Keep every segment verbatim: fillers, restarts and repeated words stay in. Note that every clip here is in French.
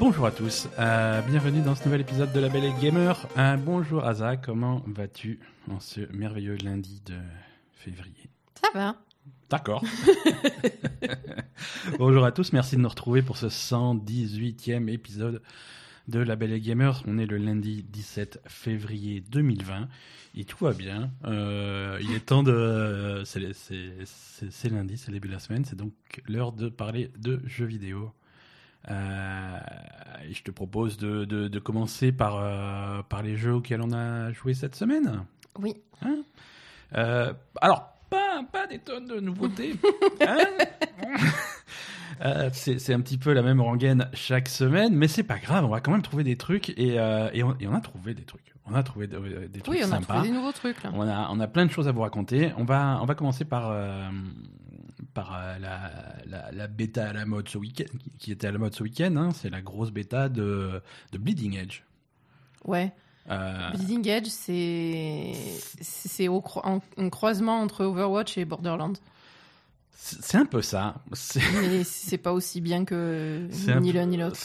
Bonjour à tous, euh, bienvenue dans ce nouvel épisode de La Belle et le Gamer. Un bonjour Aza, comment vas-tu en ce merveilleux lundi de février? Ça va. D'accord. Bonjour à tous, merci de nous retrouver pour ce cent dix-huitième épisode de La Belle et le Gamer. On est le lundi dix-sept février deux mille vingt et tout va bien. Euh, il est temps de... C'est, c'est, c'est, c'est lundi, c'est le début de la semaine, c'est donc l'heure de parler de jeux vidéo. Euh, et je te propose de, de, de commencer par, euh, par les jeux auxquels on a joué cette semaine. Oui. Hein euh, alors, pas, pas des tonnes de nouveautés. hein euh, c'est, c'est un petit peu la même rengaine chaque semaine, mais c'est pas grave, on va quand même trouver des trucs. Et, euh, et, on, et on a trouvé des trucs. On a trouvé de, des trucs oui, on sympas. a trouvé des nouveaux trucs. Là. On, a, on a plein de choses à vous raconter. On va, on va commencer par... Euh, par euh, la, la, la bêta à la mode ce week-end, qui, qui était à la mode ce week-end, hein, c'est la grosse bêta de, de Bleeding Edge. Ouais. Euh... Bleeding Edge, c'est, c'est au cro- en, un croisement entre Overwatch et Borderlands. C'est, c'est un peu ça. C'est... Mais c'est pas aussi bien que c'est ni peu... l'un ni l'autre.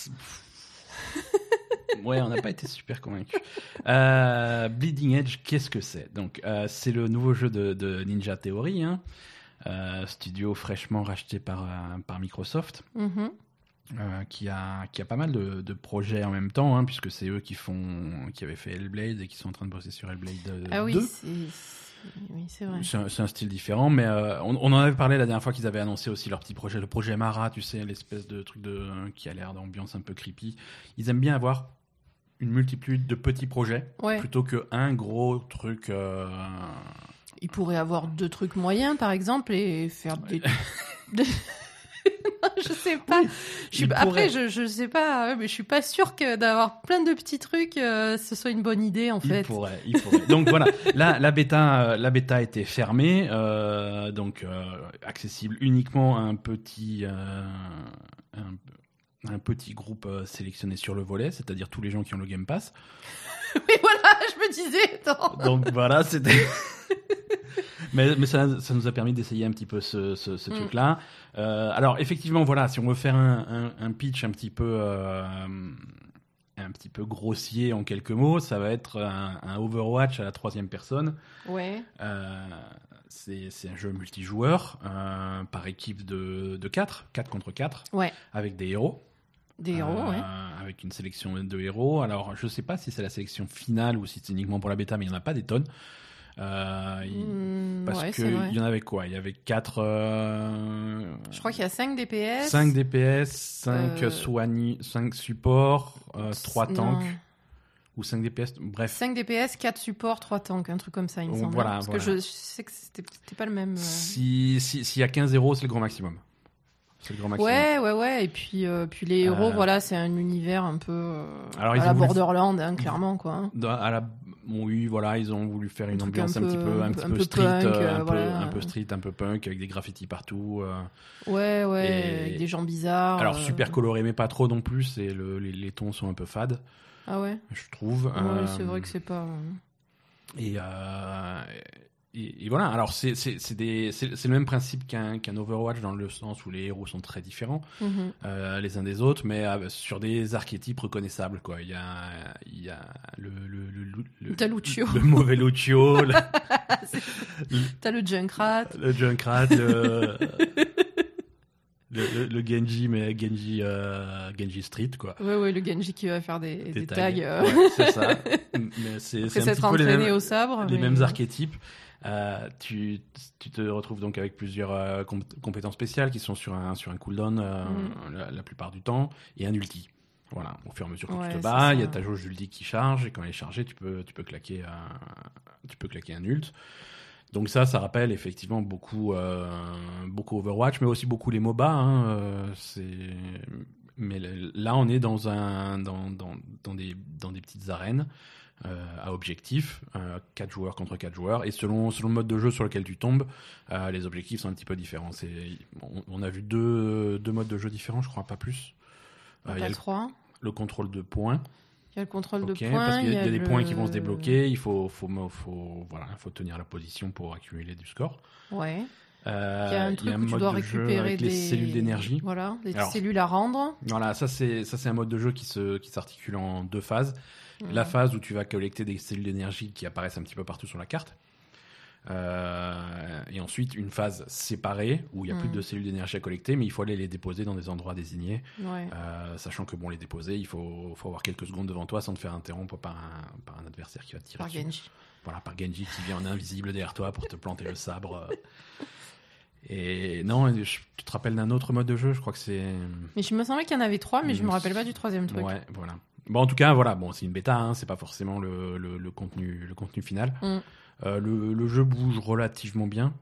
Ouais, on n'a pas été super convaincus. Euh, Bleeding Edge, qu'est-ce que c'est? Donc, euh, c'est le nouveau jeu de, de Ninja Theory, hein. Euh, studio fraîchement racheté par, euh, par Microsoft, mm-hmm. euh, qui, a, qui a pas mal de, de projets en même temps, hein, puisque c'est eux qui, font, qui avaient fait Hellblade et qui sont en train de bosser sur Hellblade deux. Ah oui, c'est, c'est, oui, c'est vrai. C'est un, c'est un style différent, mais euh, on, on en avait parlé la dernière fois qu'ils avaient annoncé aussi leur petit projet, le projet Mara, tu sais, l'espèce de truc de, qui a l'air d'ambiance un peu creepy. Ils aiment bien avoir une multitude de petits projets, ouais. plutôt qu'un gros truc... Euh, Il pourrait avoir deux trucs moyens, par exemple, et faire des... non, je sais pas. Oui, je suis... Après, je, je sais pas, mais je suis pas sûre que d'avoir plein de petits trucs, euh, ce soit une bonne idée, en fait. Il pourrait, il pourrait. Donc voilà, la, la, bêta, la bêta était fermée, euh, donc euh, accessible uniquement à un petit... Euh, un, un petit groupe euh, sélectionné sur le volet, c'est-à-dire tous les gens qui ont le Game Pass. Mais voilà, je me disais, attends. Donc voilà, c'était... mais mais ça, ça nous a permis d'essayer un petit peu ce, ce, ce mm. truc-là. Euh, alors effectivement, voilà, si on veut faire un, un, un pitch un petit peu... Euh, un petit peu grossier en quelques mots, ça va être un, un Overwatch à la troisième personne. Ouais. Euh, c'est, c'est un jeu multijoueur euh, par équipe de, de quatre, quatre contre quatre, ouais. avec des héros. Des héros, euh, ouais. Avec une sélection de héros. Alors, je ne sais pas si c'est la sélection finale ou si c'est uniquement pour la bêta, mais il n'y en a pas des tonnes. Euh, il... mmh, parce ouais, qu'il y en avait quoi? Il y avait quatre... Euh... Je crois qu'il y a cinq D P S. cinq D P S, cinq, euh... soigni... cinq supports, euh, trois tanks. Non. Ou cinq D P S, bref. cinq D P S, quatre supports, trois tanks, un truc comme ça, il me semble. Voilà, parce voilà. que je, je sais que c'était, c'était pas le même... Euh... Si, si, s'il y a quinze héros, c'est le grand maximum. C'est le grand maximum. Ouais, ouais, ouais. Et puis, euh, puis les héros, euh... voilà, c'est un univers un peu euh, Alors, à la Borderlands, hein, clairement, quoi. Hein. À la... bon, oui, voilà, ils ont voulu faire une ambiance un, peu, un petit peu, un, un petit peu, peu street, punk, euh, un, voilà. peu, un peu street, un peu punk, avec des graffitis partout. Euh, ouais, ouais, et... avec des gens bizarres. Alors, euh... super coloré, mais pas trop non plus. Et le, les, les tons sont un peu fades. Ah ouais. Je trouve. Ouais, euh... c'est vrai que c'est pas. Et. Euh... Et, et voilà, alors c'est, c'est, c'est, des, c'est, c'est le même principe qu'un, qu'un Overwatch dans le sens où les héros sont très différents mm-hmm. euh, les uns des autres, mais euh, sur des archétypes reconnaissables, quoi. Il y a, il y a le, le, le, le, T'as Lucio. le mauvais Lucio, le, t'as le Junkrat, le Junkrat, le, le, le, le Genji, mais Genji, euh, Genji Street, quoi. Ouais, ouais, le Genji qui va faire des, des, des tags. tags euh... ouais, c'est ça. Mais c'est, c'est un petit peu les mêmes, au sabre, les mais... mêmes archétypes. Euh, tu, tu te retrouves donc avec plusieurs euh, comp- compétences spéciales qui sont sur un, sur un cooldown euh, mm. la, la plupart du temps, et un ulti. Voilà, au fur et à mesure que ouais, tu te bats, il y a ta jauge d'ulti qui charge, et quand elle est chargée, tu peux, tu peux, claquer, un, tu peux claquer un ult. Donc ça, ça rappelle effectivement beaucoup, euh, beaucoup Overwatch, mais aussi beaucoup les MOBA. Hein, euh, c'est... Mais là, on est dans, un, dans, dans, dans, des, dans des petites arènes. Euh, à objectif, euh, quatre joueurs contre quatre joueurs, et selon, selon le mode de jeu sur lequel tu tombes, euh, les objectifs sont un petit peu différents. C'est, on, on a vu deux, deux modes de jeu différents, je crois, pas plus. Euh, il y a le, le, le contrôle de points. Il y a le contrôle okay, de points. Parce qu'il y a, il y a, il y a des le... points qui vont se débloquer, il faut, faut, faut, voilà, faut tenir la position pour accumuler du score. Ouais. Euh, Il y a un truc où tu dois récupérer des des cellules d'énergie. Voilà, des Alors, cellules à rendre. Voilà, ça c'est ça c'est un mode de jeu qui se qui s'articule en deux phases. Mmh. La phase où tu vas collecter des cellules d'énergie qui apparaissent un petit peu partout sur la carte. Euh, et ensuite une phase séparée où il y a mmh. plus de cellules d'énergie à collecter, mais il faut aller les déposer dans des endroits désignés. Ouais. Euh, sachant que bon, les déposer, il faut faut avoir quelques secondes devant toi sans te faire interrompre par un par un adversaire qui va te tirer par dessus. Genji. Voilà, par Genji qui vient en invisible derrière toi pour te planter le sabre. Et non, je, tu te rappelles d'un autre mode de jeu, je crois que c'est... Mais je me semblais qu'il y en avait trois, mais je me rappelle pas du troisième truc. Ouais, voilà. Bon, en tout cas, voilà, bon, c'est une bêta, hein, c'est pas forcément le, le, le, contenu, le contenu final. Mm. Euh, le, le jeu bouge relativement bien.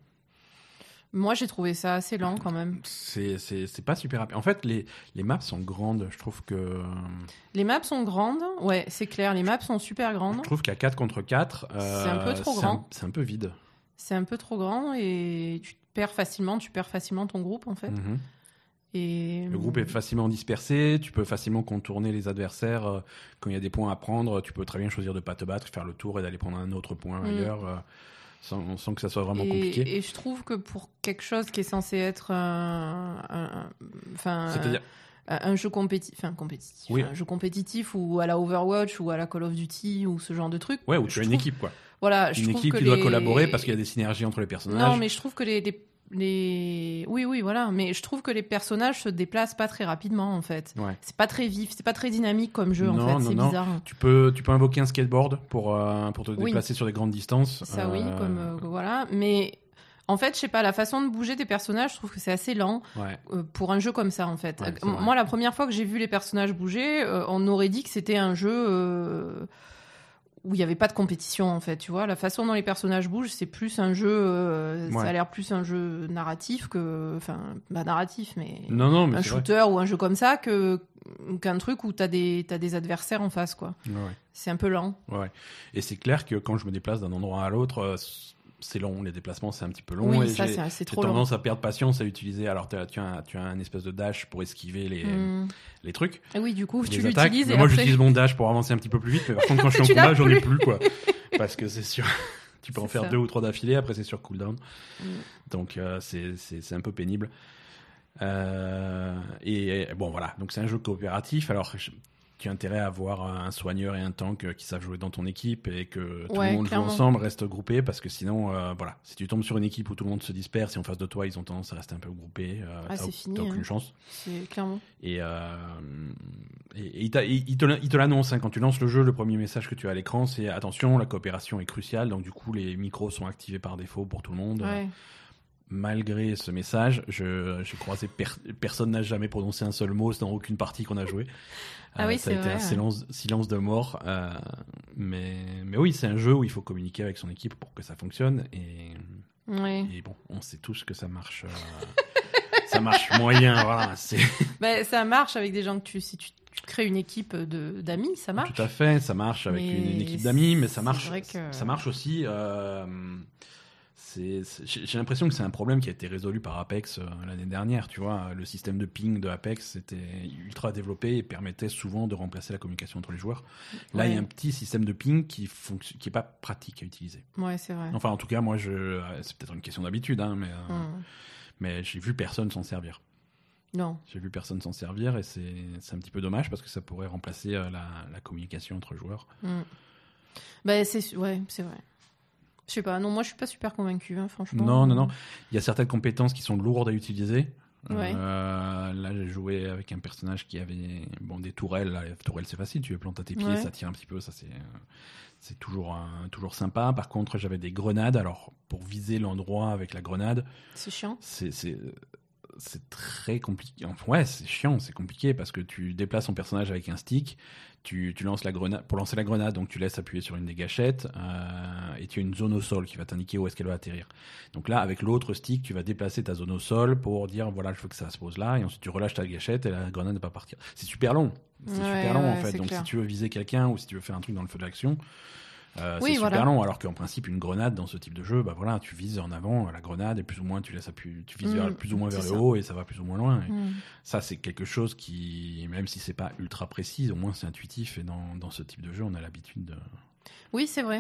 Moi, j'ai trouvé ça assez lent quand même. C'est, c'est, c'est pas super rapide. En fait, les, les maps sont grandes, je trouve que... Les maps sont grandes, ouais, c'est clair, les maps sont super grandes. Je trouve qu'à quatre contre quatre, euh, c'est un peu trop c'est grand. Un, c'est un peu vide. C'est un peu trop grand et tu perds facilement, tu perds facilement ton groupe en fait. Mm-hmm. Et... Le groupe est facilement dispersé, tu peux facilement contourner les adversaires. Euh, quand il y a des points à prendre, tu peux très bien choisir de ne pas te battre, faire le tour et d'aller prendre un autre point mm. ailleurs, euh, sans, sans que ça soit vraiment et, compliqué. Et je trouve que pour quelque chose qui est censé être un... un, un C'est-à-dire un jeu compétitif, enfin compétitif, oui. un jeu compétitif ou à la Overwatch ou à la Call of Duty ou ce genre de truc. Ouais, où tu as une équipe quoi. Voilà, une je équipe que qui les... doit collaborer parce qu'il y a des synergies entre les personnages. Non, mais je trouve que les, les, les... Oui, oui, voilà. Mais je trouve que les personnages se déplacent pas très rapidement, en fait. Ouais. C'est pas très vif, c'est pas très dynamique comme jeu, non, en fait. Non, c'est non. bizarre. Tu peux, tu peux invoquer un skateboard pour, euh, pour te oui. déplacer sur des grandes distances. Ça, euh... oui, comme... Euh, voilà. Mais... En fait, je sais pas, la façon de bouger des personnages, je trouve que c'est assez lent ouais. euh, pour un jeu comme ça, en fait. Ouais, Moi, la première fois que j'ai vu les personnages bouger, euh, on aurait dit que c'était un jeu euh, où il n'y avait pas de compétition, en fait. Tu vois, la façon dont les personnages bougent, c'est plus un jeu. Euh, ouais. Ça a l'air plus un jeu narratif que, enfin, bah, narratif, mais, non, non, mais un shooter vrai. ou un jeu comme ça que qu'un truc où t'as des t'as des adversaires en face, quoi. Ouais. C'est un peu lent. Ouais. Et c'est clair que quand je me déplace d'un endroit à l'autre. Euh, c'est long, les déplacements c'est un petit peu long. Oui, et ça j'ai, c'est, c'est trop j'ai tendance long. à perdre patience à utiliser. Alors tu as, tu as, tu as un espèce de dash pour esquiver les, mm. les trucs. Et oui, du coup les tu attaques. l'utilises. Mais et moi après... j'utilise mon dash pour avancer un petit peu plus vite. Mais par contre quand je suis en combat j'en ai plus quoi. Parce que c'est sûr, tu peux c'est en faire ça. deux ou trois d'affilée. Après c'est sur cooldown. Mm. Donc euh, c'est, c'est, c'est un peu pénible. Euh, et, et bon voilà, donc c'est un jeu coopératif. Alors je, tu as intérêt à avoir un soigneur et un tank qui savent jouer dans ton équipe et que tout ouais, le monde clairement. joue ensemble, reste groupé, parce que sinon, euh, voilà, si tu tombes sur une équipe où tout le monde se disperse et en face de toi, ils ont tendance à rester un peu groupés, euh, ah, t'as, c'est fini, t'as aucune hein. chance. C'est clairement. Et, euh, et, et il, il, te, il te l'annonce, hein, quand tu lances le jeu, le premier message que tu as à l'écran, c'est attention, la coopération est cruciale, donc du coup, les micros sont activés par défaut pour tout le monde. Ouais. Malgré ce message, je, j'ai croisé per, personne n'a jamais prononcé un seul mot dans aucune partie qu'on a joué. Ah euh, oui, ça c'est a été vrai, un silence, silence de mort. Euh, mais, mais oui, c'est un jeu où il faut communiquer avec son équipe pour que ça fonctionne. Et, ouais. et bon, on sait tous que ça marche. Euh, ça marche moyen. Voilà, c'est... Bah, ça marche avec des gens que tu, si tu, tu crées une équipe de, d'amis, ça marche. Tout à fait, ça marche avec une, une équipe d'amis, mais ça marche. Que... Ça marche aussi. Euh, C'est, c'est, j'ai l'impression que c'est un problème qui a été résolu par Apex euh, l'année dernière, tu vois. Le système de ping de Apex était ultra développé et permettait souvent de remplacer la communication entre les joueurs. Là, il ouais. y a un petit système de ping qui fonction, qui est pas pratique à utiliser. Ouais, c'est vrai. Enfin, en tout cas, moi, je, c'est peut-être une question d'habitude, hein, mais, euh, mm. mais j'ai vu personne s'en servir. Non. J'ai vu personne s'en servir et c'est, c'est un petit peu dommage parce que ça pourrait remplacer euh, la, la communication entre joueurs. Mm. Bah, c'est, ouais, c'est vrai. Je sais pas, non, moi je suis pas super convaincu, hein, franchement. Non, non, non. Il y a certaines compétences qui sont lourdes à utiliser. Ouais. Euh, là, j'ai joué avec un personnage qui avait bon, des tourelles. Là, les tourelles, c'est facile, tu veux planter tes pieds, ouais. ça tire un petit peu, ça c'est, c'est toujours, un, toujours sympa. Par contre, j'avais des grenades. Alors, pour viser l'endroit avec la grenade, c'est chiant. C'est, c'est, c'est très compliqué. Enfin, ouais, c'est chiant, c'est compliqué parce que tu déplaces ton personnage avec un stick. Tu, tu lances la grenade pour lancer la grenade, donc tu laisses appuyer sur une des gâchettes euh, et tu as une zone au sol qui va t'indiquer où est-ce qu'elle va atterrir. Donc là, avec l'autre stick, tu vas déplacer ta zone au sol pour dire voilà, je veux que ça se pose là, et ensuite tu relâches ta gâchette et la grenade ne va pas partir. C'est super long, c'est ouais, super long ouais, en fait. Donc clair. si tu veux viser quelqu'un ou si tu veux faire un truc dans le feu de l'action. Euh, oui, c'est voilà. super long, alors qu'en principe une grenade dans ce type de jeu, bah voilà, tu vises en avant la grenade et plus ou moins tu laisses appuyer, tu vises mmh, vers, plus ou moins vers le haut et ça va plus ou moins loin. Et mmh. Ça c'est quelque chose qui, même si c'est pas ultra précis, au moins c'est intuitif et dans, dans ce type de jeu on a l'habitude de. Oui c'est vrai.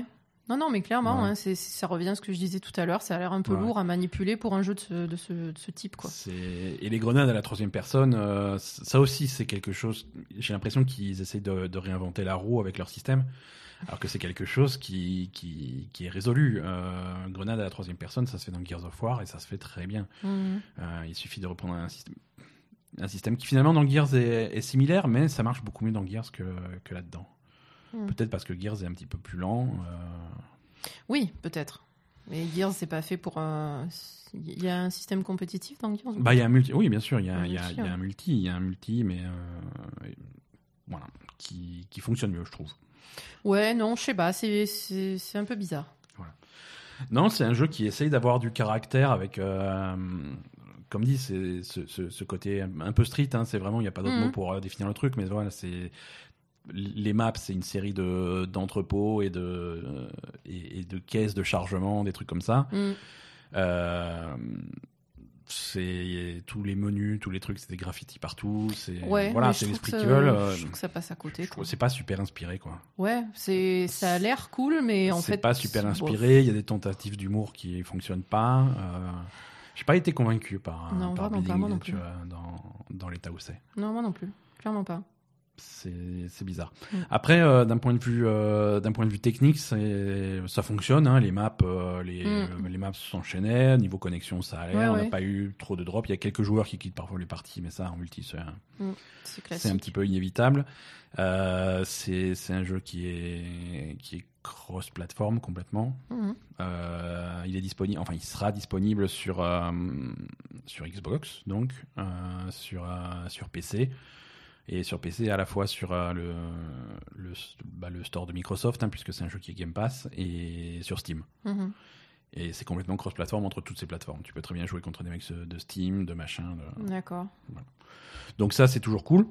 Non, non, mais clairement, Ouais. hein, c'est, ça revient à ce que je disais tout à l'heure. Ça a l'air un peu Ouais. lourd à manipuler pour un jeu de ce, de ce, de ce type, quoi. C'est... Et les grenades à la troisième personne, euh, ça aussi, c'est quelque chose. J'ai l'impression qu'ils essayent de, de réinventer la roue avec leur système, alors que c'est quelque chose qui, qui, qui est résolu. Euh, grenade à la troisième personne, ça se fait dans Gears of War et ça se fait très bien. Mmh. Euh, il suffit de reprendre un système, un système qui finalement dans Gears est, est similaire, mais ça marche beaucoup mieux dans Gears que, que là-dedans. Mmh. Peut-être parce que Gears est un petit peu plus lent. Euh... Oui, peut-être. Mais Gears, c'est pas fait pour un. Il y a un système compétitif dans Gears? Bah, il y a un multi. Oui, bien sûr, il y a, Un il y a, multi, il y a ouais. un multi, il y a un multi, mais euh, voilà, qui, qui fonctionne mieux, je trouve. Ouais, non, je sais pas, c'est, c'est, c'est un peu bizarre. Non, c'est un jeu qui essaye d'avoir du caractère avec, euh, comme dit, c'est ce, ce, ce côté un peu street. Hein, c'est vraiment, il n'y a pas d'autre Mhm. mot pour euh, définir le truc, mais voilà, c'est les maps, c'est une série de d'entrepôts et de et, et de caisses de chargement, des trucs comme ça. Mm. Euh, c'est tous les menus, tous les trucs, c'est des graffitis partout. C'est Ouais, voilà, mais c'est je l'esprit trouve qu'ils que ça- veulent. euh, Je trouve que ça passe à côté. je quoi. trouve- c'est pas super inspiré, quoi. Ouais, c'est, ça a l'air cool, mais en c'est fait. pas super bof. inspiré. Il y a des tentatives d'humour qui fonctionnent pas. Euh, j'ai pas été convaincu par, Non, par vraiment pas, Bleeding moi non Edge, plus. euh, dans, dans l'état où c'est. Non, moi non plus. Clairement pas. C'est, c'est bizarre. Mm. Après, euh, d'un point de vue, euh, d'un point de vue technique, c'est, ça fonctionne. Hein, les maps, euh, les, Mm. euh, les maps s'enchaînaient. Niveau connexion, ça allait. Ouais, On n'a ouais. pas eu trop de drops. Il y a quelques joueurs qui quittent parfois les parties, mais ça, en multi, c'est, Mm. C'est classique. c'est un petit peu inévitable. Euh, c'est, c'est un jeu qui est, qui est cross-platform complètement. Mhm. Euh, il est disponible, enfin, il sera disponible sur euh, sur Xbox, donc euh, sur euh, sur P C et sur P C à la fois sur euh, le le, bah, le store de Microsoft, hein, puisque c'est un jeu qui est Game Pass, et sur Steam. Mhm. Et c'est complètement cross-platform entre toutes ces plateformes. Tu peux très bien jouer contre des mecs de Steam, de machin. De... D'accord. Donc ça, c'est toujours cool.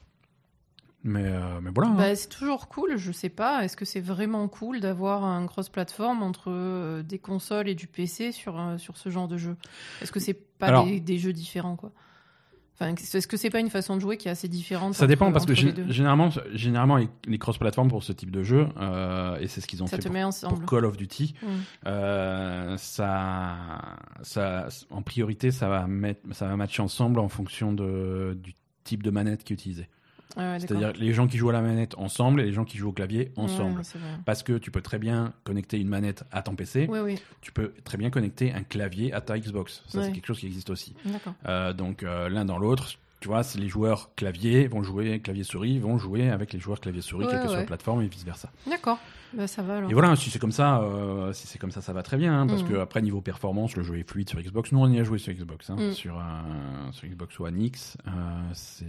Mais, euh, mais voilà. hein. Bah, c'est toujours cool, je sais pas. Est-ce que c'est vraiment cool d'avoir un cross-platform entre euh, des consoles et du P C sur, euh, sur ce genre de jeu? Est-ce que c'est pas Alors- des, des jeux différents, quoi? Enfin, est-ce que c'est pas une façon de jouer qui est assez différente? Ça dépend entre- parce que entre les gé- deux généralement, généralement les, les cross-platforms pour ce type de jeu, euh, et c'est ce qu'ils ont Ça fait te pour, met pour ensemble. Call of Duty, Mm. euh, ça, ça, en priorité, ça va mettre, ça va matcher ensemble en fonction de, du type de manette qui est utilisé. Ah ouais, d'accord. C'est-à-dire les gens qui jouent à la manette ensemble et les gens qui jouent au clavier ensemble. Ouais, c'est vrai. Parce que tu peux très bien connecter une manette à ton P C, Oui, oui, tu peux très bien connecter un clavier à ta Xbox. Ça, Ouais. c'est quelque chose qui existe aussi. d'accord. Euh, donc euh, l'un dans l'autre, tu vois, c'est les joueurs clavier vont jouer clavier-souris, vont jouer avec les joueurs clavier-souris, Ouais, quelle que soit ouais. la plateforme et vice-versa. D'accord. Bah, ça va alors. Et voilà, si c'est comme ça, euh, si c'est comme ça, ça va très bien, hein, parce Mm. que après niveau performance, le jeu est fluide sur Xbox. Nous, on y a joué sur Xbox, hein, Mm. sur, euh, sur Xbox One X. Euh, c'est,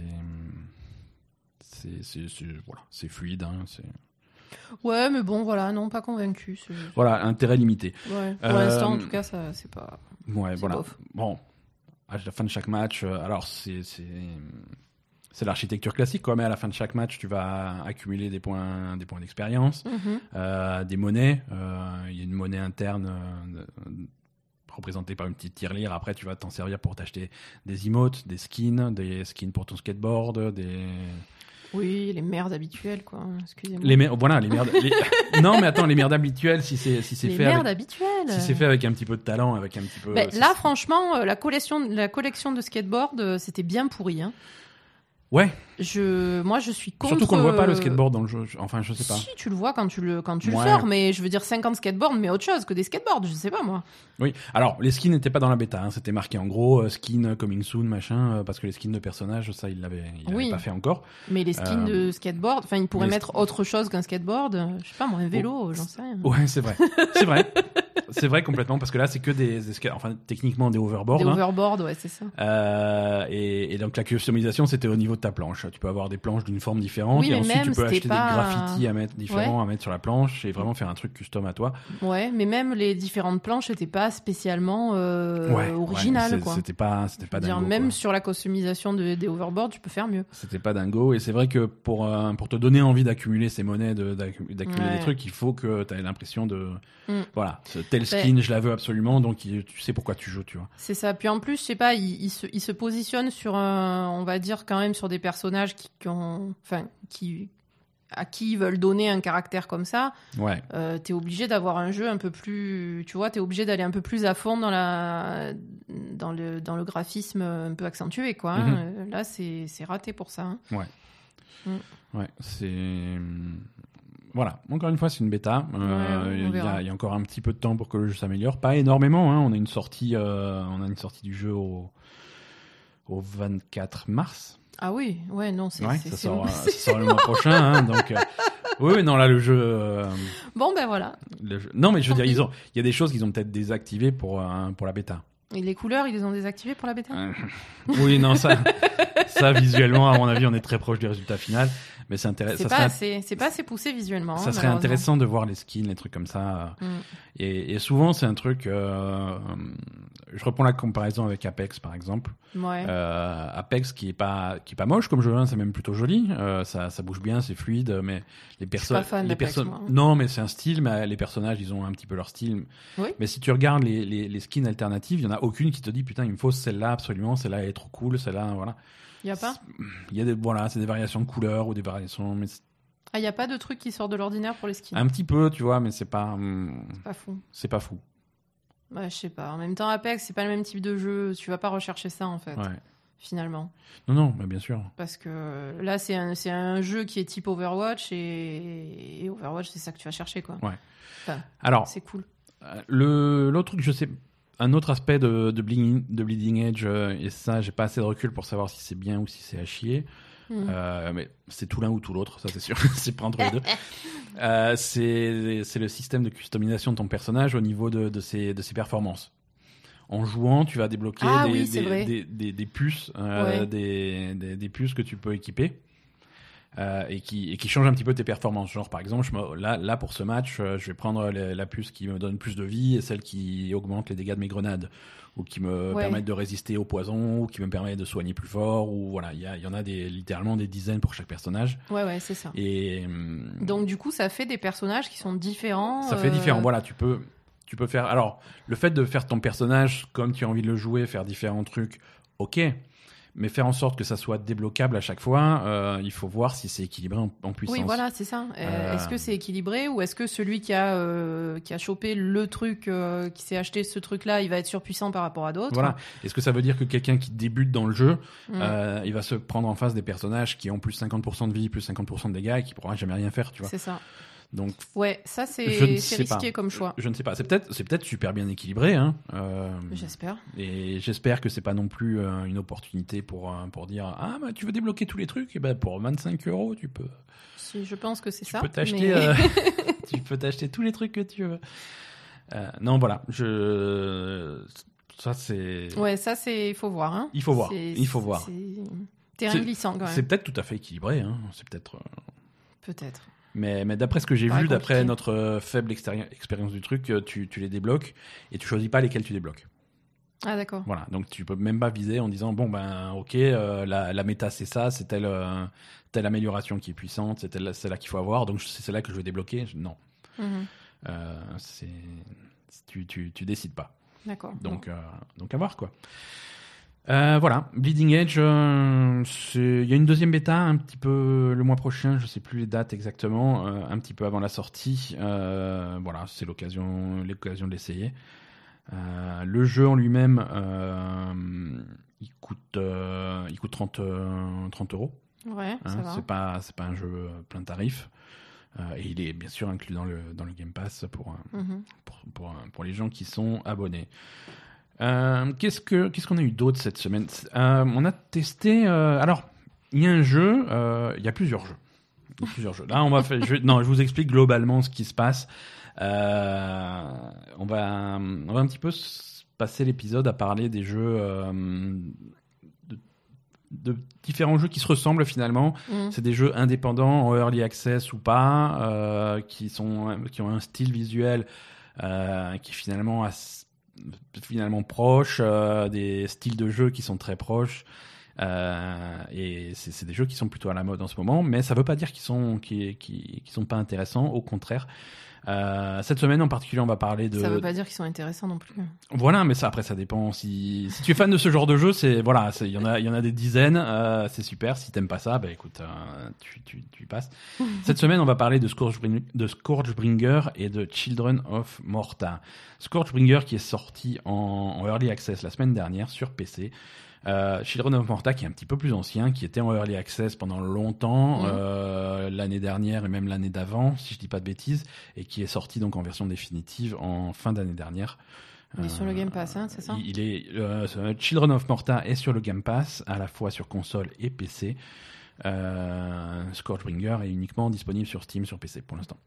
c'est, c'est, c'est- voilà, c'est fluide. Hein, c'est... Ouais, mais bon, voilà, non, pas convaincu. c'est- Voilà, intérêt limité. Ouais. Pour Euh, l'instant, en tout cas, ça, c'est pas. Ouais, C'est voilà. bof. Bon, à la fin de chaque match, euh, alors c'est c'est c'est l'architecture classique, quoi. Mais à la fin de chaque match, tu vas accumuler des points des points d'expérience, Mhm. euh, des monnaies. Euh, Il y a une monnaie interne euh, de- représentée par une petite tirelire. Après, tu vas t'en servir pour t'acheter des emotes, des skins, des skins pour ton skateboard, des Oui, les merdes habituelles, quoi. Excusez-moi. les mer- voilà les merdes. les- Non, mais attends, les merdes habituelles, si c'est si c'est Les fait merdes avec, habituelles. si c'est fait avec un petit peu de talent, avec un petit peu. Ben, si là, c'est- franchement, euh, la collection, la collection de skateboard, euh, c'était bien pourri. Hein. Ouais. Je, moi, je suis contre. Surtout qu'on ne voit pas le euh, skateboard dans le jeu. Enfin, je sais pas. Si, tu le vois quand tu le, quand tu Ouais. le sors, mais je veux dire cinquante skateboards, mais autre chose que des skateboards, je sais pas moi. Oui. Alors, les skins n'étaient pas dans la bêta. Hein. C'était marqué en gros euh, skin coming soon, machin, euh, parce que les skins de personnages, ça, ils l'avaient, ils Oui. l'avaient pas fait encore. Mais les skins Euh, de skateboard, enfin, ils pourraient les mettre autre chose qu'un skateboard. euh, Je sais pas moi, un vélo, j'en sais rien. Ouais, c'est vrai. C'est vrai. C'est vrai complètement, parce que là, c'est que des, des ska- enfin, techniquement des overboards. Des hein. overboards, ouais, c'est ça. Euh, et, et donc la customisation, c'était au niveau de ta planche. Tu peux avoir des planches d'une forme différente, Oui, et mais ensuite même, tu peux c'était acheter pas- des graffitis à mettre différents à mettre sur la planche et vraiment faire un truc custom à toi. Ouais, mais même les différentes planches n'étaient pas spécialement euh, ouais, originales, ouais, c'est- quoi. C'était pas, c'était pas Je veux dire, dingo. même quoi. sur la customisation de- des overboards, tu peux faire mieux. C'était pas dingo, et c'est vrai que pour euh, pour te donner envie d'accumuler ces monnaies, de, d'accu- d'accumuler Ouais. des trucs, il faut que tu aies l'impression de Mm. voilà, ce tel skin, je la veux absolument, donc il- tu sais pourquoi tu joues, tu vois. C'est ça. Puis en plus, je sais pas, il, il se, il se positionne sur un, on va dire quand même sur des personnages qui, qui ont, enfin, qui, à qui ils veulent donner un caractère comme ça, ouais. euh, t'es obligé d'avoir un jeu un peu plus, tu vois, t'es obligé d'aller un peu plus à fond dans la, dans le, dans le graphisme un peu accentué, quoi. Hein. Mm-hmm. Là, c'est, c'est raté pour ça. Hein. Ouais. Mm. Ouais, c'est. Voilà, encore une fois, c'est une bêta. Euh, ouais, il, y a, il y a encore un petit peu de temps pour que le jeu s'améliore. Pas énormément, hein. On a une sortie, euh, on a une sortie du jeu au, au vingt-quatre mars. Ah oui, ouais, non, c'est. Ouais, c'est, ça c'est sort, bon, ça sort le mois prochain, hein, donc. Euh, oui, non, là, le jeu. Euh, bon, ben voilà. Le jeu, non, mais je veux dire, ils ont, il y a des choses qu'ils ont peut-être désactivées pour, euh, pour la bêta. Et les couleurs, ils les ont désactivées pour la bêta euh, Oui, non, ça, ça, visuellement, à mon avis, on est très proche du résultat final. Mais c'est intéressant. C'est, pas serait... assez, c'est pas assez poussé visuellement. Ça hein, serait intéressant de voir les skins, les trucs comme ça. Mm. Et, et souvent, c'est un truc. Euh, je reprends la comparaison avec Apex, par exemple. Ouais. Euh, Apex, qui est pas, qui est pas moche comme jeu, hein, c'est même plutôt joli. Euh, ça, ça bouge bien, c'est fluide, mais les personnes, les personnes. Non, mais c'est un style. Mais les personnages, ils ont un petit peu leur style. Oui. Mais si tu regardes les, les, les skins alternatives, il y en a aucune qui te dit putain, il me faut celle-là absolument, celle-là elle est trop cool, celle-là, voilà. Il y a pas. Il y a des, voilà, c'est des variations de couleurs ou des variations. Mais ah, il y a pas de truc qui sort de l'ordinaire pour les skins. Un petit peu, tu vois, mais c'est pas. Hum, c'est pas fou. C'est pas fou. Bah, je sais pas. En même temps, Apex, c'est pas le même type de jeu. Tu vas pas rechercher ça, en fait. Ouais. Finalement. Non, non, mais bien sûr. Parce que là, c'est un, c'est un jeu qui est type Overwatch et, et Overwatch, c'est ça que tu vas chercher, quoi. Ouais. Enfin, alors. C'est cool. Le, l'autre truc, je sais. Un autre aspect de, de, Bleeding, de Bleeding Edge, euh, et ça, j'ai pas assez de recul pour savoir si c'est bien ou si c'est à chier. Mmh. Euh, mais c'est tout l'un ou tout l'autre, ça c'est sûr. c'est pas entre les deux. Euh, c'est, c'est le système de customisation de ton personnage au niveau de, de, ses, de ses performances. En jouant, tu vas débloquer ah, des, oui, des, des, des, des puces, euh, ouais. des, des, des puces que tu peux équiper. Euh, et, qui, et qui change un petit peu tes performances. Genre, par exemple, je me, là, là, pour ce match, euh, je vais prendre les, la puce qui me donne plus de vie et celle qui augmente les dégâts de mes grenades, ou qui me ouais. permettent de résister au poison, ou qui me permet de soigner plus fort, ou voilà, il y, y en a des, littéralement des dizaines pour chaque personnage. Ouais, ouais, c'est ça. Et, hum, donc, du coup, ça fait des personnages qui sont différents. Ça euh... fait différent, voilà, tu peux... Tu peux faire... Alors, le fait de faire ton personnage comme tu as envie de le jouer, faire différents trucs, ok. Mais faire en sorte que ça soit débloquable à chaque fois, euh, il faut voir si c'est équilibré en, en puissance. Oui, voilà, c'est ça. Euh... Est-ce que c'est équilibré ou est-ce que celui qui a, euh, qui a chopé le truc, euh, qui s'est acheté ce truc-là, il va être surpuissant par rapport à d'autres? Voilà. Est-ce que ça veut dire que quelqu'un qui débute dans le jeu, mm. euh, il va se prendre en face des personnages qui ont plus cinquante pour cent de vie, plus cinquante pour cent de dégâts et qui pourra jamais rien faire, tu vois? C'est ça. Donc, ouais, ça c'est, c'est risqué pas. comme choix. Je, je ne sais pas. C'est peut-être, c'est peut-être super bien équilibré, hein. Euh, j'espère. Et j'espère que c'est pas non plus euh, une opportunité pour euh, pour dire ah bah tu veux débloquer tous les trucs et ben pour vingt-cinq euros tu peux. Si je pense que c'est tu ça. Peux t'acheter, mais... euh, tu peux t'acheter tous les trucs que tu veux. Euh, non voilà, je ça c'est. Ouais, ça c'est, il faut voir. Hein. Il faut voir. C'est, il faut voir. C'est terrain glissant quand même. C'est peut-être tout à fait équilibré, hein. C'est peut-être. Euh... Peut-être. Mais, mais d'après ce que j'ai Pareil vu, compliqué. d'après notre euh, faible extéri- expérience du truc, tu, tu les débloques et tu choisis pas lesquels tu débloques. Ah d'accord. Voilà, donc tu peux même pas viser en disant bon ben ok, euh, la, la méta c'est ça, c'est telle, euh, telle amélioration qui est puissante, c'est telle, celle-là qu'il faut avoir, donc c'est celle-là que je vais débloquer. Non, mm-hmm. euh, c'est, tu, tu, tu décides pas. D'accord. Donc, bon. euh, donc à voir quoi. Euh, voilà, Bleeding Edge, euh, il y a une deuxième bêta un petit peu le mois prochain, je sais plus les dates exactement, euh, un petit peu avant la sortie. Euh, voilà, c'est l'occasion, l'occasion de l'essayer. Euh, le jeu en lui-même, euh, il coûte, euh, il coûte trente, euh, trente euros. Ouais, ça hein, va. C'est pas, c'est pas un jeu plein tarif. Euh, et il est bien sûr inclus dans le dans le Game Pass pour mm-hmm. pour, pour pour les gens qui sont abonnés. Euh, qu'est-ce que qu'est-ce qu'on a eu d'autre cette semaine? euh, On a testé. Euh, alors, il y a un jeu. Euh, il y a plusieurs jeux. Il y a plusieurs jeux. Là, on va faire. Je, non, je vous explique globalement ce qui se passe. Euh, on va on va un petit peu passer l'épisode à parler des jeux. Euh, de, de différents jeux qui se ressemblent finalement. Mmh. C'est des jeux indépendants en early access ou pas, euh, qui sont qui ont un style visuel euh, qui finalement a finalement proches, euh, des styles de jeu qui sont très proches, euh, et c'est, c'est des jeux qui sont plutôt à la mode en ce moment, mais ça veut pas dire qu'ils sont qui qui, qui sont pas intéressants, au contraire. Euh, cette semaine en particulier, on va parler de. Ça veut pas dire qu'ils sont intéressants non plus. Voilà, mais ça après ça dépend. Si, si tu es fan de ce genre de jeu, c'est voilà, il y en a, il y en a des dizaines, euh, c'est super. Si t'aimes pas ça, bah écoute, euh, tu, tu, tu passes. Cette semaine, on va parler de Scourgebringer, de Scourgebringer et de Children of Morta. Scourgebringer qui est sorti en, en early access la semaine dernière sur P C. Euh, Children of Morta qui est un petit peu plus ancien, qui était en early access pendant longtemps, mmh. euh, l'année dernière et même l'année d'avant, si je dis pas de bêtises, et qui est sorti donc en version définitive en fin d'année dernière. Il est euh, sur le Game Pass, hein, c'est ça ? Il est euh, Children of Morta est sur le Game Pass, à la fois sur console et P C. Euh, Scourgebringer est uniquement disponible sur Steam sur P C pour l'instant.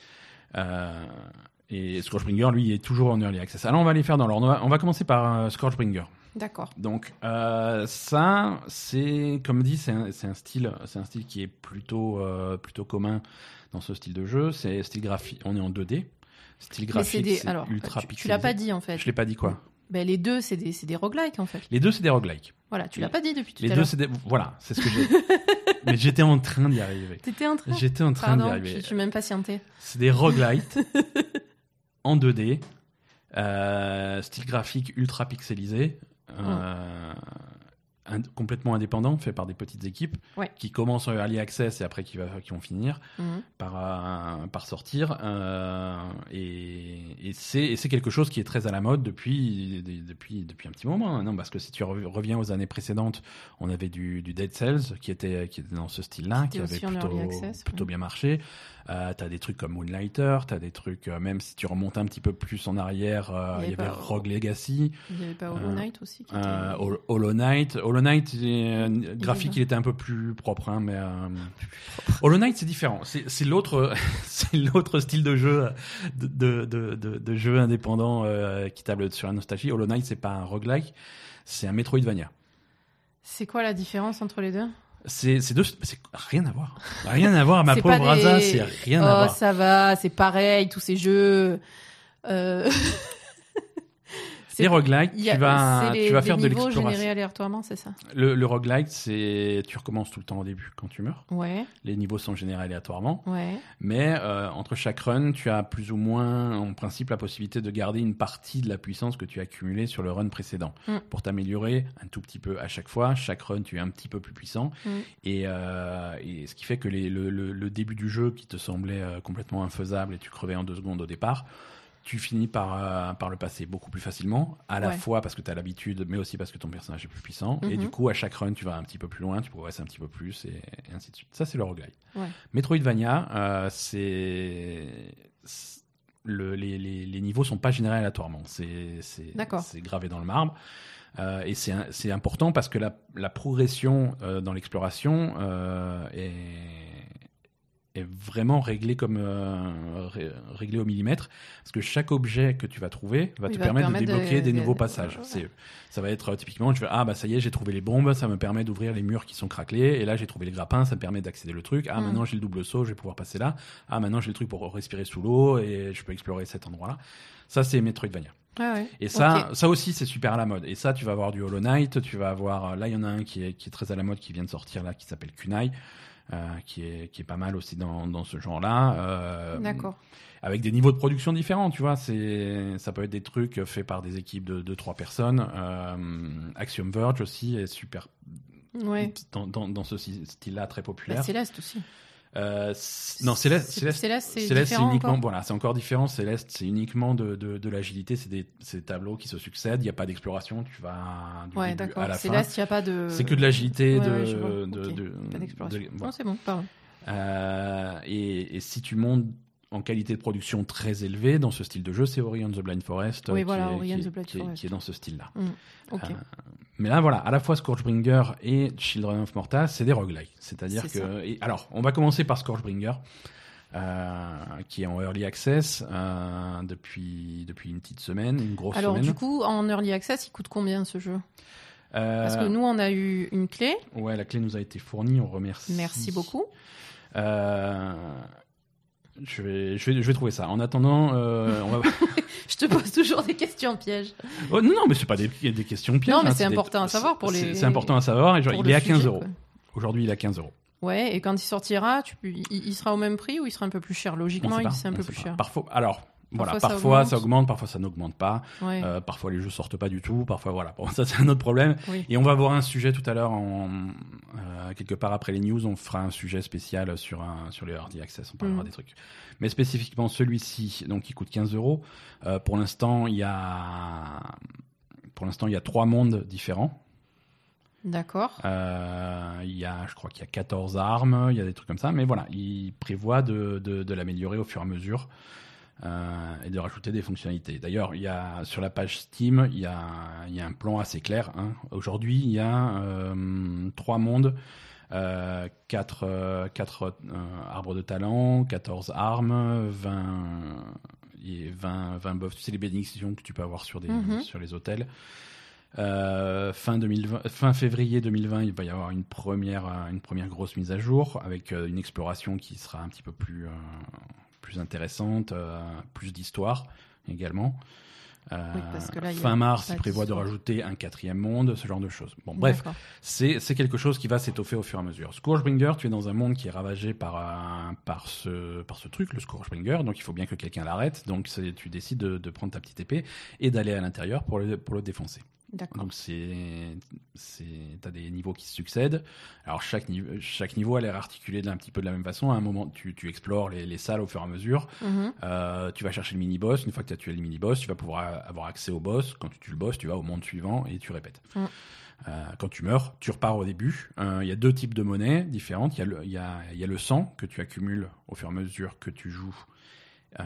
Euh, et Scourgebringer, lui, est toujours en early access. Alors on va les faire dans l'ordre. On va, on va commencer par euh, Scourgebringer. D'accord. Donc euh, ça, c'est comme dit, c'est un, c'est un style, c'est un style qui est plutôt euh, plutôt commun dans ce style de jeu. C'est style graphique. On est en deux D. Style graphique, des, c'est alors, ultra tu, pixelisé. Tu l'as pas dit en fait. Je l'ai pas dit quoi. Ben, les deux, c'est des c'est des roguelikes en fait. Les deux, c'est des roguelikes. Voilà, tu l'as pas dit depuis tout les à deux, l'heure. c'est des voilà, c'est ce que j'ai. Mais j'étais en train d'y arriver. T'étais en train. J'étais en train Pardon, d'y arriver. Je suis même patientée. C'est des roguelites en deux D, euh, style graphique ultra pixelisé. Euh, un, complètement indépendant, fait par des petites équipes ouais. qui commencent en early access et après qui, va, qui vont finir mmh. par, euh, par sortir. Euh, et, et, c'est, et c'est quelque chose qui est très à la mode depuis, depuis, depuis un petit moment. Non, parce que si tu reviens aux années précédentes, on avait du, du Dead Cells qui était, qui était dans ce style-là, C'était qui avait plutôt, access, plutôt ouais. bien marché. Euh, t'as des trucs comme Moonlighter, t'as des trucs, euh, même si tu remontes un petit peu plus en arrière, euh, il y, y avait Rogue Legacy. Il y avait pas Hollow Knight euh, aussi qui était... euh, Hollow Knight. Hollow Knight, euh, graphique, il était un peu plus propre, hein, mais euh, Hollow Knight, c'est différent. C'est, c'est l'autre, c'est l'autre style de jeu, de, de, de, de, de jeu indépendant euh, qui table sur la nostalgie. Hollow Knight, c'est pas un roguelike, c'est un Metroidvania. C'est quoi la différence entre les deux ? C'est, c'est deux, c'est rien à voir. Rien à voir, ma c'est pauvre des... Asa, c'est rien oh, à voir. Oh, ça va, c'est pareil, tous ces jeux. Euh... Les roguelites, tu vas, les, tu vas faire de l'exploration. Les niveaux générés aléatoirement, c'est ça ? Le, le roguelite, c'est tu recommences tout le temps au début quand tu meurs. Ouais. Les niveaux sont générés aléatoirement. Ouais. Mais euh, entre chaque run, tu as plus ou moins, en principe, la possibilité de garder une partie de la puissance que tu as accumulée sur le run précédent mm. pour t'améliorer un tout petit peu à chaque fois. Chaque run, tu es un petit peu plus puissant. Mm. Et, euh, et ce qui fait que les, le, le, le début du jeu qui te semblait euh, complètement infaisable et tu crevais en deux secondes au départ, tu finis par, euh, par le passer beaucoup plus facilement, à la ouais. fois parce que tu as l'habitude, mais aussi parce que ton personnage est plus puissant. Mm-hmm. Et du coup, à chaque run, tu vas un petit peu plus loin, tu progresses un petit peu plus, et, et ainsi de suite. Ça, c'est le roguelite. Ouais. Metroidvania, euh, c'est... c'est... Le, les, les, les niveaux sont pas générés aléatoirement. C'est, c'est, c'est gravé dans le marbre. Euh, et c'est, c'est important parce que la, la progression euh, dans l'exploration euh, est... est vraiment réglé comme euh, ré, réglé au millimètre, parce que chaque objet que tu vas trouver va oui, te va permettre, permettre de débloquer de, des de, nouveaux de, passages. de, de, c'est, ça va être typiquement, tu fais ah bah ça y est, j'ai trouvé les bombes, ça me permet d'ouvrir les murs qui sont craquelés, et là j'ai trouvé les grappins, ça me permet d'accéder le truc. Ah mm. maintenant j'ai le double saut, je vais pouvoir passer là. Ah maintenant j'ai le truc pour respirer sous l'eau et je peux explorer cet endroit-là. Ça c'est Metroidvania. Ah ouais. Et ça, okay. ça aussi, c'est super à la mode. Et ça, tu vas avoir du Hollow Knight, tu vas avoir, là, il y en a un qui est, qui est très à la mode, qui vient de sortir, là, qui s'appelle Kunai, euh, qui est, qui est pas mal aussi dans, dans ce genre-là. Euh, D'accord. Avec des niveaux de production différents, tu vois. C'est, ça peut être des trucs faits par des équipes de deux, trois personnes. Euh, Axiom Verge aussi est super, ouais. dans, dans, dans ce style-là, très populaire. Bah, Céleste aussi. Euh, non, Céleste, c'est, Céleste, Céleste, c'est, Céleste, c'est uniquement, encore. voilà, c'est encore différent. Céleste, c'est uniquement de, de, de l'agilité, c'est des, c'est des tableaux qui se succèdent. Il n'y a pas d'exploration, tu vas du ouais, début d'accord. à la Céleste, fin. il n'y a pas de. C'est que de l'agilité, ouais, de, ouais, de, okay. de, pas d'exploration. De, de, voilà. Non, c'est bon, pardon. Euh, et, et si tu montes en qualité de production très élevée dans ce style de jeu, c'est Ori and the Blind Forest, oui, qui, voilà, est, Ori and qui, the Blind qui, Forest. Est, qui est dans ce style-là. Mm. Okay. Euh, mais là, voilà, à la fois Scourgebringer et Children of Morta, c'est des roguelikes. C'est-à-dire c'est que, et, alors, on va commencer par Scourgebringer. Euh, qui est en early access euh, depuis depuis une petite semaine, une grosse Alors, semaine. Alors du coup, en early access, il coûte combien ce jeu ? euh, Parce que nous, on a eu une clé. Ouais, la clé nous a été fournie, on remercie. Merci beaucoup. Euh, je vais je vais je vais trouver ça. En attendant, euh, on va. Je te pose toujours des questions pièges. Oh, non non, mais c'est pas des des questions pièges. Non, mais hein, c'est, c'est important des... à savoir pour les. C'est, c'est important à savoir. Et genre, il est à quinze euros. Aujourd'hui, il est à quinze euros. Ouais, et quand il sortira, tu, il, il sera au même prix ou il sera un peu plus cher? Logiquement, il c'est un peu plus pas. cher. Parfois, alors, Parfois, voilà, ça parfois augmente. ça augmente, parfois ça n'augmente pas. Ouais. Euh, parfois les jeux sortent pas du tout. Parfois voilà, bon, ça c'est un autre problème. Oui. Et on va avoir un sujet tout à l'heure, en, euh, quelque part après les news, on fera un sujet spécial sur un sur les Early Access. On parlera mmh. des trucs. Mais spécifiquement celui-ci, donc il coûte quinze euros. Euh, pour l'instant, il y a pour l'instant il y a trois mondes différents. D'accord. Euh, il y a, je crois qu'il y a quatorze armes, il y a des trucs comme ça. Mais voilà, il prévoit de de, de l'améliorer au fur et à mesure. Euh, et de rajouter des fonctionnalités. D'ailleurs, il y a sur la page Steam, il y a, il y a un plan assez clair. Hein. Aujourd'hui, il y a euh, trois mondes, euh, quatre, euh, quatre euh, arbres de talent, quatorze armes, vingt, et vingt, vingt buffs. C'est les bénédictions que tu peux avoir sur, des, mm-hmm. sur les hôtels. Euh, fin, deux mille vingt, fin février deux mille vingt, il va y avoir une première, une première grosse mise à jour avec une exploration qui sera un petit peu plus... Euh, plus intéressante, euh, plus d'histoire également. Euh, oui, parce que là, fin mars, il prévoit de rajouter un quatrième monde, ce genre de choses. Bon, bref, c'est, c'est quelque chose qui va s'étoffer au fur et à mesure. Scourgebringer, tu es dans un monde qui est ravagé par, euh, par, ce, par ce truc, le Scourgebringer, donc il faut bien que quelqu'un l'arrête. Donc c'est, tu décides de, de prendre ta petite épée et d'aller à l'intérieur pour le, pour le défoncer. D'accord. Donc c'est, c'est, t'as des niveaux qui se succèdent. Alors chaque niveau, chaque niveau a l'air articulé de un petit peu de la même façon. À un moment, tu, tu explores les, les salles au fur et à mesure. Mm-hmm. Euh, tu vas chercher le mini-boss. Une fois que tu as tué le mini-boss, tu vas pouvoir avoir accès au boss. Quand tu tues le boss, tu vas au monde suivant et tu répètes. Mm. Euh, quand tu meurs, tu repars au début. Il euh, y a deux types de monnaies différentes. Il y a le, il y a, il y a le sang que tu accumules au fur et à mesure que tu joues. Euh,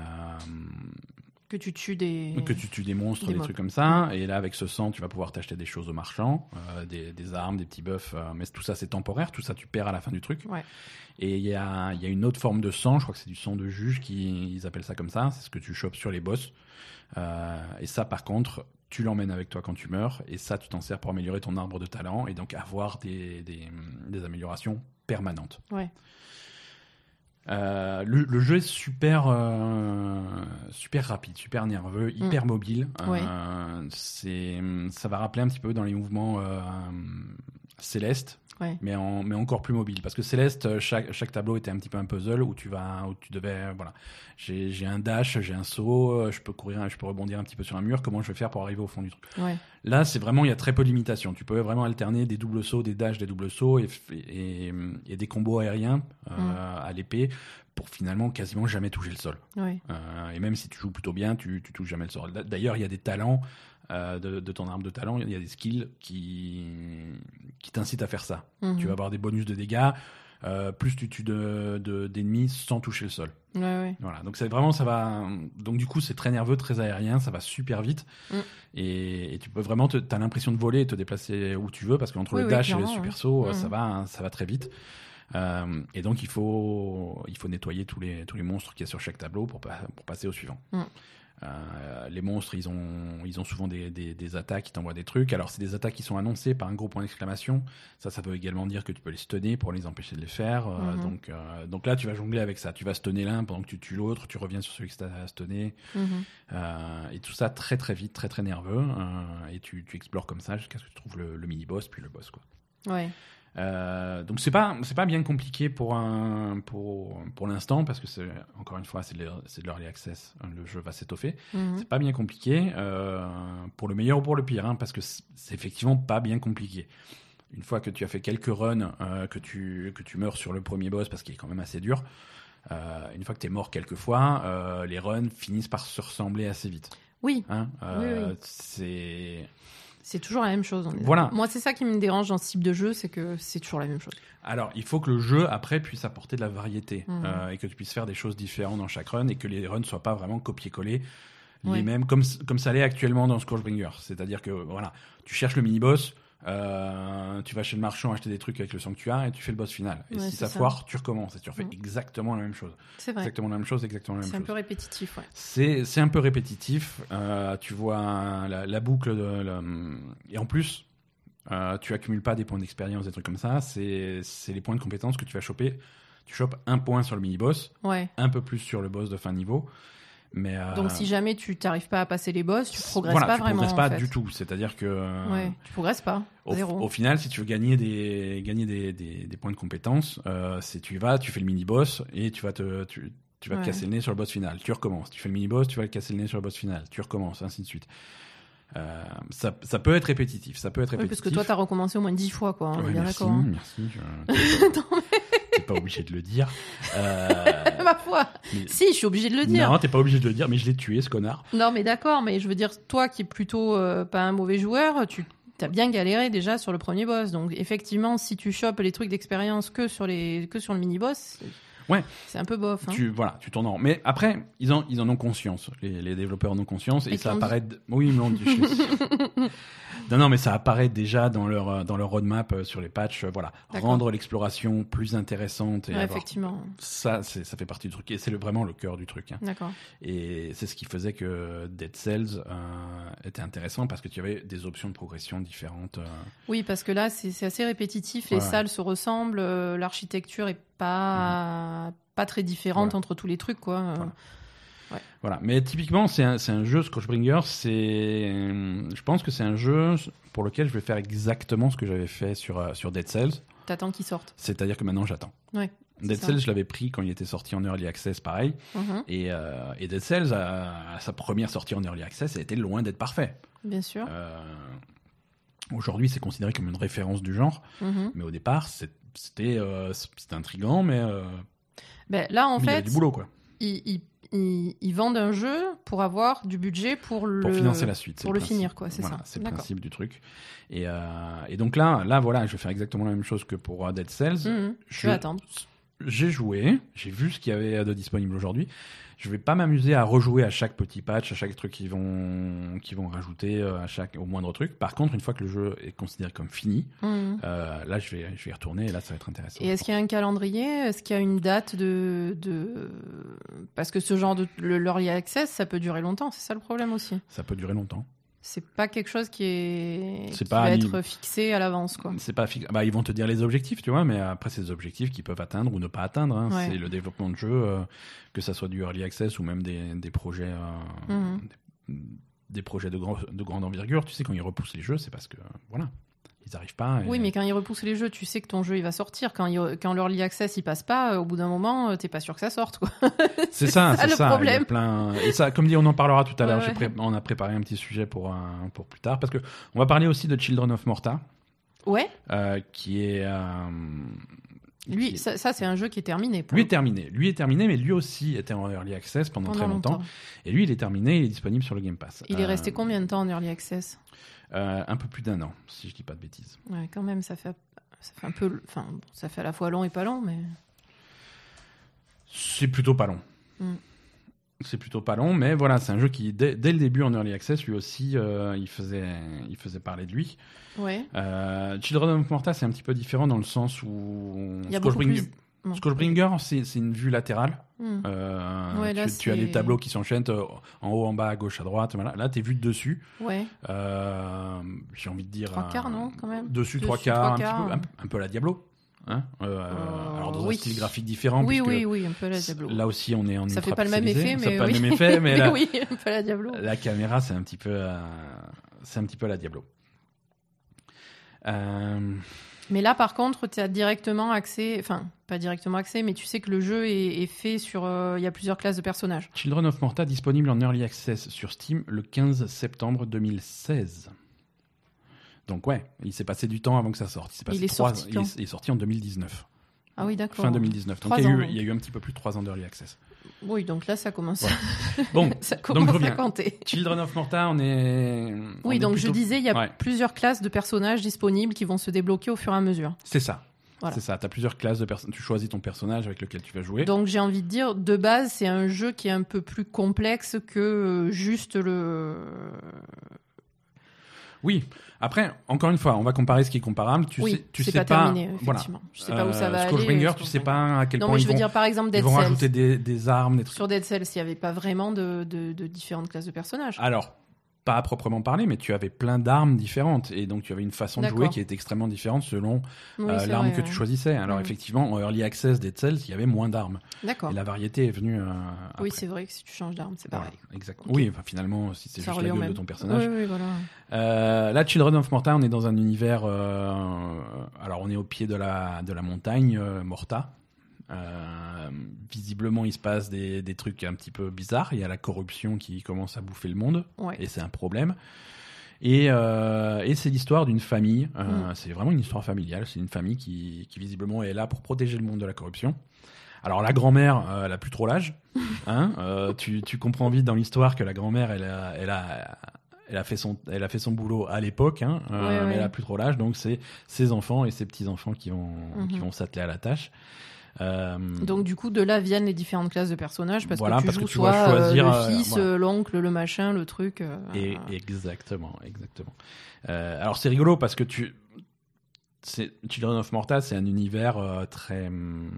Que tu tues des... Que tu tues des monstres, des, des trucs comme ça. Mmh. Et là, avec ce sang, tu vas pouvoir t'acheter des choses au marchand, euh, des, des armes, des petits buffs. Euh, mais tout ça, c'est temporaire. Tout ça, tu perds à la fin du truc. Ouais. Et il y a, y a une autre forme de sang. Je crois que c'est du sang de juge. Qui, ils appellent ça comme ça. C'est ce que tu chopes sur les boss. Euh, et ça, par contre, tu l'emmènes avec toi quand tu meurs. Et ça, tu t'en sers pour améliorer ton arbre de talent. Et donc, avoir des, des, des améliorations permanentes. Ouais. Euh, le, le jeu est super, euh, super rapide, super nerveux, hyper mmh. mobile. Ouais. Euh, c'est, ça va rappeler un petit peu dans les mouvements euh, Céleste, ouais. mais, en, mais encore plus mobile. Parce que Céleste, chaque, chaque tableau était un petit peu un puzzle où tu vas, où tu devais, voilà, j'ai, j'ai un dash, j'ai un saut, je peux courir, je peux rebondir un petit peu sur un mur. Comment je vais faire pour arriver au fond du truc? Ouais. Là, c'est vraiment, il y a très peu de limitations. Tu peux vraiment alterner des doubles sauts, des dashs, des doubles sauts et, et, et des combos aériens euh, mmh. à l'épée pour finalement quasiment jamais toucher le sol. Ouais. Euh, et même si tu joues plutôt bien, tu, tu touches jamais le sol. D'ailleurs, il y a des talents euh, de, de ton arme de talent, il y a des skills qui, qui t'incitent à faire ça. Mmh. Tu vas avoir des bonus de dégâts. Euh, plus tu tues de, de, d'ennemis sans toucher le sol. Ouais, ouais. Voilà. Donc c'est vraiment, ça va. Donc du coup, c'est très nerveux, très aérien, ça va super vite. Mm. Et, et tu peux vraiment, te... t'as l'impression de voler et te déplacer où tu veux parce qu'entre oui, le dash oui, et le super saut, ouais. ça va, ça va très vite. Euh, et donc il faut, il faut nettoyer tous les, tous les monstres qu'il y a sur chaque tableau pour, pour passer au suivant. Mm. Euh, les monstres, ils ont, ils ont souvent des, des, des attaques qui t'envoient des trucs. Alors, c'est des attaques qui sont annoncées par un gros point d'exclamation. Ça, ça peut également dire que tu peux les stunner pour les empêcher de les faire. Euh, mm-hmm. donc, euh, donc là, tu vas jongler avec ça. Tu vas stunner l'un pendant que tu tues l'autre. Tu reviens sur celui que tu as stunné. Mm-hmm. Euh, et tout ça très, très vite, très, très nerveux. Euh, et tu, tu explores comme ça jusqu'à ce que tu trouves le, le mini-boss, puis le boss, quoi. Ouais. Euh, donc c'est pas c'est pas bien compliqué pour un pour pour l'instant parce que c'est encore une fois c'est de c'est de l'early access, le jeu va s'étoffer. Mm-hmm. C'est pas bien compliqué euh, pour le meilleur ou pour le pire hein, parce que c'est effectivement pas bien compliqué. Une fois que tu as fait quelques runs, euh, que tu que tu meurs sur le premier boss parce qu'il est quand même assez dur. Euh, une fois que t'es mort quelques fois, euh, les runs finissent par se ressembler assez vite. Oui. Hein euh, oui, oui. C'est C'est toujours la même chose. Voilà. Moi, c'est ça qui me dérange dans ce type de jeu, c'est que c'est toujours la même chose. Alors, il faut que le jeu, après, puisse apporter de la variété mmh. euh, et que tu puisses faire des choses différentes dans chaque run et que les runs ne soient pas vraiment copier-coller ouais. les mêmes, comme, comme ça l'est actuellement dans Scourgebringer. C'est-à-dire que, voilà, tu cherches le mini-boss, euh, tu vas chez le marchand acheter des trucs avec le sang que tu as et tu fais le boss final. Et ouais, si ça, ça foire, tu recommences et tu refais mmh. exactement la même chose. C'est vrai. Exactement la même chose, exactement la même c'est chose. C'est un peu répétitif, ouais. C'est, c'est un peu répétitif. Euh, tu vois la, la boucle de... La... Et en plus... Euh, tu accumules pas des points d'expérience, des trucs comme ça. C'est, c'est les points de compétence que tu vas choper. Tu chopes un point sur le mini-boss, ouais. un peu plus sur le boss de fin de niveau. Mais, euh... Donc si jamais tu n'arrives pas à passer les boss, tu progresses voilà, pas tu vraiment. Tu progresses pas en fait. du tout. C'est-à-dire que. Ouais, tu progresses pas. Au, Zéro. Au final, si tu veux gagner des gagner des, des, des points de compétence, euh, c'est tu y vas, tu fais le mini boss et tu vas te tu, tu vas ouais. te casser le nez sur le boss final. Tu recommences. Tu fais le mini boss, tu vas te casser le nez sur le boss final. Tu recommences, ainsi de suite. Euh, ça, ça peut être répétitif. Ça peut être répétitif. Oui, parce que toi, t'as recommencé au moins dix fois, quoi. On ouais, est bien merci, d'accord. Hein. Merci. Je... non, mais... T'es pas obligé de le dire. Euh... Ma foi. Mais... Si, je suis obligé de le dire. Non, t'es pas obligé de le dire, mais je l'ai tué, ce connard. Non, mais d'accord, mais je veux dire, toi qui es plutôt euh, pas un mauvais joueur, tu t'as bien galéré déjà sur le premier boss. Donc, effectivement, si tu chopes les trucs d'expérience que sur les que sur le mini-boss... Ouais. C'est un peu bof. Hein. Tu, voilà, tu tournes en rond. Mais après, ils en, ils en ont conscience. Les, les développeurs en ont conscience. Et, et ça apparaît. D... Oui, ils me l'ont dit. non, non, mais ça apparaît déjà dans leur, dans leur roadmap sur les patchs. Voilà. D'accord. Rendre l'exploration plus intéressante. Et ouais, avoir... effectivement. Ça, c'est, ça fait partie du truc. Et c'est le, vraiment le cœur du truc. Hein. D'accord. Et c'est ce qui faisait que Dead Cells euh, était intéressant parce que tu avais des options de progression différentes. Euh... Oui, parce que là, c'est, c'est assez répétitif. Les ouais. salles se ressemblent. Euh, l'architecture est pas mmh. pas très différente voilà. entre tous les trucs, quoi. Voilà. Ouais. Voilà. Mais typiquement, c'est un, c'est un jeu Scorchbringer. C'est, je pense que c'est un jeu pour lequel je vais faire exactement ce que j'avais fait sur euh, sur Dead Cells. T'attends qu'il sorte. C'est-à-dire que maintenant j'attends. Ouais. Dead Cells, je l'avais pris quand il était sorti en Early Access, pareil. Mm-hmm. Et, euh, et Dead Cells, à, à sa première sortie en Early Access, elle était loin d'être parfait. Bien sûr. Euh, aujourd'hui, c'est considéré comme une référence du genre. Mm-hmm. Mais au départ, c'est, c'était, euh, c'était intriguant, mais... Euh, ben, là, en mais fait... il y a du boulot, quoi. Ils, ils, ils, ils vendent un jeu pour avoir du budget pour le... Pour financer la suite. Pour le, le finir, quoi, c'est voilà, ça. C'est le D'accord. principe du truc. Et, euh, et donc là, là, voilà, je vais faire exactement la même chose que pour Dead Cells. Mm-hmm. Je vais attendre. J'ai joué, j'ai vu ce qu'il y avait de disponible aujourd'hui. Je vais pas m'amuser à rejouer à chaque petit patch, à chaque truc qu'ils vont, qu'ils vont rajouter, à chaque, au moindre truc. Par contre, une fois que le jeu est considéré comme fini, mmh. euh, là, je vais, je vais y retourner et là, ça va être intéressant. Et est-ce qu'il y a un calendrier ? Est-ce qu'il y a une date de, de... Parce que ce genre de le, l'early access, ça peut durer longtemps, c'est ça le problème aussi. Ça peut durer longtemps. C'est pas quelque chose qui est c'est qui pas va ni... être fixé à l'avance, quoi. C'est pas fi... bah, ils vont te dire les objectifs, tu vois, mais après c'est des objectifs qu'ils peuvent atteindre ou ne pas atteindre. Hein. Ouais. C'est le développement de jeu, euh, que ça soit du early access ou même des, des projets, euh, mm-hmm. des, des projets de, grand, de grande envergure. Tu sais, quand ils repoussent les jeux, c'est parce que voilà, ils n'arrivent pas. Et... Oui, mais quand ils repoussent les jeux, tu sais que ton jeu il va sortir. Quand, il, quand l'early access il passe pas, au bout d'un moment, t'es pas sûr que ça sorte, quoi. C'est, c'est ça, ça c'est le ça. problème. Il y a plein... Et ça, comme dit, on en parlera tout à l'heure. Ouais, J'ai ouais. pré... On a préparé un petit sujet pour un... pour plus tard, parce que on va parler aussi de Children of Morta. Ouais. Euh, qui est. Euh... Lui, qui est... Ça, ça, c'est un jeu qui est terminé. Lui est terminé. Lui est terminé, mais lui aussi était en early access pendant, pendant très longtemps. longtemps. Et lui, il est terminé, il est disponible sur le Game Pass. Il euh... est resté combien de temps en early access ? euh, Un peu plus d'un an, si je dis pas de bêtises. Ouais, quand même, ça fait, ça fait un peu, enfin, ça fait à la fois long et pas long, mais. C'est plutôt pas long. Mm. C'est plutôt pas long, mais voilà, c'est un jeu qui, dès, dès le début en early access, lui aussi, euh, il faisait, il faisait parler de lui. Ouais. Euh, Children of Morta, c'est un petit peu différent dans le sens où il y a beaucoup plus... Scorchbringer, c'est, c'est une vue latérale. Mm. Euh, ouais, là, tu, tu as les tableaux qui s'enchaînent euh, en haut, en bas, à gauche, à droite. Voilà. Là, t'es vu de dessus. Ouais. Euh, j'ai envie de dire. Trois quarts, non, quand même. Dessus, dessus trois quarts, trois quarts un, petit peu, un, un peu à la Diablo. Hein euh, euh, alors dans oui. un style graphique différent. Oui, oui, oui, un peu à la Diablo. Là aussi, on est en ça ultra fait pas le même effet, mais ça fait pas oui. le même effet, mais, mais la, oui, un peu à la Diablo. La caméra, c'est un petit peu, euh, c'est un petit peu à la Diablo. Euh... Mais là, par contre, tu as directement accès, enfin, pas directement accès, mais tu sais que le jeu est, est fait sur. Il euh, y a plusieurs classes de personnages. Children of Morta disponible en Early Access sur Steam le quinze septembre deux mille seize. Donc, ouais, il s'est passé du temps avant que ça sorte. Il, s'est passé il, est, trois... sorti il, est, il est sorti en deux mille dix-neuf. Ah oui, d'accord. Fin deux mille dix-neuf. Donc, il y, a eu, il y a eu un petit peu plus de trois ans d'Early Access. Oui, donc là, ça commence, ouais. bon, ça commence donc, à compter. Children of Morta, on est... On oui, est donc plutôt... je disais, il y a ouais. plusieurs classes de personnages disponibles qui vont se débloquer au fur et à mesure. C'est ça. Voilà. C'est ça, tu as plusieurs classes de personnes. Tu choisis ton personnage avec lequel tu vas jouer. Donc j'ai envie de dire, de base, c'est un jeu qui est un peu plus complexe que juste le... Oui. Après, encore une fois, on va comparer ce qui est comparable. Tu oui, sais, tu c'est sais pas, pas terminé, effectivement. Voilà. Je sais pas où ça va euh, aller. Scorchbringer, tu sais pas à quel non, point mais ils je veux vont, dire, par exemple, Dead ils vont Cells. rajouter des, des armes, des trucs. Sur Dead Cells, il n'y avait pas vraiment de, de, de différentes classes de personnages. Alors, pas à proprement parler, mais tu avais plein d'armes différentes. Et donc, tu avais une façon D'accord. de jouer qui était extrêmement différente selon Oui, euh, c'est l'arme vrai, que ouais. tu choisissais. Alors, Mm. effectivement, en Early Access Dead Cells, il y avait moins d'armes. D'accord. Et la variété est venue euh, après. Oui, c'est vrai que si tu changes d'arme, c'est pareil. Voilà, exactement. Ok. Oui, enfin, finalement, si c'est Ça juste revient la au gueule même. de ton personnage. Oui, oui, voilà. Euh, là, Children of Morta, on est dans un univers... euh, alors, on est au pied de la, de la montagne, euh, Morta. Euh, visiblement, il se passe des, des trucs un petit peu bizarres. Il y a la corruption qui commence à bouffer le monde. Ouais. Et c'est un problème. Et, euh, et c'est l'histoire d'une famille. Euh, Mm. C'est vraiment une histoire familiale. C'est une famille qui, qui, visiblement, est là pour protéger le monde de la corruption. Alors, la grand-mère, euh, elle a plus trop l'âge. Hein euh, tu, tu comprends vite dans l'histoire que la grand-mère, elle a... Elle a Elle a, fait son, elle a fait son boulot à l'époque, hein, euh, Ouais, mais ouais. elle a plus trop l'âge, donc c'est ses enfants et ses petits-enfants qui vont, Mhm. qui vont s'atteler à la tâche. Euh, Donc du coup, de là viennent les différentes classes de personnages parce Voilà, que tu parce joues que tu dois soit choisir, euh, euh, le fils, voilà. euh, l'oncle, le machin, le truc. euh, et, exactement, exactement. Euh, alors c'est rigolo parce que tu, c'est, Children of Morta, c'est un univers euh, très, hum,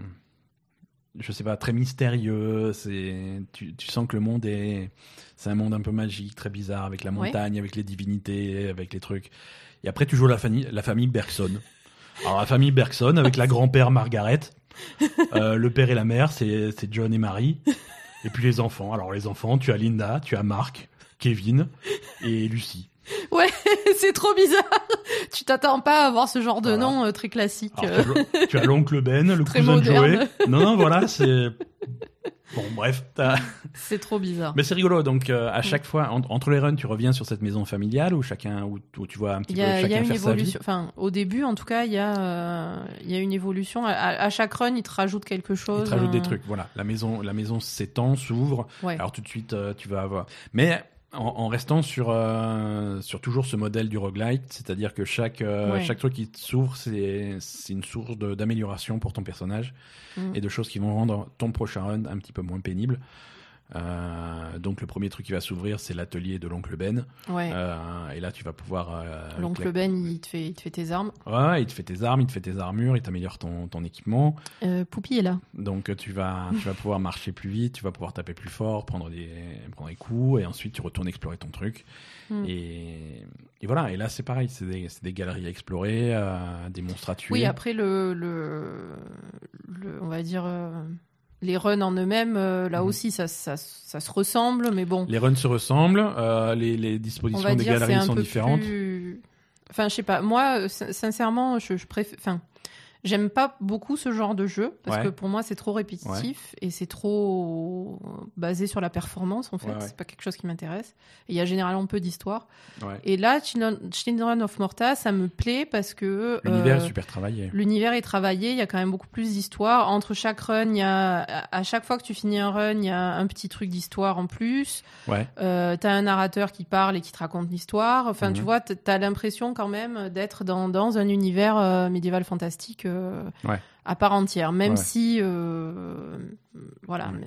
je sais pas, très mystérieux. C'est, tu, tu sens que le monde est, c'est un monde un peu magique, très bizarre, avec la montagne, ouais. avec les divinités, avec les trucs. Et après, tu joues la famille, la famille Bergson. Alors la famille Bergson avec la grand-père Margaret, euh, le père et la mère, c'est, c'est John et Marie. Et puis les enfants. Alors les enfants, tu as Linda, tu as Marc, Kevin et Lucie. Ouais, c'est trop bizarre. Tu t'attends pas à avoir ce genre de Voilà. nom euh, très classique. Alors, tu, as, tu as l'oncle Ben, le Très cousin moderne. de Joey. Non, non, voilà, c'est... Bon, bref. T'as... C'est trop bizarre. Mais c'est rigolo. Donc, euh, à chaque fois, en, entre les runs, tu reviens sur cette maison familiale où chacun, où, où tu vois un petit Il y a, peu il y chacun a une faire sa vie. évolution. Enfin, au début, en tout cas, il y a, euh, il y a une évolution. À, à chaque run, il te rajoute quelque chose. Il te rajoute euh... des trucs. Voilà, la maison, la maison s'étend, s'ouvre. Ouais. Alors tout de suite, euh, tu vas avoir. Mais en, en restant sur euh, sur toujours ce modèle du roguelite, c'est-à-dire que chaque euh, Ouais. chaque truc qui s'ouvre, c'est c'est une source de, d'amélioration pour ton personnage Mm. et de choses qui vont rendre ton prochain run un petit peu moins pénible. Euh, donc le premier truc qui va s'ouvrir, c'est l'atelier de l'oncle Ben. Ouais. Euh, et là, tu vas pouvoir. Euh, L'oncle Ben, il te fait, il te fait tes armes. Ouais, il te fait tes armes, il te fait tes armures, il t'améliore ton ton équipement. Euh, Poupie est là. Donc tu vas tu vas pouvoir marcher plus vite, tu vas pouvoir taper plus fort, prendre des prendre des coups, et ensuite tu retournes explorer ton truc. Mm. Et, et voilà. Et là, c'est pareil, c'est des c'est des galeries à explorer, euh, des monstres à tuer. Oui, après le le, le on va dire. Euh... Les runs en eux-mêmes, euh, là Mhm. aussi, ça, ça, ça se ressemble, mais bon. Les runs se ressemblent, euh, les, les dispositions On va des dire galeries c'est un sont peu différentes. plus... Enfin, je sais pas. Moi, euh, sin- sincèrement, je, je préfère... Enfin, j'aime pas beaucoup ce genre de jeu, parce Ouais. que pour moi, c'est trop répétitif et c'est trop basé sur la performance, en fait. Ouais, ouais. C'est pas quelque chose qui m'intéresse. Et il y a généralement peu d'histoire. Ouais. Et là, Children Children of Morta, ça me plaît parce que... L'univers euh, est super travaillé. L'univers est travaillé, il y a quand même beaucoup plus d'histoire. Entre chaque run, il y a, à chaque fois que tu finis un run, il y a un petit truc d'histoire en plus. Ouais. Euh, t'as un narrateur qui parle et qui te raconte l'histoire. Enfin, Mhm. tu vois, t- t'as l'impression quand même d'être dans, dans un univers euh, médiéval fantastique euh, Ouais. à part entière. Même Ouais. si, euh, voilà. Ouais. mais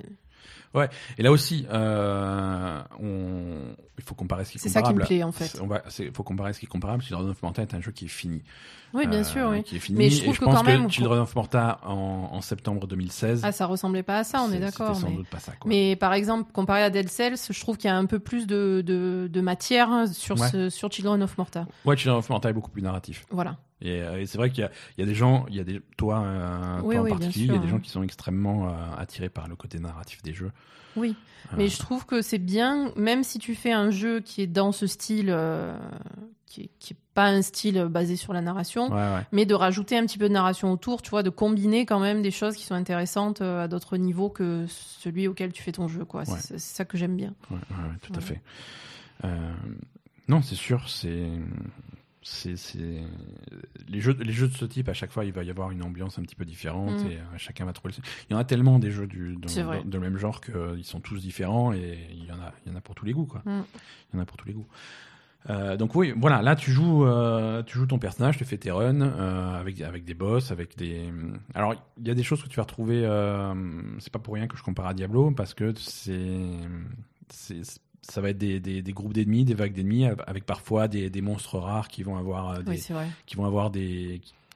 Et là aussi, euh, on... il faut comparer ce qui est C'est ça qui me comparable. plaît, en fait. C'est- On va, c'est, faut comparer ce qui est comparable. Children of Morta est un jeu qui est fini. Oui, bien Euh, sûr, oui. Qui est fini. Mais je Et trouve je que pense quand même, que Children of Morta en, en septembre deux mille seize. Ah, ça ressemblait pas à ça, on est c'est- d'accord. C'était sans mais... doute pas ça. Quoi. Mais par exemple, comparé à Dead Cells, je trouve qu'il y a un peu plus de, de, de matière hein, sur, Ouais. ce, sur Children of Morta. Ouais, Children of Morta est beaucoup plus narratif. Voilà. Et, euh, et c'est vrai qu'il y a, il y a des gens, il y a des, toi, euh, Oui, toi en oui, bien particulier, il y a sûr, des hein. gens qui sont extrêmement euh, attirés par le côté narratif des jeux. Oui. Euh, Mais je trouve que c'est bien, même si tu fais un jeu qui est dans ce style, euh, qui, est, qui est pas un style basé sur la narration, Ouais, ouais. mais de rajouter un petit peu de narration autour, tu vois, de combiner quand même des choses qui sont intéressantes euh, à d'autres niveaux que celui auquel tu fais ton jeu, quoi. Ouais. C'est, c'est ça que j'aime bien. Ouais, ouais, ouais, tout à Voilà. fait. Euh, non, c'est sûr, c'est, c'est, c'est les jeux, les jeux de ce type. À chaque fois, il va y avoir une ambiance un petit peu différente Mm. et euh, chacun va trouver. Le... Il y en a tellement des jeux du, de, C'est vrai. de, de même genre qu'ils sont tous différents et il y en a, il y en a pour tous les goûts, quoi. Mm. Il y en a pour tous les goûts. Euh, donc oui, voilà, là tu joues, euh, tu joues ton personnage, tu fais tes runs euh, avec avec des boss, avec des. Alors il y a des choses que tu vas retrouver. Euh, c'est pas pour rien que je compare à Diablo parce que c'est, c'est ça va être des, des, des groupes d'ennemis, des vagues d'ennemis avec parfois des, des monstres rares qui vont avoir euh, des, Oui, c'est vrai. qui vont avoir des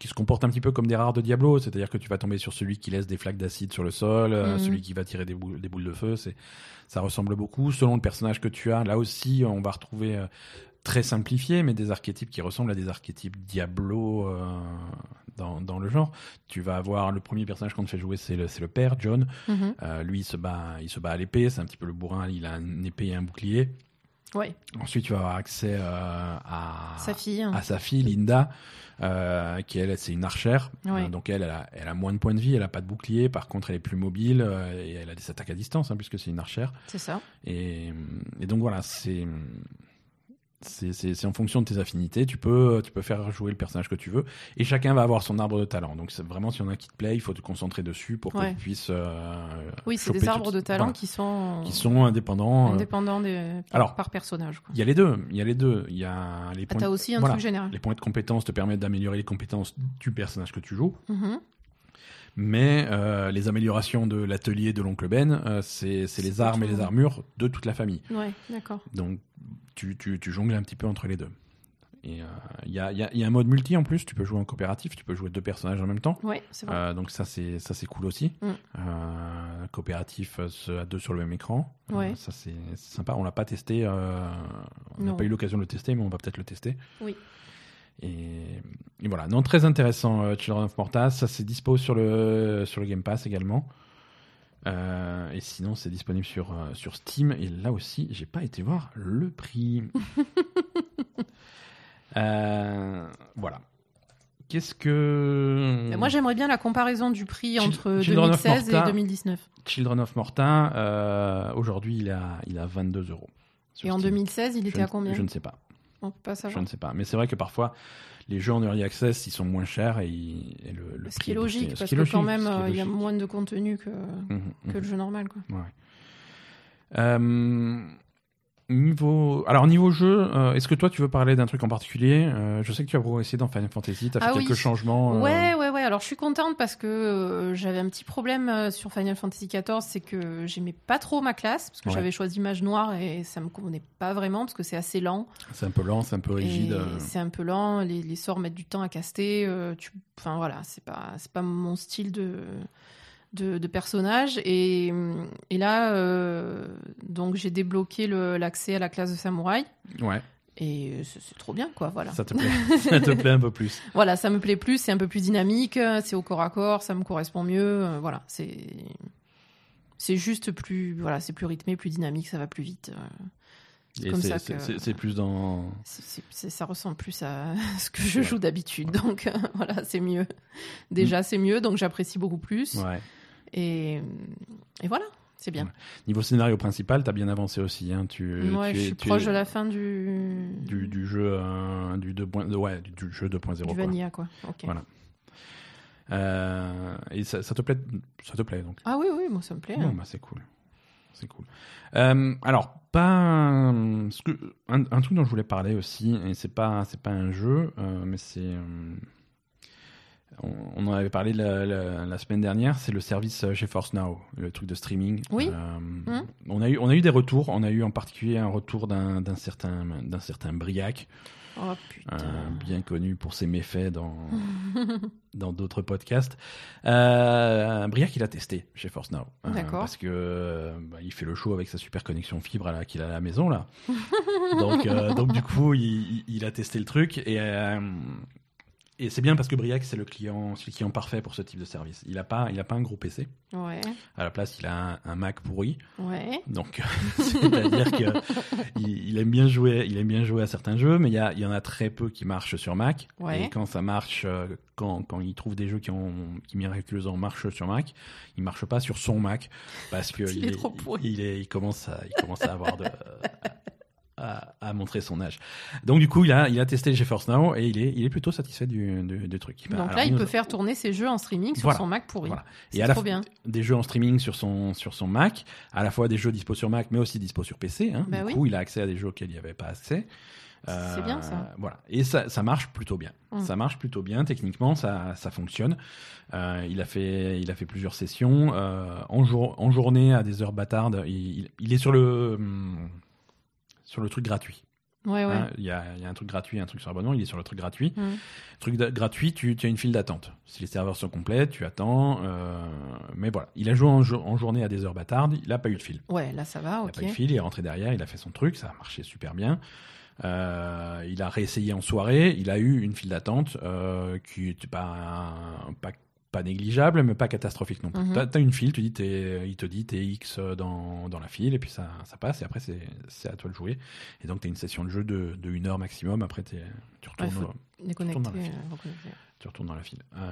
qui se comportent un petit peu comme des rares de Diablo, c'est-à-dire que tu vas tomber sur celui qui laisse des flaques d'acide sur le sol, mmh. celui qui va tirer des boules, des boules de feu, c'est, ça ressemble beaucoup. Selon le personnage que tu as, là aussi, on va retrouver euh, très simplifié, mais des archétypes qui ressemblent à des archétypes Diablo euh, dans, dans le genre. Tu vas avoir le premier personnage qu'on te fait jouer, c'est le, c'est le père, John. Mmh. Euh, lui, il se bat, il se bat à l'épée, c'est un petit peu le bourrin, il a une épée et un bouclier. Ouais. Ensuite, tu vas avoir accès euh, à, sa fille. à sa fille, Linda, euh, qui elle, c'est une archère. Ouais. Euh, donc elle, elle a, elle a moins de points de vie, elle a pas de bouclier. Par contre, elle est plus mobile euh, et elle a des attaques à distance, hein, puisque c'est une archère. C'est ça. Et, et donc voilà, c'est... C'est, c'est, c'est en fonction de tes affinités, tu peux, tu peux faire jouer le personnage que tu veux, et chacun va avoir son arbre de talent. Donc c'est vraiment, si on a un qui te plaît, il faut te concentrer dessus pour ouais. que tu puisses. Euh, oui, c'est des arbres toutes... de talent voilà. qui sont qui sont indépendants. Indépendants des... par, Alors, par personnage. Il y a les deux. Il y a les deux. Il y a les points. Ah, t'as de... aussi un voilà. truc général. Les points de compétences te permettent d'améliorer les compétences du personnage que tu joues. Mm-hmm. Mais euh, les améliorations de l'atelier de l'oncle Ben, euh, c'est, c'est, c'est les armes et les armures de toute la famille. Ouais, d'accord. Donc tu, tu, tu jongles un petit peu entre les deux. Et il euh, y, a, y, a, y a un mode multi en plus, tu peux jouer en coopératif, tu peux jouer deux personnages en même temps. Ouais, c'est vrai. Euh, donc ça c'est, ça, c'est cool aussi. Mm. Euh, coopératif à deux sur le même écran. Ouais. Euh, ça c'est, c'est sympa. On l'a pas testé, euh, on n'a pas eu l'occasion de le tester, mais on va peut-être le tester. Oui. Et, et voilà, non, très intéressant, euh, Children of Morta. Ça c'est dispo sur le, sur le Game Pass également. Euh, et sinon, c'est disponible sur, euh, sur Steam. Et là aussi, j'ai pas été voir le prix. euh, voilà. Qu'est-ce que... Mais moi, j'aimerais bien la comparaison du prix entre Ch- deux mille seize Morta, et deux mille dix-neuf. Children of Morta, euh, aujourd'hui, il a, il a vingt-deux euros. Et en Steam. deux mille seize, il était je à combien ? Je ne sais pas. On peut pas savoir. Je ne sais pas. Mais c'est vrai que parfois, les jeux en Early Access, ils sont moins chers et, ils, et le, le ce prix qui est logique, est parce que logique, quand même, il y a moins de contenu que, mmh, que mmh. le jeu normal. Quoi. Ouais. Euh, niveau... Alors, niveau jeu, euh, est-ce que toi, tu veux parler d'un truc en particulier ? euh, Je sais que tu as progressé dans Final Fantasy, tu as ah fait oui. quelques changements. Euh... Ouais, ouais, ouais. Alors, je suis contente parce que euh, j'avais un petit problème euh, sur Final Fantasy quatorze, c'est que j'aimais pas trop ma classe, parce que ouais. j'avais choisi mage noir et ça me convenait pas vraiment, parce que c'est assez lent. C'est un peu lent, c'est un peu rigide. Et c'est un peu lent, les, les sorts mettent du temps à caster. Euh, tu... Enfin, voilà, c'est pas, c'est pas mon style de... De, de personnages et, et là euh, donc j'ai débloqué le, l'accès à la classe de samouraï ouais et c'est, c'est trop bien quoi voilà ça te plaît ça te plaît un peu plus voilà ça me plaît plus, c'est un peu plus dynamique, c'est au corps à corps, ça me correspond mieux, euh, voilà c'est c'est juste plus voilà c'est plus rythmé, plus dynamique, ça va plus vite, euh, c'est et comme c'est, ça c'est, que c'est, c'est plus dans c'est, c'est, c'est, ça ressemble plus à ce que je ouais. joue d'habitude, donc euh, voilà c'est mieux déjà mmh. c'est mieux, donc j'apprécie beaucoup plus. Ouais. Et, et voilà, c'est bien. Ouais. Niveau scénario principal, t'as bien avancé aussi. Hein. Tu, ouais, tu je es, suis tu proche es... de la fin du... Du, du jeu euh, du deux point... ouais, du, du jeu deux point zéro. Du quoi. Vanilla, quoi. Okay. Voilà. Euh, et ça, ça te plaît, ça te plaît donc. Ah oui, oui, moi ça me plaît. Bon, hein. bah, c'est cool. C'est cool. Euh, alors, pas ce que, un, un truc dont je voulais parler aussi, et c'est pas, c'est pas un jeu, euh, mais c'est... Euh, on en avait parlé la, la, la semaine dernière, c'est le service GeForce Now, le truc de streaming. Oui. Euh, mmh. on, a eu, on a eu des retours. On a eu en particulier un retour d'un, d'un, certain, d'un certain Briac, oh, putain. Euh, bien connu pour ses méfaits dans, dans d'autres podcasts. Euh, Briac, il a testé GeForce Now. Euh, D'accord. Parce que euh, bah, il fait le show avec sa super connexion fibre à la, qu'il a à la maison, là. donc, euh, donc, du coup, il, il a testé le truc et... Euh, Et c'est bien parce que Briac, c'est le client, c'est le client parfait pour ce type de service. Il n'a pas, il a pas un gros P C. Ouais. À la place, il a un, un Mac pourri. Ouais. Donc, c'est-à-dire que il, il aime bien jouer, il aime bien jouer à certains jeux, mais il y a, il y en a très peu qui marchent sur Mac. Ouais. Et quand ça marche, quand, quand il trouve des jeux qui ont, qui miraculeusement marchent sur Mac, il marche pas sur son Mac parce que il, il est trop pourri. Il, il, est, il commence à, il commence à avoir de À, à montrer son âge. Donc du coup, il a, il a testé GeForce Now et il est, il est plutôt satisfait du, du, du truc. Donc Alors, là, il, il peut nous... faire tourner ses jeux en streaming sur voilà. son Mac pourri. Voilà. C'est et à trop la bien. F... Des jeux en streaming sur son, sur son Mac, à la fois des jeux dispo sur Mac, mais aussi dispo sur P C. Hein. Bah du oui. coup, il a accès à des jeux auxquels il n'y avait pas accès. Euh, c'est bien ça. Voilà. Et ça, ça marche plutôt bien. Mmh. Ça marche plutôt bien. Techniquement, ça, ça fonctionne. Euh, il a fait, il a fait plusieurs sessions euh, en, jour, en journée à des heures bâtardes. Il, il est sur le, hum, sur le truc gratuit. Ouais, ouais. Hein, il y a, il y a un truc gratuit, un truc sur abonnement. Il est sur le truc gratuit. Mmh. Truc de, gratuit, tu, tu as une file d'attente. Si les serveurs sont complets, tu attends. Euh, mais voilà, il a joué en, en journée à des heures bâtardes. Il n'a pas eu de file. Ouais, là ça va. Il Ok. n'a pas eu de file. Il est rentré derrière. Il a fait son truc. Ça a marché super bien. Euh, il a réessayé en soirée. Il a eu une file d'attente euh, qui n'était pas, pas pas négligeable, mais pas catastrophique non plus. Mm-hmm. T'as, t'as une file, tu dis t'es, il te dit t'es X dans, dans la file, et puis ça, ça passe, et après c'est, c'est à toi de jouer. Et donc t'as une session de jeu de, de une heure maximum, après t'es, tu, retournes, ouais, tu, retournes dans la file. Euh, tu retournes dans la file. Euh,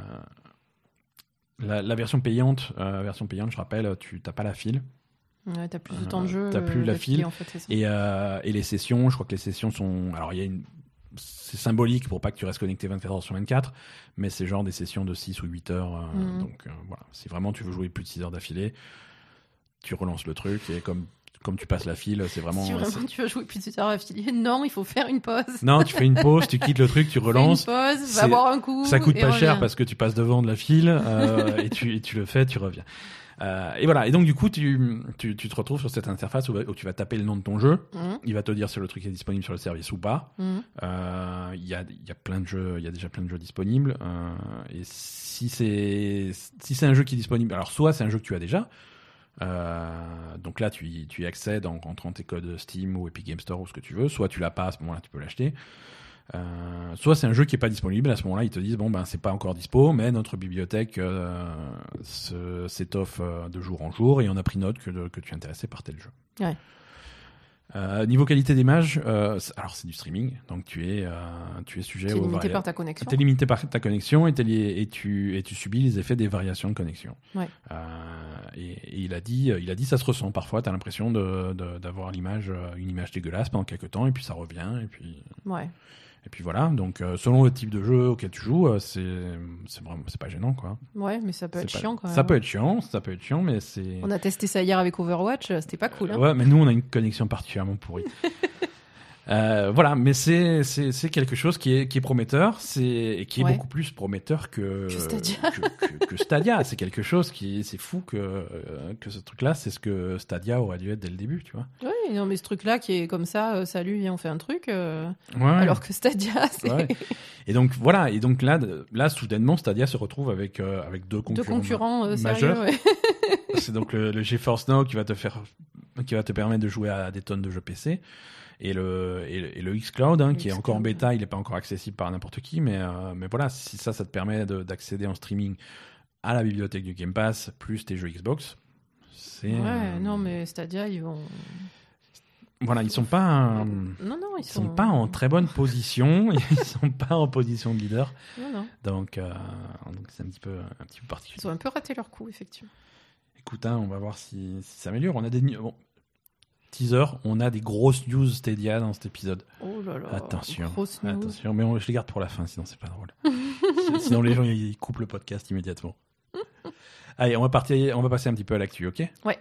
la, la version payante, euh, version payante, je rappelle, tu n'as pas la file. Ouais, t'as plus de temps de jeu. Euh, t'as plus la file. En fait, c'est ça. Et, euh, et les sessions, je crois que les sessions sont... Alors il y a une... C'est symbolique pour pas que tu restes connecté vingt-quatre heures sur vingt-quatre, mais c'est genre des sessions de six ou huit heures. Euh, mmh. Donc euh, voilà, si vraiment tu veux jouer plus de six heures d'affilée, tu relances le truc, et comme, comme tu passes la file, c'est vraiment... Si vraiment c'est... tu veux jouer plus de six heures d'affilée, non, il faut faire une pause. Non, tu fais une pause, tu quittes le truc, tu relances. Fais une pause, va boire un coup. Ça coûte et pas reviens. cher parce que tu passes devant de la file euh, et, tu, et tu le fais, tu reviens. Euh, et voilà. Et donc du coup, tu, tu, tu te retrouves sur cette interface où, où tu vas taper le nom de ton jeu. Mmh. Il va te dire si le truc est disponible sur le service ou pas. Il mmh. euh, y, a, y a plein de jeux, il y a déjà plein de jeux disponibles. Euh, et si c'est si c'est un jeu qui est disponible, alors soit c'est un jeu que tu as déjà. Euh, donc là, tu y, tu y accèdes en rentrant tes codes Steam ou Epic Game Store ou ce que tu veux. Soit tu l'as pas, à ce moment-là, tu peux l'acheter. Euh, soit c'est un jeu qui est pas disponible, à ce moment-là ils te disent bon ben c'est pas encore dispo, mais notre bibliothèque euh, se, s'étoffe euh, de jour en jour et on a pris note que, de, que tu es intéressé par tel jeu. Ouais. Euh, niveau qualité d'image, euh, c'est, alors c'est du streaming, donc tu es euh, tu es sujet t'es aux limité varia- par ta connexion. T'es limité par ta connexion et, li- et tu et tu subis les effets des variations de connexion. Ouais. Euh, et, et il a dit il a dit ça se ressent parfois, t'as l'impression de, de d'avoir l'image une image dégueulasse pendant quelques temps et puis ça revient et puis. Ouais. Et puis voilà, donc euh, selon le type de jeu auquel tu joues, euh, c'est c'est vraiment c'est pas gênant quoi. Ouais, mais ça peut c'est être pas, chiant quand même. Ça peut être chiant, ça peut être chiant, mais c'est. On a testé ça hier avec Overwatch, c'était pas cool. Hein. Ouais, mais nous on a une connexion particulièrement pourrie. Euh, voilà, mais c'est, c'est, c'est quelque chose qui est, qui est prometteur, c'est, et qui est ouais. beaucoup plus prometteur que, que Stadia. que, que, que Stadia. C'est quelque chose qui, c'est fou que, euh, que ce truc-là, c'est ce que Stadia aurait dû être dès le début, tu vois. Oui, non, mais ce truc-là qui est comme ça, euh, salut, viens, on fait un truc, euh, ouais. alors que Stadia, c'est. Ouais. Et donc, voilà, et donc là, là soudainement, Stadia se retrouve avec, euh, avec deux concurrents, deux concurrents euh, majeurs. Sérieux, ouais. C'est donc le, le GeForce Now qui va te faire, qui va te permettre de jouer à des tonnes de jeux P C. Et le, et le, et le xCloud, hein, qui est encore en bêta, il n'est pas encore accessible par n'importe qui, mais, euh, mais voilà, si ça, ça te permet de, d'accéder en streaming à la bibliothèque du Game Pass, plus tes jeux Xbox, c'est... Ouais, euh, non, mais Stadia, ils vont... Voilà, ils sont pas, un... non, non, ils, ils sont... sont pas en très bonne position, ils sont pas en position de leader, non, non. Donc, euh, donc c'est un petit peu, un petit peu particulier. Ils ont un peu raté leur coup, effectivement. Écoute, hein, on va voir si, si ça s'améliore. On a des... Bon. Teaser, on a des grosses news Stadia dans cet épisode. Oh là là. Attention, grosse news. attention, mais on, je les garde pour la fin, sinon c'est pas drôle. Sinon les gens ils coupent le podcast immédiatement. Allez, on va partir, on va passer un petit peu à l'actu, ok ? Ouais.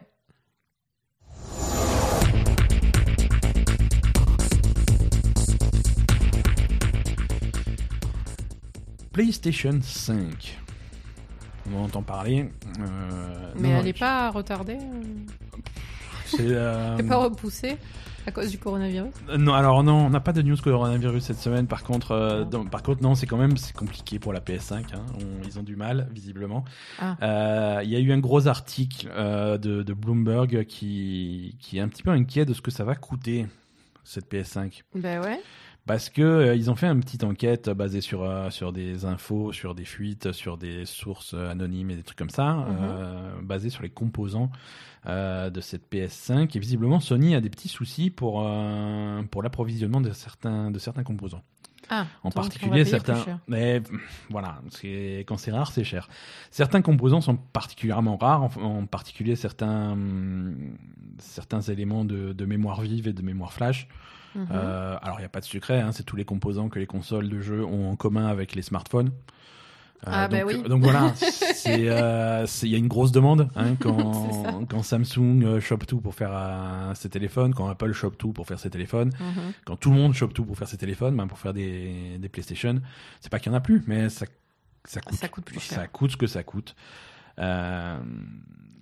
PlayStation cinq. On en entend parler. Euh, mais non, elle n'est je... pas retardée C'est euh... pas repoussé à cause du coronavirus. Non, alors non, on n'a pas de news coronavirus cette semaine. Par contre, euh, non, par contre, non, c'est quand même c'est compliqué pour la P S cinq. Hein. On, ils ont du mal, visiblement. Il ah. euh, y a eu un gros article euh, de, de Bloomberg qui qui est un petit peu inquiet de ce que ça va coûter cette P S cinq. Ben ouais. Parce que euh, ils ont fait une petite enquête basée sur euh, sur des infos, sur des fuites, sur des sources anonymes et des trucs comme ça, mm-hmm. euh, basées sur les composants euh, de cette P S cinq. Et visiblement, Sony a des petits soucis pour euh, pour l'approvisionnement de certains de certains composants. Ah, en particulier certains. Mais voilà, c'est, quand c'est rare, c'est cher. Certains composants sont particulièrement rares, en, en particulier certains hum, certains éléments de, de mémoire vive et de mémoire flash. Mmh. Euh, alors il n'y a pas de secret, hein, c'est tous les composants que les consoles de jeu ont en commun avec les smartphones. Euh, ah donc, bah oui. donc voilà, il euh, y a une grosse demande hein, quand, quand Samsung euh, chope tout pour faire euh, ses téléphones, quand Apple chope tout pour faire ses téléphones, mmh. quand tout le monde chope tout pour faire ses téléphones, ben, pour faire des, des PlayStation, c'est pas qu'il y en a plus, mais ça, ça coûte. Ça coûte plus cher. Ça coûte ce que ça coûte. Euh,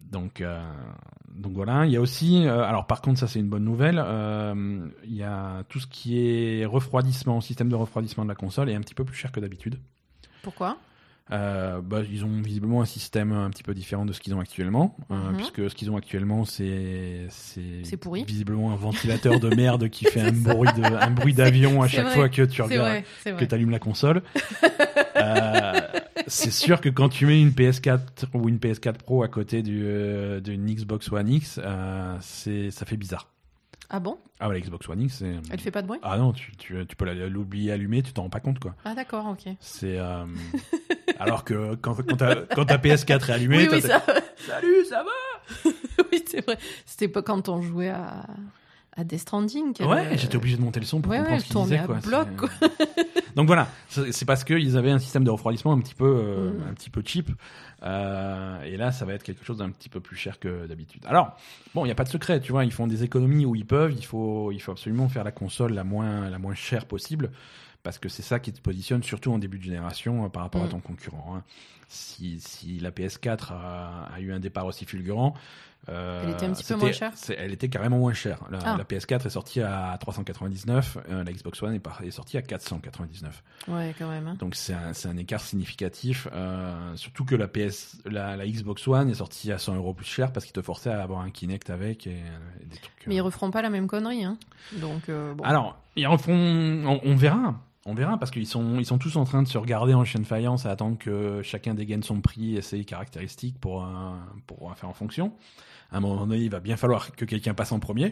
Donc, euh, donc voilà. Il y a aussi, euh, alors par contre, ça c'est une bonne nouvelle. Euh, il y a tout ce qui est refroidissement, système de refroidissement de la console est un petit peu plus cher que d'habitude. Pourquoi ? Euh, bah, ils ont visiblement un système un petit peu différent de ce qu'ils ont actuellement, euh, mm-hmm. puisque ce qu'ils ont actuellement, c'est c'est, c'est pourri. visiblement un ventilateur de merde qui fait un bruit de un bruit d'avion à c'est chaque vrai. fois que tu regardes, que tu allumes la console. euh, c'est sûr que quand tu mets une P S quatre ou une P S quatre Pro à côté du, euh, d'une Xbox One X, euh, c'est ça fait bizarre. Ah bon ? Ah ouais, la Xbox One X, c'est... Elle fait pas de bruit ? Ah non, tu, tu, tu peux l'oublier allumée, tu t'en rends pas compte, quoi. Ah d'accord, ok. C'est... Euh... Alors que quand, quand, ta, quand ta P S quatre est allumée... Oui, oui, ça... Salut, ça va ? Oui, c'est vrai. C'était pas quand on jouait à, à Death Stranding. Ouais, euh... j'étais obligé de monter le son pour ouais, comprendre ouais, ce qu'il disait, quoi. Bloc, quoi. Donc voilà, c'est parce qu'ils avaient un système de refroidissement un petit peu, euh, mmh. un petit peu cheap. Euh, et là, ça va être quelque chose d'un petit peu plus cher que d'habitude. Alors, bon, il n'y a pas de secret, tu vois, ils font des économies où ils peuvent. Il faut, il faut absolument faire la console la moins, la moins chère possible. Parce que c'est ça qui te positionne, surtout en début de génération, euh, par rapport mmh. à ton concurrent. Hein. Si, si la P S quatre a, a eu un départ aussi fulgurant... Euh, elle était un petit peu moins chère. Elle était carrément moins chère. La, ah. la P S quatre est sortie à trois cent quatre-vingt-dix-neuf, euh, la Xbox One est, par, est sortie à quatre cent quatre-vingt-dix-neuf. Ouais, quand même. Hein. Donc c'est un, c'est un écart significatif. Euh, surtout que la P S, la, la Xbox One est sortie à cent euros plus cher parce qu'ils te forçaient à avoir un Kinect avec et, et des trucs. Mais euh... ils referont pas la même connerie, hein. Donc. Euh, bon. Alors, ils referont. On, on verra. On verra parce qu'ils sont, ils sont tous en train de se regarder en chaîne de faïence à attendre que chacun dégaine son prix et ses caractéristiques pour, euh, pour faire en fonction. À un moment donné, il va bien falloir que quelqu'un passe en premier.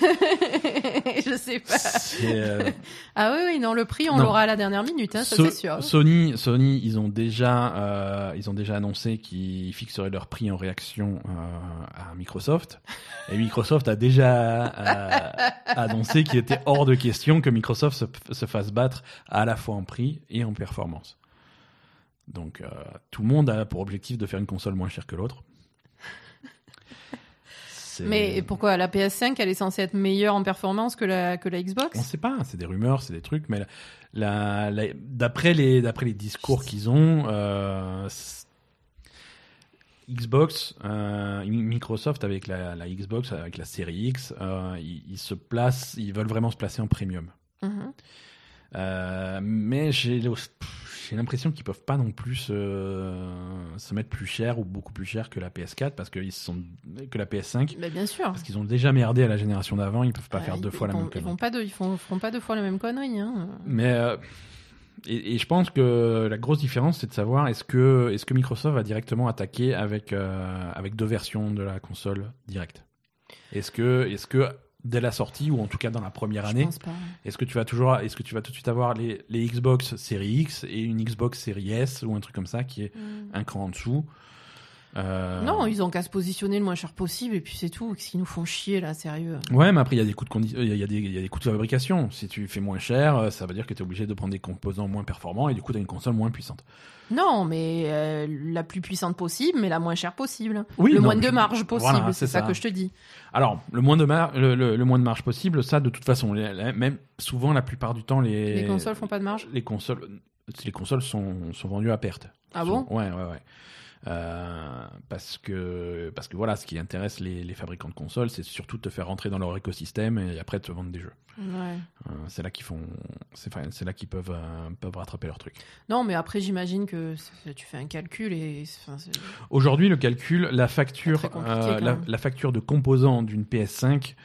Je sais pas. Euh... Ah oui, oui, non, le prix, on non. l'aura à la dernière minute, hein, ça so- c'est sûr. Sony, Sony, ils ont déjà, euh, ils ont déjà annoncé qu'ils fixeraient leur prix en réaction euh, à Microsoft. Et Microsoft a déjà euh, annoncé qu'il était hors de question que Microsoft se, se fasse battre à la fois en prix et en performance. Donc, euh, tout le monde a pour objectif de faire une console moins chère que l'autre. C'est... Mais pourquoi la P S cinq, elle est censée être meilleure en performance que la, que la Xbox ? On ne sait pas, c'est des rumeurs, c'est des trucs, mais la, la, la, d'après, les, d'après les discours qu'ils ont, euh, Xbox, euh, Microsoft avec la, la Xbox, avec la série X, euh, ils, ils se placent, ils veulent vraiment se placer en premium. Mm-hmm. Euh, mais j'ai, j'ai l'impression qu'ils peuvent pas non plus se, se mettre plus cher ou beaucoup plus cher que la P S quatre parce qu'ils sont que la P S cinq. Mais bien sûr. Parce qu'ils ont déjà merdé à la génération d'avant, ils peuvent pas euh, faire deux fois vont, la même connerie. Ils vont pas de, ils font, feront pas deux fois la même connerie. Hein. Mais euh, et, et je pense que la grosse différence, c'est de savoir est-ce que est-ce que Microsoft va directement attaquer avec euh, avec deux versions de la console directe. Est-ce que est-ce que dès la sortie ou en tout cas dans la première année, est-ce que tu vas toujours, est-ce que tu vas tout de suite avoir les, les Xbox série X et une Xbox série S ou un truc comme ça qui est mm. un cran en dessous? Euh... Non, ils ont qu'à se positionner le moins cher possible et puis c'est tout. Qu'est-ce qu'ils nous font chier là, sérieux? Ouais, mais après il y a des coûts de condi- il y a des il y a des coûts de fabrication. Si tu fais moins cher, ça veut dire que tu es obligé de prendre des composants moins performants et du coup tu as une console moins puissante. Non, mais euh, la plus puissante possible, mais la moins chère possible. Oui, le non, moins de marge possible, voilà, c'est, c'est ça, ça que je te dis. Alors, le moins de mar- le, le, le moins de marge possible, ça, de toute façon, les, les, même souvent, la plupart du temps, les les consoles font pas de marge. Les consoles, les consoles sont sont vendues à perte. Ah sont, bon? Ouais, ouais, ouais. Euh, parce que parce que voilà, ce qui intéresse les, les fabricants de consoles, c'est surtout de te faire rentrer dans leur écosystème et après de te vendre des jeux. Ouais. Euh, c'est là qu'ils font, c'est, c'est là qu'ils peuvent euh, peuvent rattraper leur truc. Non, mais après j'imagine que tu fais un calcul et enfin, c'est... Aujourd'hui le calcul, la facture, euh, la, la facture de composants d'une P S cinq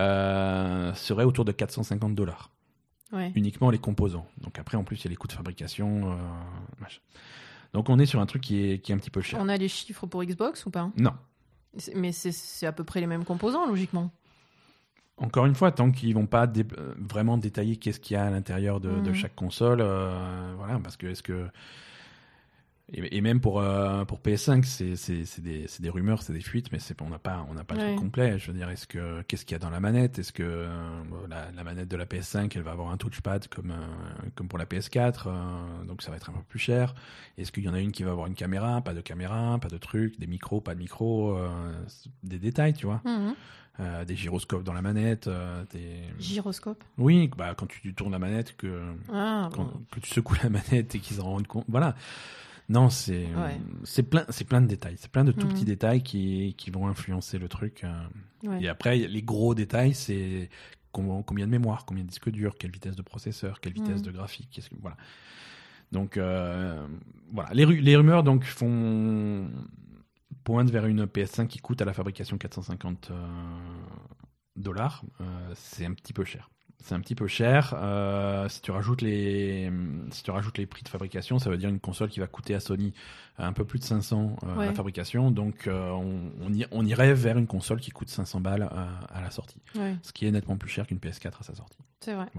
euh, serait autour de quatre cent cinquante dollars. Ouais. Uniquement les composants. Donc après en plus il y a les coûts de fabrication. Euh, machin. Donc on est sur un truc qui est, qui est un petit peu cher. On a les chiffres pour Xbox ou pas? Non. C'est, mais c'est, c'est à peu près les mêmes composants, logiquement. Encore une fois, tant qu'ils vont pas dé- vraiment détailler qu'est-ce qu'il y a à l'intérieur de, mmh. de chaque console, euh, voilà, parce que est-ce que et, et même pour euh, pour P S cinq, c'est c'est c'est des c'est des rumeurs, c'est des fuites, mais c'est on n'a pas on n'a pas le ouais. truc complet. Je veux dire, est-ce que qu'est-ce qu'il y a dans la manette? Est-ce que euh, la, la manette de la P S cinq, elle va avoir un touchpad comme euh, comme pour la P S quatre, euh, donc ça va être un peu plus cher. Est-ce qu'il y en a une qui va avoir une caméra, pas de caméra, pas de truc, des micros, pas de micros, euh, des détails, tu vois. Mmh. Euh, des gyroscopes dans la manette. Euh, des... Gyroscopes ? Oui, bah, quand tu tournes la manette, que, ah, quand, bon. que tu secoues la manette et qu'ils s'en rendent compte. Voilà. Non, c'est Ouais. c'est plein c'est plein de détails, c'est plein de tout Mhm. petits détails qui qui vont influencer le truc. euh. Ouais. Et après les gros détails, c'est com- combien de mémoire, combien de disques durs, quelle vitesse de processeur, quelle vitesse Mhm. de graphique, qu'est-ce que voilà. Donc euh, voilà, les, ru- les rumeurs donc font pointent vers une P S cinq qui coûte à la fabrication quatre cent cinquante euh, dollars. Euh, c'est un petit peu cher. C'est un petit peu cher. Euh, si tu rajoutes les si tu rajoutes les prix de fabrication, ça veut dire une console qui va coûter à Sony un peu plus de cinq cents euh, Ouais. la fabrication. Donc euh, on, on, y- on irait vers une console qui coûte cinq cents balles euh, à la sortie, Ouais. ce qui est nettement plus cher qu'une P S quatre à sa sortie. C'est vrai.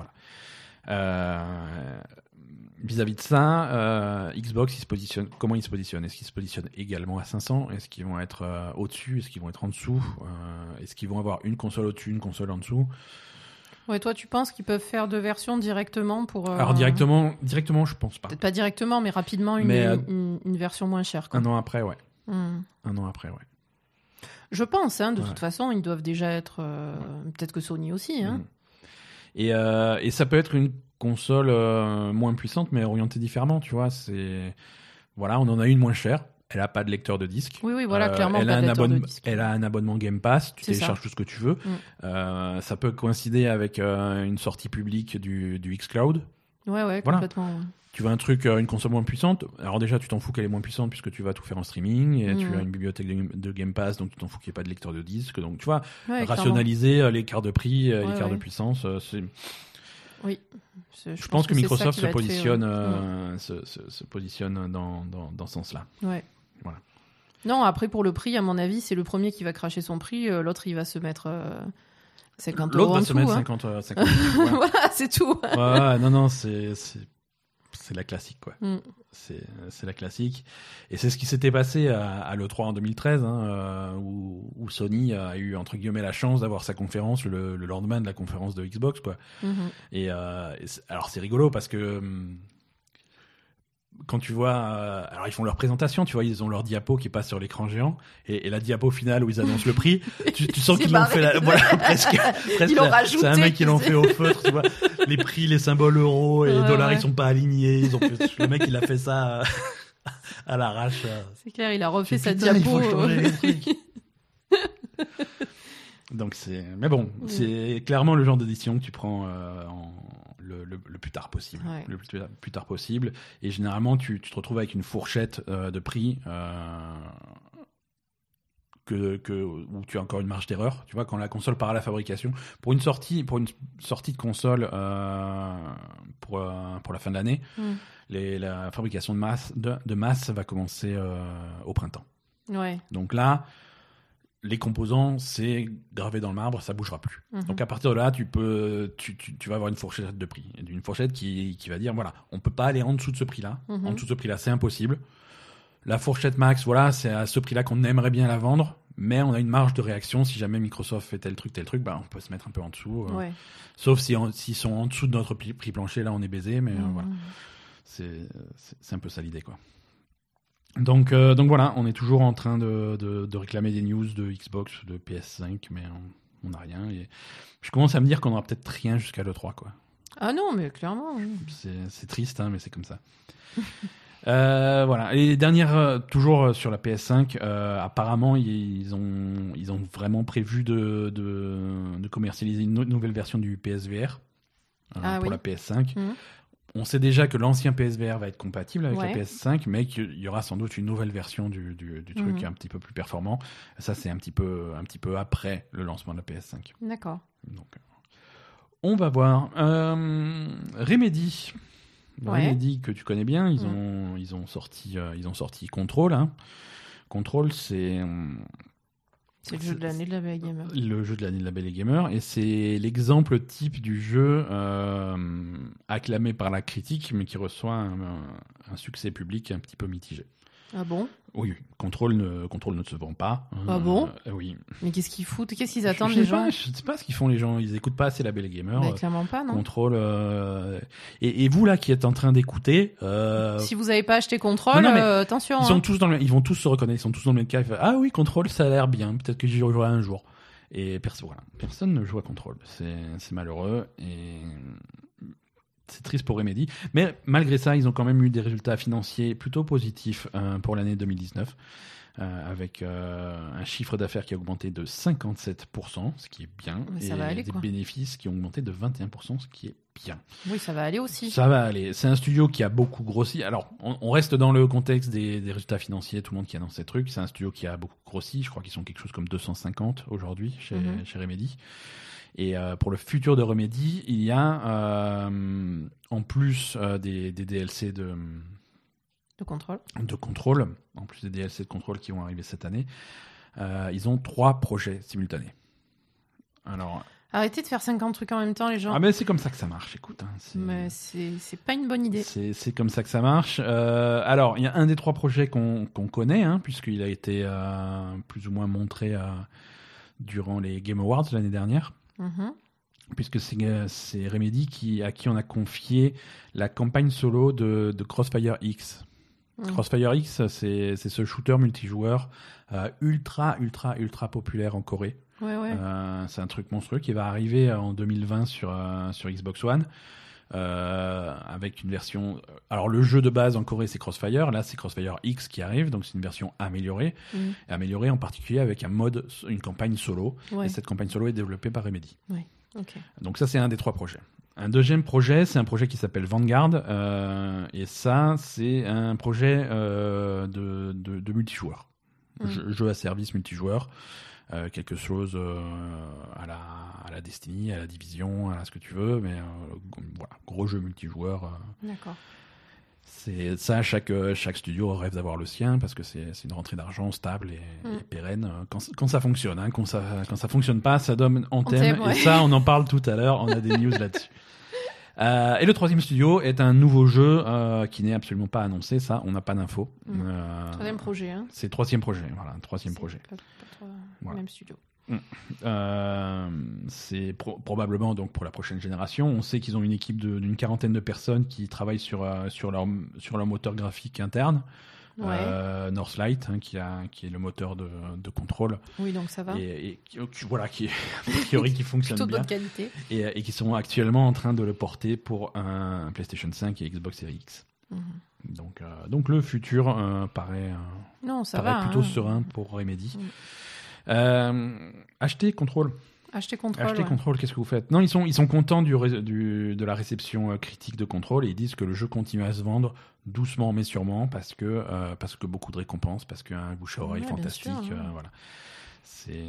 Euh, vis-à-vis de ça, euh, Xbox, il se positionne, comment ils se positionnent? Est-ce qu'ils se positionnent également à cinq cents? Est-ce qu'ils vont être euh, au-dessus? Est-ce qu'ils vont être en dessous? Euh, Est-ce qu'ils vont avoir une console au-dessus, une console en dessous? Ouais, toi, tu penses qu'ils peuvent faire deux versions directement pour. euh, Alors directement, directement, je pense pas. Peut-être pas directement, mais rapidement, une, Mais, euh, une, une version moins chère. Quoi. Un an après, ouais. Hmm. Un an après, ouais. Je pense, hein, de Ouais. toute façon, ils doivent déjà être. euh, Peut-être que Sony aussi. Hein. Mhm. Et, euh, et ça peut être une console euh, moins puissante, mais orientée différemment, tu vois. C'est voilà, on en a une moins chère. Elle a pas de lecteur de disque. Oui, oui, voilà, Euh, clairement, elle, pas a de un lecteur de abonne- disque. elle a un abonnement Game Pass, tu C'est télécharges ça. tout ce que tu veux. Mm. Euh, ça peut coïncider avec euh, une sortie publique du, du xCloud. Ouais, ouais, Voilà. complètement. ouais. Tu veux un truc, euh, une console moins puissante. Alors déjà, tu t'en fous qu'elle est moins puissante puisque tu vas tout faire en streaming. Et Mm. tu as une bibliothèque de, de Game Pass, donc tu t'en fous qu'il n'y ait pas de lecteur de disque. Donc tu vois, Ouais, rationaliser euh, l'écart de prix, euh, Ouais, l'écart ouais. de puissance, euh, c'est... clairement. Oui. Je, Je, pense que, c'est ça Microsoft qui se va être fait, positionne, ouais. euh, se, se- se positionne dans, dans, dans ce sens-là. Ouais. Voilà. Non, après, pour le prix, à mon avis, c'est le premier qui va cracher son prix. euh, L'autre, il va se mettre euh, cinquante L'autre euros va en se dessous. mettre hein. cinquante, euh, cinquante voilà. Voilà, c'est tout. Ouais, ouais, non, non, c'est, c'est, c'est la classique, quoi. Mm. C'est, c'est la classique. Et c'est ce qui s'était passé à, à l'E trois en deux mille treize, hein, euh, où, où Sony a eu, entre guillemets, la chance d'avoir sa conférence le, le lendemain de la conférence de Xbox, quoi. Mhm. Et, euh, et c'est- alors, c'est rigolo parce que hum, quand tu vois, euh, alors ils font leur présentation, tu vois, ils ont leur diapo qui passe sur l'écran géant, et, et la diapo finale où ils annoncent le prix, tu, tu sens C'est qu'ils l'ont barré. fait, la, voilà, presque, presque. Ils l'ont la- rajouté, C'est un mec qui l'ont tu fait au feutre, tu vois. Les prix, les symboles euros et Ouais, dollars, ouais. ils sont pas alignés. Ils ont fait- le mec, il a fait ça euh, à l'arrache. euh. C'est clair, il a refait Je sa dis, putain, il diapo. faut changer euh, les trucs. Donc c'est, mais bon, c'est clairement le genre d'édition que tu prends euh, en, le, le, le plus tard possible, Ouais. le plus, plus tard possible. Et généralement, tu, tu te retrouves avec une fourchette euh, de prix euh, que, que où tu as encore une marge d'erreur. Tu vois, quand la console part à la fabrication, pour une sortie, pour une sortie de console euh, pour euh, pour la fin de l'année, Mm. les, la fabrication de masse de, de masse va commencer euh, au printemps. Ouais. Donc là, les composants, c'est gravé dans le marbre, ça bougera plus. Mhm. Donc à partir de là, tu peux, tu, tu, tu vas avoir une fourchette de prix, une fourchette qui, qui va dire voilà, on peut pas aller en dessous de ce prix-là. Mhm. En dessous de ce prix-là, c'est impossible. La fourchette max, voilà, c'est à ce prix-là qu'on aimerait bien la vendre, mais on a une marge de réaction. Si jamais Microsoft fait tel truc, tel truc, bah on peut se mettre un peu en dessous. euh, Ouais. Sauf si en- s'ils sont en dessous de notre prix, prix plancher, là on est baisé, mais euh, Mhm. voilà, c'est c'est c'est un peu ça l'idée, quoi. Donc, euh, donc voilà, on est toujours en train de, de, de réclamer des news de Xbox, de P S cinq, mais on n'a rien. Et je commence à me dire qu'on aura peut-être rien jusqu'à l'E trois, quoi. Ah non, mais clairement. oui. C'est, c'est triste, hein, mais c'est comme ça. euh, voilà. Et dernière, euh, toujours sur la P S cinq, euh, apparemment ils ont, ils ont vraiment prévu de, de, de commercialiser une no- nouvelle version du P S V R euh, Ah pour oui. la P S cinq. Mhm. On sait déjà que l'ancien P S V R va être compatible avec Ouais. la P S cinq, mais qu'il y aura sans doute une nouvelle version du, du, du truc Mhm. un petit peu plus performant. Ça, c'est un petit peu, un petit peu après le lancement de la P S cinq. D'accord. Donc, euh, on va voir. Euh, Remedy. Ouais. Remedy, que tu connais bien, ils, Mhm. ont, ils, ont, sorti, euh, ils ont sorti Control. Hein. Control, c'est... hum, C'est le jeu de l'année de la Belle Gamer. le jeu de l'année de la Belle et Gamer, et c'est l'exemple type du jeu euh, acclamé par la critique, mais qui reçoit un, un succès public un petit peu mitigé. Ah bon? Oui, oui. Control ne, Control ne se vend pas. Ah bon? Euh, Oui. Mais qu'est-ce qu'ils foutent? Qu'est-ce qu'ils attendent, je, je les sais pas, gens? je sais pas ce qu'ils font les gens. Ils écoutent pas assez la Belle et Gamer. Bah, Euh, clairement pas, non? Control. euh, Et, et vous là qui êtes en train d'écouter, euh, Si vous n'avez pas acheté Control, Non, non, mais euh, attention. ils hein. sont tous dans le, ils vont tous se reconnaître. Ils sont tous dans le même cas. Ils font, ah oui, Control, ça a l'air bien. Peut-être que j'y jouerai un jour. Et perso, voilà. Personne ne joue à Control. C'est, c'est malheureux. Et c'est triste pour Remedy. Mais malgré ça, ils ont quand même eu des résultats financiers plutôt positifs euh, pour l'année deux mille dix-neuf. Euh, avec euh, un chiffre d'affaires qui a augmenté de cinquante-sept pour cent, ce qui est bien, Mais ça et va aller, des quoi. bénéfices qui ont augmenté de vingt et un pour cent, ce qui est bien. Oui, ça va aller aussi. Ça va aller. C'est un studio qui a beaucoup grossi. Alors, on, on reste dans le contexte des, des résultats financiers, tout le monde qui annonce ces trucs. C'est un studio qui a beaucoup grossi. Je crois qu'ils sont quelque chose comme deux cent cinquante aujourd'hui chez, Mhm. chez Remedy. Et euh, pour le futur de Remedy, il y a, euh, en plus euh, des, des D L C de... De contrôle. de contrôle, en plus des D L C de contrôle qui vont arriver cette année, euh, ils ont trois projets simultanés. Alors, Arrêtez de faire cinquante trucs en même temps, les gens. ah ben c'est comme ça que ça marche, écoute. Hein, c'est, Mais c'est, c'est pas une bonne idée. c'est, c'est comme ça que ça marche. Euh, alors, il y a un des trois projets qu'on, qu'on connaît, hein, puisqu'il a été euh, plus ou moins montré euh, durant les Game Awards l'année dernière. Mhm. Puisque c'est, c'est Remedy qui, à qui on a confié la campagne solo de, de Crossfire X. Mhm. Crossfire X, c'est, c'est ce shooter multijoueur euh, ultra, ultra, ultra populaire en Corée. Ouais, ouais. Euh, c'est un truc monstrueux qui va arriver en deux mille vingt sur, euh, sur Xbox One. Euh, avec une version... Alors, le jeu de base en Corée, c'est Crossfire. Là, c'est Crossfire X qui arrive. Donc, c'est une version améliorée. Mhm. Améliorée en particulier avec un mode, une campagne solo. Ouais. Et cette campagne solo est développée par Remedy. Ok. Donc ça, c'est un des trois projets. Un deuxième projet, c'est un projet qui s'appelle Vanguard. Euh, et ça, c'est un projet euh, de, de, de multijoueur. Mm. Jeu, jeu à service multijoueur. Euh, quelque chose euh, à, la, à la Destiny, à la Division, à ce que tu veux. Mais euh, voilà, gros jeu multijoueur. Euh, D'accord. c'est ça, chaque, chaque studio rêve d'avoir le sien parce que c'est, c'est une rentrée d'argent stable et, Mm. et pérenne quand, quand ça fonctionne. Hein, quand, ça, quand ça fonctionne pas, ça donne antenne. Antenne, ouais. Et ça, on en parle tout à l'heure. On a des news là-dessus. Euh, et le troisième studio est un nouveau jeu euh, qui n'est absolument pas annoncé. Ça, on n'a pas d'infos. Mm. Euh, Troisième projet, hein. c'est le troisième projet. Voilà, un troisième C'est projet. Pas, pas trop, Voilà. Même studio. Euh, c'est pro- probablement donc pour la prochaine génération. On sait qu'ils ont une équipe de, d'une quarantaine de personnes qui travaillent sur, euh, sur, leur, sur leur moteur graphique interne. Ouais. Euh, Northlight, hein, qui, a, qui est le moteur de, de contrôle. Oui, donc ça va. Et, et qui, qui- voilà, qui, a priori, qui fonctionne Plutôt de bien. bonne qualité. Et, et qui sont actuellement en train de le porter pour un, un PlayStation cinq et Xbox Series X. Mhm. Donc, euh, donc le futur euh, paraît, euh, Non, ça paraît va. plutôt hein. serein pour Remedy. Mm. Euh, achetez Control. Acheter contrôle. Achetez ouais. Control, qu'est-ce que vous faites? Non, ils sont, ils sont contents du, ré- du, de la réception euh, critique de Control et ils disent que le jeu continue à se vendre doucement mais sûrement parce que, euh, parce que beaucoup de récompenses, parce qu'un bouche à oreille Ouais, bien fantastique. sûr, ouais. euh, voilà. C'est...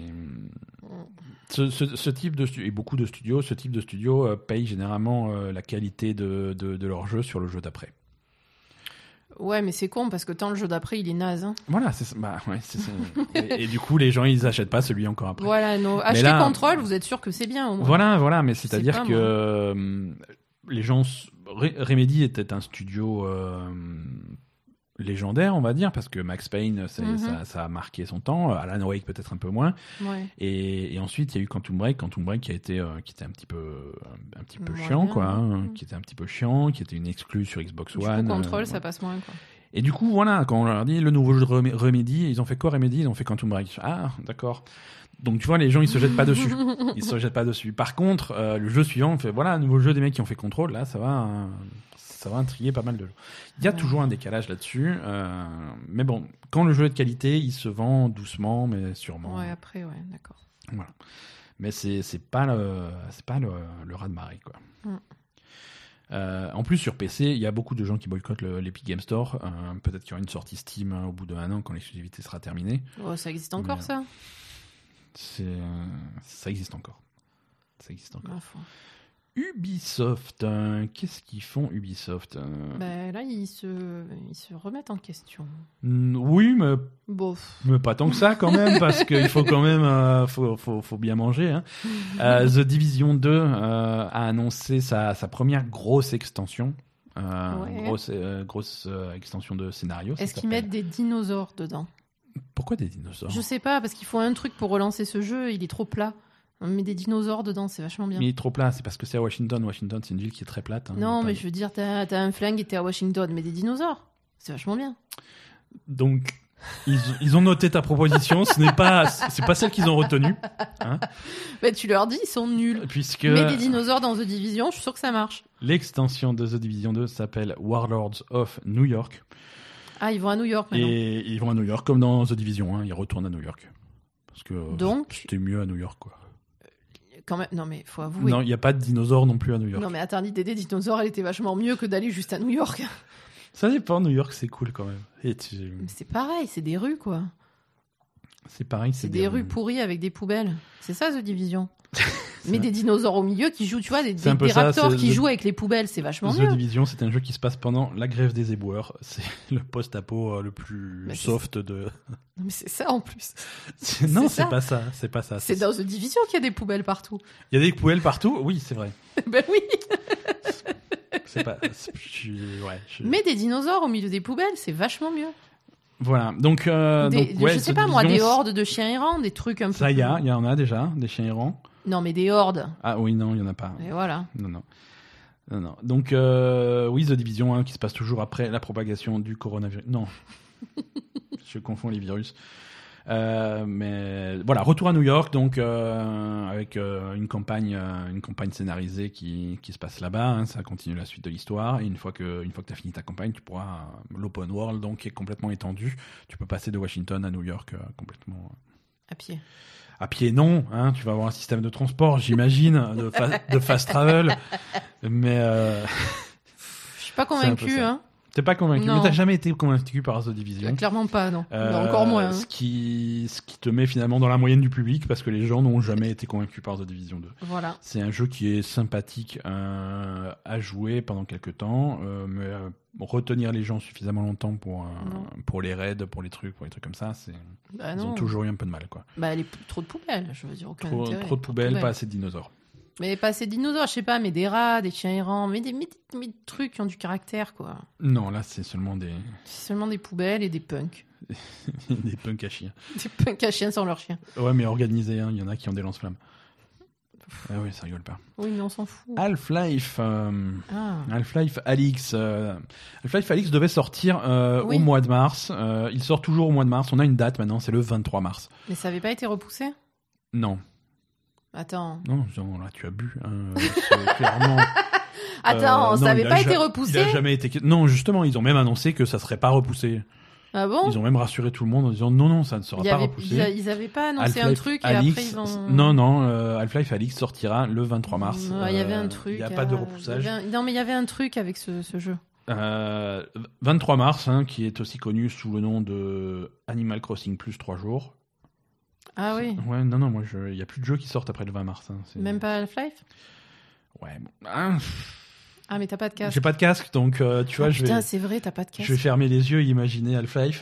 Ce, ce, ce type de studio, et beaucoup de studios, ce type de studio euh, paye généralement euh, la qualité de, de, de leur jeu sur le jeu d'après. Ouais, mais c'est con parce que tant le jeu d'après, il est naze. Hein. Voilà, c'est ça. Bah, ouais, c'est ça. et, et du coup, les gens, ils achètent pas celui encore après. Voilà, no. Acheter là- contrôle, vous êtes sûr que c'est bien au moins. Voilà, voilà, mais Je sais c'est-à-dire pas, que moi. euh, les gens... s- Ré- Remedy était un studio euh, légendaire, on va dire, parce que Max Payne, ça, Mhm. ça, ça a marqué son temps. Alan Wake, peut-être un peu moins. Ouais. Et, et ensuite, il y a eu Quantum Break, Quantum Break qui a été, euh, qui était un petit peu, un, un petit peu Moyen, chiant, quoi, hein, ouais. qui était un petit peu chiant, qui était une exclue sur Xbox Du One. coup, contrôle, euh, ça passe moins, quoi. Et du coup, voilà, quand on leur dit le nouveau jeu de Rem- Remedy, ils ont fait quoi Remedy? Ils ont fait Quantum Break. Ah, d'accord. Donc tu vois, les gens, ils se jettent pas dessus. Ils se jettent pas dessus. Par contre, euh, le jeu suivant, on fait voilà, un nouveau jeu des mecs qui ont fait Control. Là, ça va, euh, ça va intriguer pas mal de jeux. Il y a Ouais. toujours un décalage là-dessus. euh, mais bon, quand le jeu est de qualité, il se vend doucement, mais sûrement. Ouais, après, ouais, d'accord. Voilà. Mais c'est c'est pas le c'est pas le, le raz de marée, quoi. Mm. Euh, en plus, sur P C, il y a beaucoup de gens qui boycottent le- l'Epic Game Store. Euh, peut-être qu'il y aura une sortie Steam hein, au bout d'un an quand l'exclusivité sera terminée. Oh, ça existe encore, Mais, ça C'est, euh, ça existe encore. Ça existe encore. Enfin. Ubisoft, euh, qu'est-ce qu'ils font Ubisoft euh, Ben, là, ils se... ils se remettent en question. mm, Oui, mais, Bof. mais pas tant que ça quand même, parce qu'il faut quand même euh, faut, faut, faut bien manger. Hein. Euh, The Division deux euh, a annoncé sa, sa première grosse extension. Euh, Ouais. Grosse, euh, grosse euh, extension de scénario. ça Est-ce qu'ils s'appelle. mettent des dinosaures dedans? Pourquoi des dinosaures? Je sais pas, parce qu'il faut un truc pour relancer ce jeu, il est trop plat. On met des dinosaures dedans, c'est vachement bien. Mais il est trop plat, c'est parce que c'est à Washington. Washington, c'est une ville qui est très plate. hein. Il y Non, a mais pas- je veux dire, t'as t'as un flingue et t'es à Washington, mais des dinosaures, c'est vachement bien. Donc, Ils, ils ont noté ta proposition, ce n'est pas, c'est pas celle qu'ils ont retenue. Hein, bah, tu leur dis, ils sont nuls. puisque Mets des dinosaures dans The Division, je suis sûr que ça marche. l'extension de The Division deux s'appelle Warlords of New York. Ah, ils vont à New York maintenant. Et ils vont à New York, comme dans The Division, hein, ils retournent à New York. Parce que Donc, c'était mieux à New York, quoi. Quand même, non mais faut avouer. Non, il n'y a pas de dinosaures non plus à New York. Non mais attends, l'idée des dinosaures, elle était vachement mieux que d'aller juste à New York. Ça dépend, New York, c'est cool quand même. Et tu... Mais c'est pareil, c'est des rues, quoi. C'est pareil, c'est, c'est des, des rues pourries avec des poubelles. C'est ça, The Division. Mais des dinosaures au milieu qui jouent, tu vois, des, des, des ça, raptors qui The... jouent avec les poubelles, c'est vachement The mieux. The Division, c'est un jeu qui se passe pendant la grève des éboueurs. C'est le post-apo le plus bah, soft c'est... de... Non mais c'est ça en plus. C'est... Non, c'est, c'est pas ça, c'est pas ça. C'est, c'est dans The Division qu'il y a des poubelles partout. Il y a des poubelles partout, oui, c'est vrai. Ben oui. C'est pas... C'est... Je suis... ouais, je... Mais des dinosaures au milieu des poubelles, c'est vachement mieux. Voilà, donc... Euh, des, donc ouais, je sais pas moi, des hordes de chiens errants, des trucs un peu... Ça, il y a, il y en a déjà, des chiens errants. Non, mais des hordes. Ah oui, non, il y en a pas. Et voilà. Non, non. Non, non. Donc, euh, oui, The Division, hein, qui se passe toujours après la propagation du coronavirus. Non. Je confonds les virus. Euh, mais voilà, retour à New York, donc euh, avec euh, une campagne, euh, une campagne scénarisée qui, qui se passe là-bas. Hein, ça continue la suite de l'histoire. Et une fois que, une fois que tu as fini ta campagne, tu pourras euh, l'open world, donc qui est complètement étendu. Tu peux passer de Washington à New York euh, complètement. À pied. À pied, non. Hein, tu vas avoir un système de transport, j'imagine, de, fa- de fast travel. Mais euh... je suis pas convaincu, hein. T'es pas convaincu, non. mais t'as jamais été convaincu par The Division. Clairement pas, non. Euh, encore moins. Hein. Ce qui, ce qui te met finalement dans la moyenne du public parce que les gens n'ont jamais été convaincus par The Division deux. Voilà. C'est un jeu qui est sympathique euh, à jouer pendant quelques temps, euh, mais euh, retenir les gens suffisamment longtemps pour, euh, pour les raids, pour les trucs, pour les trucs comme ça, c'est... Bah ils ont toujours eu un peu de mal, quoi. Bah, les, trop de poubelles, je veux dire, aucun trop, intérêt. Trop de poubelles, poubelles, pas assez de dinosaures. Mais pas assez de dinosaures, je sais pas, mais des rats, des chiens errants, mais des, mais, mais des trucs qui ont du caractère, quoi. Non, là, c'est seulement des... C'est seulement des poubelles et des punks. Des punks à chiens. Des punks à chiens sans leurs chiens. Ouais, mais organisés, hein. Il y en a qui ont des lance-flammes. Ah oui, ça rigole pas. Oui, mais on s'en fout. Half-Life, euh, ah. Half-Life Alyx. Euh, Half-Life Alyx devait sortir euh, oui. au mois de mars. Euh, il sort toujours au mois de mars. On a une date maintenant, c'est le vingt-trois mars. Mais ça avait pas été repoussé ? Non. Attends. Non, non, là tu as bu. Hein, c'est clairement. Attends, euh, ça n'avait pas ja- été repoussé ? Il a jamais été. Non, justement, ils ont même annoncé que ça serait pas repoussé. Ah bon ? Ils ont même rassuré tout le monde en disant non, non, ça ne sera il pas avait, repoussé. Ils n'avaient pas annoncé Half-Life un truc et Alyx, après ils ont. Non, non, euh, Half-Life Alyx sortira le vingt-trois mars. Il euh, y avait un truc. Il n'y a pas de repoussage. Un... Non, mais il y avait un truc avec ce, ce jeu. Euh, vingt-trois mars, hein, qui est aussi connu sous le nom de Animal Crossing plus trois jours. Ah oui. Ouais, non, non, moi, il n'y a plus de jeux qui sortent après le vingt mars. Hein, c'est... Même pas Half-Life ? Ouais, bon. Hein. Ah, mais t'as pas de casque. J'ai pas de casque, donc euh, tu oh, vois, putain, je vais. C'est vrai, t'as pas de casque. Je vais fermer les yeux et imaginer Half-Life.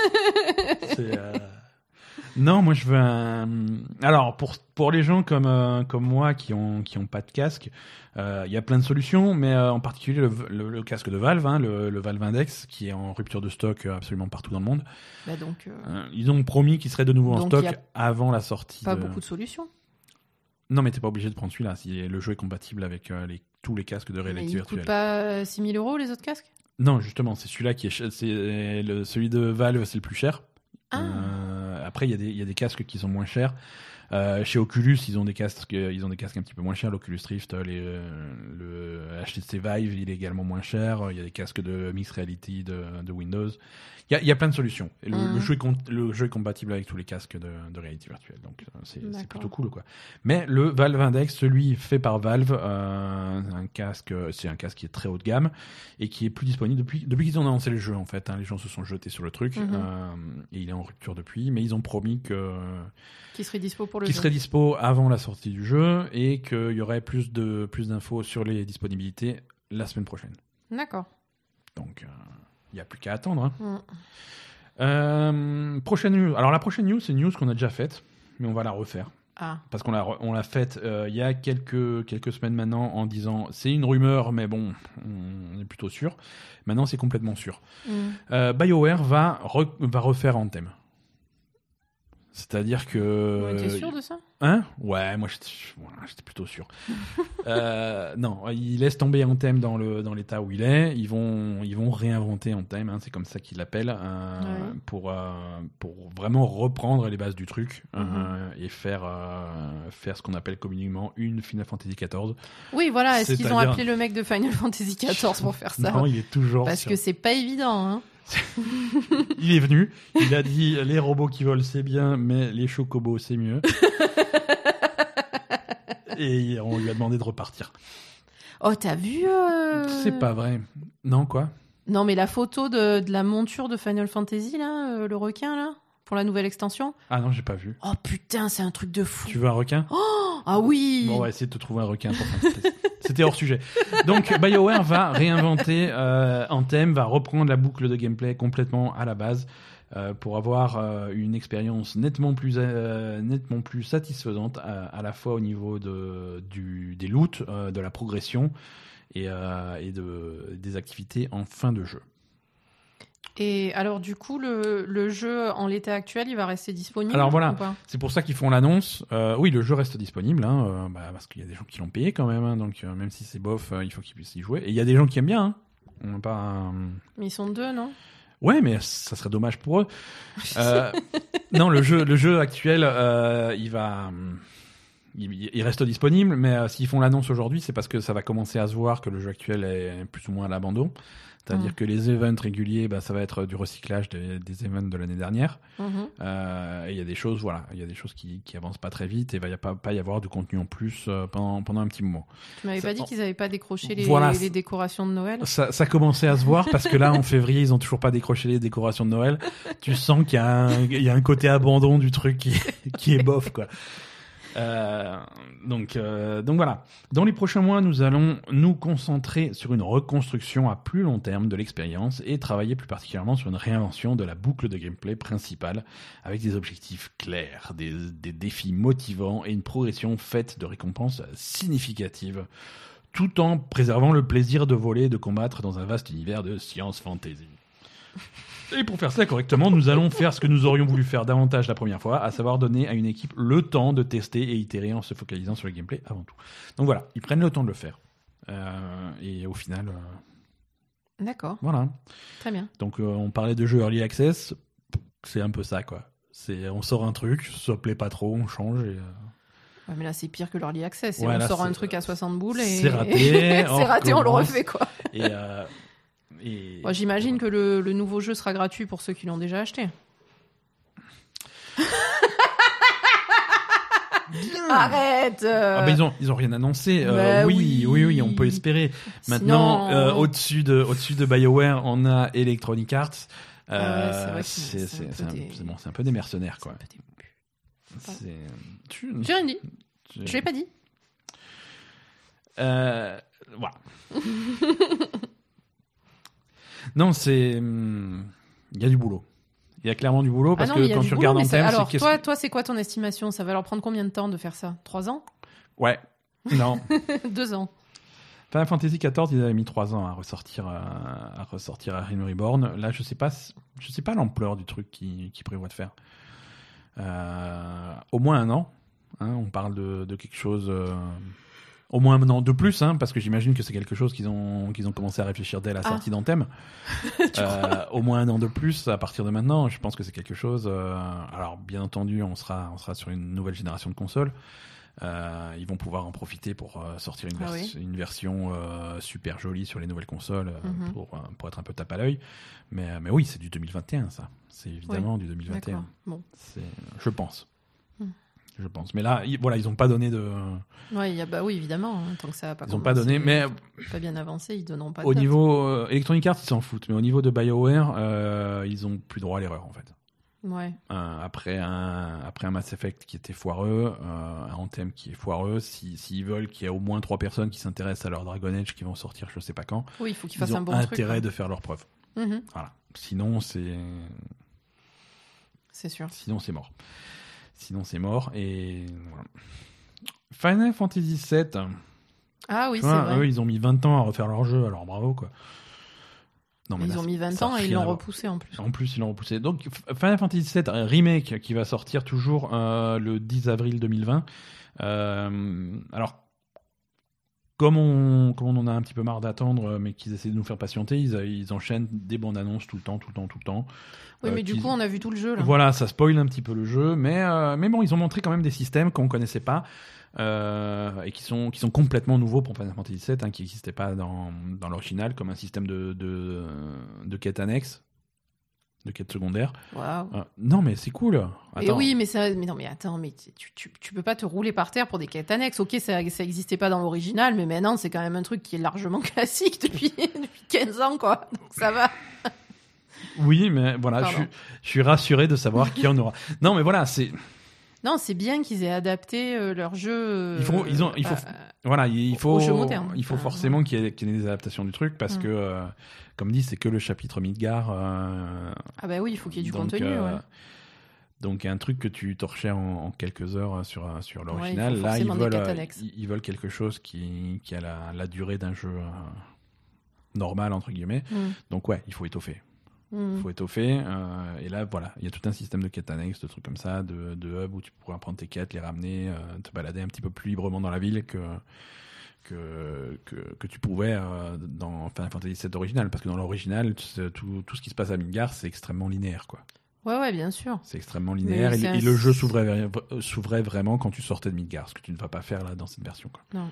c'est. Euh... Non, moi je veux un. Alors pour pour les gens comme euh, comme moi qui ont qui ont pas de casque, il euh, y a plein de solutions, mais euh, en particulier le, le, le casque de Valve, hein, le, le Valve Index, qui est en rupture de stock absolument partout dans le monde. Bah donc. Euh... Ils ont promis qu'il serait de nouveau en donc stock y a avant la sortie. Pas de... beaucoup de solutions. Non, mais t'es pas obligé de prendre celui-là si le jeu est compatible avec euh, les, tous les casques de réalité virtuelle. Mais il coûte pas six mille euros les autres casques ? Non, justement, c'est celui-là qui est ch- c'est le, celui de Valve, c'est le plus cher. Ah. Euh, après, il y a des il y a des casques qui sont moins chers. Euh, chez Oculus, ils ont des casques, ils ont des casques un petit peu moins chers. L'Oculus Rift, les, le H T C Vive, il est également moins cher. Il y a des casques de mixed reality de, de Windows. Il y a, il y a plein de solutions. Et le, mmh. le, jeu est com- le jeu est compatible avec tous les casques de, de réalité virtuelle, donc c'est, c'est plutôt cool, quoi. Mais le Valve Index, celui fait par Valve, euh, un casque, c'est un casque qui est très haut de gamme et qui est plus disponible depuis depuis qu'ils ont annoncé le jeu, en fait. Hein, les gens se sont jetés sur le truc mmh. euh, et il est en rupture depuis. Mais ils ont promis que qui serait dispo pour le qui jeu. serait dispo avant la sortie du jeu et qu'il y aurait plus de plus d'infos sur les disponibilités la semaine prochaine. D'accord. Donc, il euh, n'y a plus qu'à attendre. Hein. Mm. Euh, prochaine news. Alors, la prochaine news, c'est une news qu'on a déjà faite, mais on va la refaire. Ah. Parce qu'on l'a, on l'a faite il euh, y a quelques, quelques semaines maintenant en disant c'est une rumeur, mais bon, on est plutôt sûr. Maintenant, c'est complètement sûr. Mm. Euh, BioWare va, re, va refaire Anthem. C'est-à-dire que... Ouais, t'es sûr de ça ? Hein ? Ouais, moi j'étais, voilà, j'étais plutôt sûr. euh, non, ils laissent tomber Anthem dans, le, dans l'état où il est. Ils vont, ils vont réinventer Anthem, hein, c'est comme ça qu'ils l'appellent, euh, ouais. pour, euh, pour vraiment reprendre les bases du truc mm-hmm. euh, et faire, euh, faire ce qu'on appelle communément une Final Fantasy quatorze. Oui, voilà. Est-ce C'est-à-dire... qu'ils ont appelé le mec de Final Fantasy quatorze pour faire ça ? Non, il est toujours Parce sur... que c'est pas évident, hein. Il est venu, il a dit les robots qui volent c'est bien, mais les chocobos c'est mieux. Et on lui a demandé de repartir. Oh, t'as vu euh... C'est pas vrai. Non, quoi ? Non, mais la photo de, de la monture de Final Fantasy, là, euh, le requin, là, pour la nouvelle extension. Ah non, j'ai pas vu. Oh putain, c'est un truc de fou. Tu veux un requin ? Oh, ah oui. Bon, on va essayer de te trouver un requin pour Final Fantasy. C'était hors sujet. Donc, BioWare va réinventer euh, Anthem, va reprendre la boucle de gameplay complètement à la base euh, pour avoir euh, une expérience nettement plus, euh, nettement plus satisfaisante à, à la fois au niveau de, du, des loots, euh, de la progression et, euh, et de, des activités en fin de jeu. Et alors du coup, le, le jeu en l'état actuel, il va rester disponible ? Alors voilà, c'est pour ça qu'ils font l'annonce. Euh, oui, le jeu reste disponible, hein, euh, bah, parce qu'il y a des gens qui l'ont payé quand même, hein, donc euh, même si c'est bof, euh, il faut qu'ils puissent y jouer. Et il y a des gens qui aiment bien. Hein. On n'a pas. Euh... Mais ils sont deux, non ? Ouais, mais ça serait dommage pour eux. Euh, non, le jeu, le jeu actuel, euh, il va. Il, il reste disponible, mais euh, s'ils font l'annonce aujourd'hui, c'est parce que ça va commencer à se voir que le jeu actuel est plus ou moins à l'abandon. C'est-à-dire mmh. que les events réguliers, bah, ça va être du recyclage des, des events de l'année dernière. Mmh. Euh, et il y a des choses, voilà, il y a des choses qui, qui avancent pas très vite et il va y a pas, pas y avoir du contenu en plus euh, pendant, pendant un petit moment. Tu m'avais ça, pas dit qu'ils avaient pas décroché les, voilà, les décorations de Noël ? Ça, ça commençait à se voir parce que là, en février, ils ont toujours pas décroché les décorations de Noël. Tu sens qu'il y a un, il y a un côté abandon du truc qui, qui est bof, quoi. Euh, donc, euh, donc voilà. Dans les prochains mois, nous allons nous concentrer sur une reconstruction à plus long terme de l'expérience et travailler plus particulièrement sur une réinvention de la boucle de gameplay principale avec des objectifs clairs, des, des défis motivants et une progression faite de récompenses significatives, tout en préservant le plaisir de voler et de combattre dans un vaste univers de science fantasy. Et pour faire ça correctement, nous allons faire ce que nous aurions voulu faire davantage la première fois, à savoir donner à une équipe le temps de tester et itérer en se focalisant sur le gameplay avant tout. Donc voilà, ils prennent le temps de le faire. Euh, et au final... Euh... D'accord. Voilà. Très bien. Donc euh, on parlait de jeux Early Access, c'est un peu ça, quoi. C'est, on sort un truc, ça ne plaît pas trop, on change et... Euh... Ouais, mais là, c'est pire que l'Early Access. Ouais, on là, sort c'est... un truc à soixante boules et... C'est raté. c'est raté, on le refait, quoi. Et... Euh... Et... Bon, j'imagine que le, le nouveau jeu sera gratuit pour ceux qui l'ont déjà acheté. Arrête euh... ah bah ils ont ils ont rien annoncé. Euh, bah oui, oui oui oui on peut espérer. Maintenant Sinon... euh, au-dessus de au-dessus de BioWare, on a Electronic Arts. Euh, ah ouais, c'est, c'est, c'est, c'est, un, des... c'est, bon, c'est un peu des mercenaires, quoi. C'est c'est... Tu... J'ai rien dit. Tu... Je l'ai pas dit. Euh, voilà. Non, c'est... Il y a du boulot. Il y a clairement du boulot, parce ah non, que quand tu boulot, regardes Anthem... Alors, c'est toi, toi, c'est quoi ton estimation ? Ça va leur prendre combien de temps de faire ça ? Trois ans ? Ouais. Non. Deux ans. Final Fantasy quatorze, ils avaient mis trois ans à ressortir à, à ressortir à Realm Reborn. Là, je sais pas, je sais pas l'ampleur du truc qu'ils, qu'ils prévoient de faire. Euh, au moins un an. Hein, on parle de, de quelque chose... Euh, au moins un an de plus, hein, parce que j'imagine que c'est quelque chose qu'ils ont, qu'ils ont commencé à réfléchir dès la ah. sortie d'Anthem. euh, au moins un an de plus à partir de maintenant. Je pense que c'est quelque chose... Euh, alors, bien entendu, on sera, on sera sur une nouvelle génération de consoles. Euh, ils vont pouvoir en profiter pour euh, sortir une, vers- ah oui. une version euh, super jolie sur les nouvelles consoles euh, mm-hmm. pour, euh, pour être un peu tape à l'œil. Mais, mais oui, c'est du deux mille vingt et un, ça. C'est évidemment oui. du deux mille vingt et un. Bon. C'est, je pense. Mm. Je pense. Mais là, ils, voilà, ils n'ont pas donné de... Ouais, y a, bah oui, évidemment. Hein, tant que ça n'a pas Ils n'ont pas donné, mais... Pas bien avancé, ils ne donneront pas de Au date. niveau... Euh, Electronic Arts, ils s'en foutent. Mais au niveau de BioWare, euh, ils n'ont plus droit à l'erreur, en fait. Ouais. Euh, après, un, après un Mass Effect qui était foireux, euh, un Anthem qui est foireux, si, s'ils veulent qu'il y ait au moins trois personnes qui s'intéressent à leur Dragon Age qui vont sortir je ne sais pas quand, oui, il faut qu'ils ils fassent ont un bon intérêt truc, hein. de faire leurs preuves. Mm-hmm. Voilà. Sinon, c'est... C'est sûr. Sinon, c'est mort. Sinon, c'est mort. Et voilà. Final Fantasy sept. Ah oui, vois, c'est vrai. Eux, ils ont mis vingt ans à refaire leur jeu, alors bravo, quoi. Non, mais ils là, ont mis vingt ans et ils l'ont repoussé en plus. En plus, ils l'ont repoussé. Donc, Final Fantasy sept Remake qui va sortir toujours euh, le dix avril deux mille vingt. Euh, alors, comme on, comme on en a un petit peu marre d'attendre, mais qu'ils essaient de nous faire patienter, ils, ils enchaînent des bandes annonces tout le temps, tout le temps, tout le temps. Oui, euh, mais du coup, on a vu tout le jeu là. Voilà, ça spoil un petit peu le jeu, mais, euh, mais bon, ils ont montré quand même des systèmes qu'on ne connaissait pas. Euh, et qui sont, qui sont complètement nouveaux pour Final Fantasy sept, hein, qui n'existaient pas dans, dans l'original, comme un système de, de, de quête annexe, de quête secondaire. Wow. Euh, non, mais c'est cool. Attends. Et oui, mais, ça, mais non, mais attends, mais tu, tu, tu peux pas te rouler par terre pour des quêtes annexes. Ok, ça, ça existait pas dans l'original, mais maintenant, c'est quand même un truc qui est largement classique depuis, depuis quinze ans, quoi. Donc ça va. Oui, mais voilà, je, je suis rassuré de savoir qui en aura. Non, mais voilà, c'est... Non, c'est bien qu'ils aient adapté euh, leur jeu. Euh, il faut, ils ont, il faut, euh, voilà, il faut, au jeu moderne. Il faut enfin, forcément ouais. qu'il y, ait, qu'il y ait des adaptations du truc parce mmh. que, euh, comme dit, c'est que le chapitre Midgar. Euh, ah bah oui, il faut qu'il y ait du donc, contenu. Euh, ouais. Donc un truc que tu torchais en, en quelques heures sur sur l'original, ouais, là ils veulent, euh, ils, ils veulent quelque chose qui qui a la, la durée d'un jeu euh, normal entre guillemets. Mmh. Donc ouais, il faut étoffer. Il mmh. faut étoffer. Euh, et là, voilà, il y a tout un système de quêtes annexes, de trucs comme ça, de, de hubs où tu pourras prendre tes quêtes, les ramener, euh, te balader un petit peu plus librement dans la ville que, que, que, que tu pouvais euh, dans Final Fantasy sept original. Parce que dans l'original, tout, tout ce qui se passe à Midgar, c'est extrêmement linéaire, quoi. Ouais, ouais, bien sûr. C'est extrêmement linéaire. Et, et le jeu s'ouvrait, s'ouvrait vraiment quand tu sortais de Midgar, ce que tu ne vas pas faire là dans cette version, quoi. Non.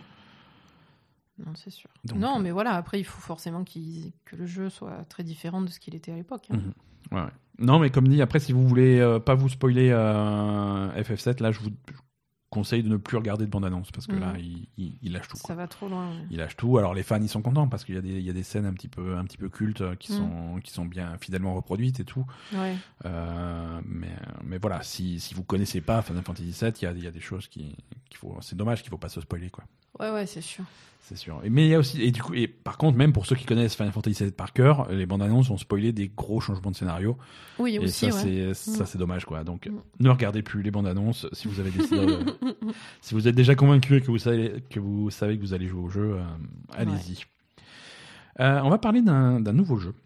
Non, c'est sûr. Donc, non, euh... mais voilà, après, il faut forcément qu'il... que le jeu soit très différent de ce qu'il était à l'époque. Hein. Mmh. Ouais, ouais. Non, mais comme dit, après, si vous voulez euh, pas vous spoiler euh, F F sept, là, je vous conseille de ne plus regarder de bande-annonce, parce que mmh. là, il, il, il lâche tout. Ça quoi. va trop loin. Ouais. Il lâche tout. Alors, les fans, ils sont contents, parce qu'il y a des, il y a des scènes un petit peu, un petit peu cultes qui, mmh. sont, qui sont bien fidèlement reproduites et tout. Ouais. Euh, mais, mais voilà, si, si vous connaissez pas Final Fantasy sept, il y a, il y a des choses qui, qu'il faut... C'est dommage qu'il faut pas se spoiler, quoi. Ouais, ouais, c'est sûr. C'est sûr. Et, mais il y a aussi, et du coup, et par contre, même pour ceux qui connaissent Final Fantasy sept par cœur, les bandes annonces ont spoilé des gros changements de scénario. Oui, et aussi, ça, ouais. c'est, ça, mmh. c'est dommage, quoi. Donc, mmh. ne regardez plus les bandes annonces si vous avez décidé, de, si vous êtes déjà convaincu et que vous savez que vous savez que vous allez jouer au jeu, euh, allez-y. Ouais. Euh, on va parler d'un, d'un nouveau jeu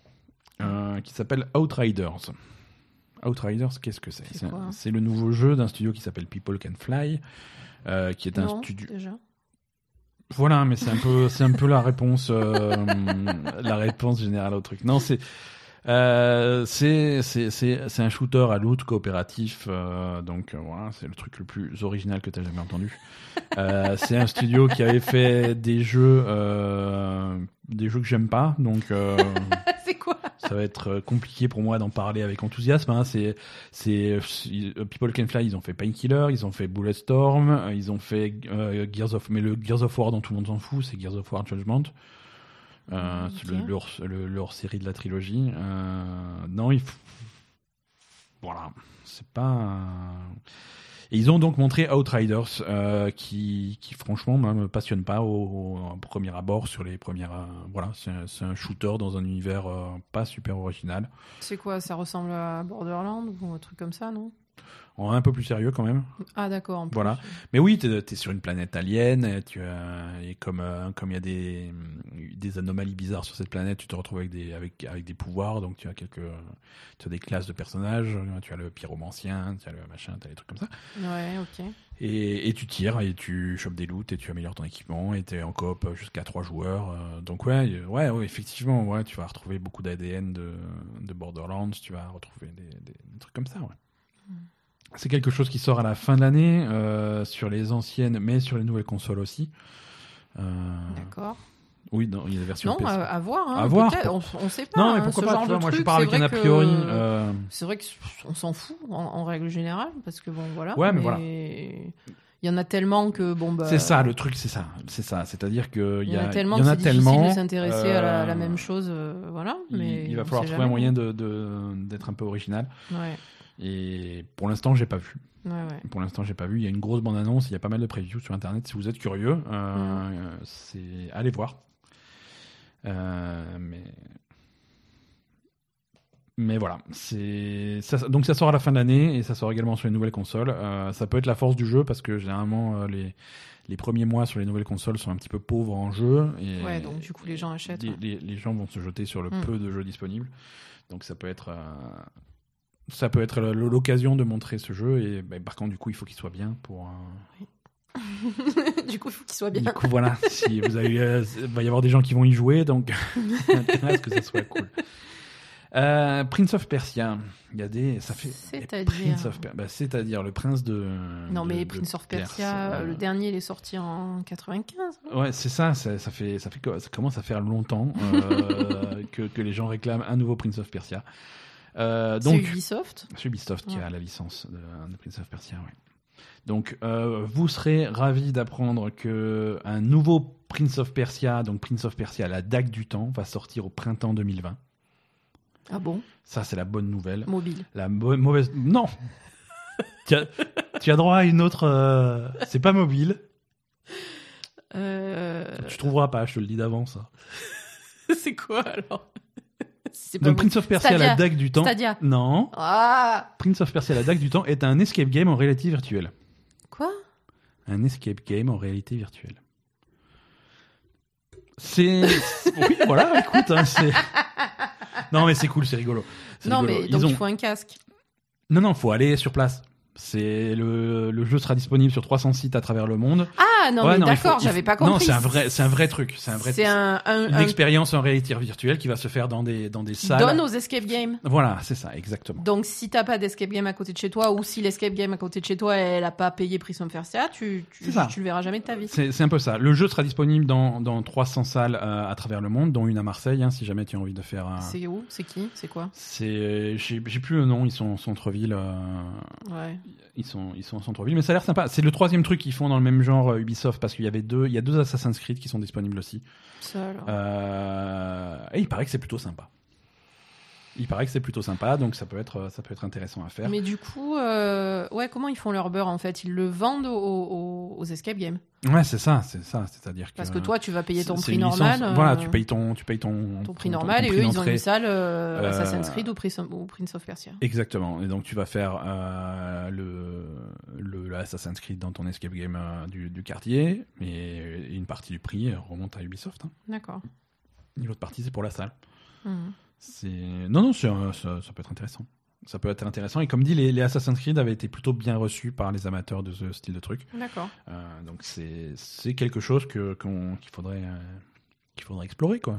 euh, qui s'appelle Outriders. Outriders, qu'est-ce que c'est ? C'est, c'est, quoi, c'est le nouveau jeu d'un studio qui s'appelle People Can Fly, euh, qui est non, un studio. Déjà. Voilà, mais c'est un peu, c'est un peu la réponse, euh, la réponse générale au truc. Non, c'est, euh, c'est, c'est, c'est, c'est un shooter à loot coopératif. Euh, donc euh, voilà, c'est le truc le plus original que tu as jamais entendu. Euh, c'est un studio qui avait fait des jeux, euh, des jeux que j'aime pas. Donc euh, c'est quoi ? Ça va être compliqué pour moi d'en parler avec enthousiasme. Hein. C'est, c'est, People Can Fly, ils ont fait Painkiller, ils ont fait Bulletstorm, ils ont fait euh, Gears of... Mais le Gears of War dont tout le monde s'en fout, c'est Gears of War Judgment. Euh, okay. C'est le, leur, le, leur série de la trilogie. Euh, non, il faut... Voilà. C'est pas... Et ils ont donc montré Outriders, euh, qui, qui franchement ne me passionne pas au, au premier abord sur les premières. Euh, voilà, c'est un, c'est un shooter dans un univers euh, pas super original. C'est quoi ? Ça ressemble à Borderlands ou un truc comme ça, non ? Un peu plus sérieux quand même. Ah d'accord. En plus. Voilà. Mais oui, t'es, t'es sur une planète alien. Tu as, et comme euh, comme il y a des des anomalies bizarres sur cette planète, tu te retrouves avec des avec avec des pouvoirs. Donc tu as quelques tu as des classes de personnages. Tu as le pyromancien, tu as le machin, tu as des trucs comme ça. Ouais, ok. Et, et tu tires et tu chopes des loots et tu améliores ton équipement et t'es en coop jusqu'à trois joueurs. Euh, donc ouais, ouais, ouais, effectivement, ouais, tu vas retrouver beaucoup d'A D N de de Borderlands. Tu vas retrouver des des, des trucs comme ça, ouais. Mm. C'est quelque chose qui sort à la fin de l'année, euh, sur les anciennes, mais sur les nouvelles consoles aussi. Euh... D'accord. Oui, non, il y a des versions non, P C. à, à voir. Hein, à voir. On, on sait pas. Non, mais hein, pourquoi ce pas genre tu vois, de moi, truc, je parle avec un a priori. Que... Euh... C'est vrai qu'on s'en fout en, en règle générale, parce que bon, voilà. Ouais, mais, mais voilà. Il y en a tellement que bon bah. C'est ça, le truc, c'est ça, c'est ça. C'est-à-dire que il y, y, en a tellement. Il y en a que c'est tellement. Difficile de s'intéresser euh... à la, la même chose, euh, voilà. Mais il, il va falloir trouver un moyen de, de, d'être un peu original. Ouais. Et pour l'instant, j'ai pas vu. Ouais, ouais. Pour l'instant, j'ai pas vu. Il y a une grosse bande-annonce, il y a pas mal de previews sur Internet. Si vous êtes curieux, euh, mmh. c'est allez voir. Euh, mais Mais voilà, c'est ça, donc ça sort à la fin de l'année et ça sort également sur les nouvelles consoles. Euh, ça peut être la force du jeu parce que généralement euh, les les premiers mois sur les nouvelles consoles sont un petit peu pauvres en jeu et ouais, donc du coup les gens achètent. Les, ouais. les, les gens vont se jeter sur le Mm. peu de jeux disponibles. Donc ça peut être euh, ça peut être l'occasion de montrer ce jeu et bah, par contre du coup il faut qu'il soit bien pour. Euh... Oui. Du coup il faut qu'il soit bien. Du coup voilà, si vous avez, euh, il va y avoir des gens qui vont y jouer donc est-ce que ça soit cool. Euh, Prince of Persia, il y a des, ça fait. C'est-à-dire Prince of Per- bah, c'est-à-dire le prince de. Non de, mais de Prince of Perse, Persia, euh, le dernier il est sorti en quatre-vingt-quinze. hein. Ouais, c'est ça, ça, ça fait, ça fait, ça commence à faire longtemps euh, que, que les gens réclament un nouveau Prince of Persia. Euh, donc, C'est Ubisoft. c'est Ubisoft qui Ouais. a la licence de, de Prince of Persia, ouais. Donc, euh, vous serez ravis d'apprendre que un nouveau Prince of Persia, donc Prince of Persia, la dague du temps, va sortir au printemps deux mille vingt. Ah bon? Ça, c'est la bonne nouvelle. Mobile. La mo- mauvaise... Non. tu, as, tu as droit à une autre... euh, C'est pas mobile. Euh... Tu trouveras pas, je te le dis d'avance. ça. c'est quoi alors? C'est Donc mobile. Prince of Persia, Stadia. la dague du temps... Stadia. Non. Ah! Prince of Persia, la dague du temps est un escape game en réalité virtuelle. Quoi? Un escape game en réalité virtuelle. C'est... Oui, voilà, écoute, hein, c'est... Non, mais c'est cool, c'est rigolo. C'est Non rigolo. mais Ils donc ont- il faut un casque. Non, non, faut aller sur place. C'est le, le jeu sera disponible sur trois cents sites à travers le monde. Ah non Ouais, mais non, il faut- d'accord, il j'avais faut- pas compris. Non, c'est un vrai, c'est un vrai truc. C'est un vrai. C'est un, un, Une un- expérience en réalité virtuelle qui va se faire dans des dans des qui salles. donne aux escape games. Voilà, c'est ça, exactement. Donc si t'as pas d'escape game à côté de chez toi ou si l'escape game à côté de chez toi elle a pas payé Prince of Persia, tu tu, C'est ça. tu le verras jamais de ta vie. C'est c'est un peu ça. Le jeu sera disponible dans dans trois cents salles euh, à travers le monde, dont une à Marseille, hein, si jamais tu as envie de faire. Un... C'est où? C'est qui? C'est quoi? C'est j'ai j'ai plus le nom. Ils sont en centre-ville. euh, Ouais. Ils sont ils sont en centre-ville, mais ça a l'air sympa. C'est le troisième truc qu'ils font dans le même genre euh, Ubisoft parce qu'il y avait deux il y a deux Assassin's Creed qui sont disponibles aussi. Ça alors. Euh, et il paraît que c'est plutôt sympa. Il paraît que c'est plutôt sympa, donc ça peut être, ça peut être intéressant à faire. Mais du coup, euh, ouais, comment ils font leur beurre en fait? Ils le vendent aux, aux, aux escape games. Ouais, c'est ça, c'est ça, c'est-à-dire que. Parce que toi, tu vas payer ton c'est prix une normal. licence- euh, Voilà, tu payes ton, tu payes ton. ton prix ton- normal ton et prix eux, ils ont d'entrée. une salle euh, Euh, Assassin's Creed ou Prince, of, ou Prince of Persia. Exactement. Et donc tu vas faire euh, le, le, le Assassin's Creed dans ton escape game euh, du, du quartier, mais une partie du prix remonte à Ubisoft. Hein. D'accord. Et l'autre partie, c'est pour la salle. Mhm. C'est non, non, c'est un- ça, ça peut être intéressant. Ça peut être intéressant. Et comme dit, les, les Assassin's Creed avaient été plutôt bien reçus par les amateurs de ce style de truc. D'accord. Euh, donc c'est c'est quelque chose que qu'on qu'il faudrait euh, qu'il faudrait explorer quoi.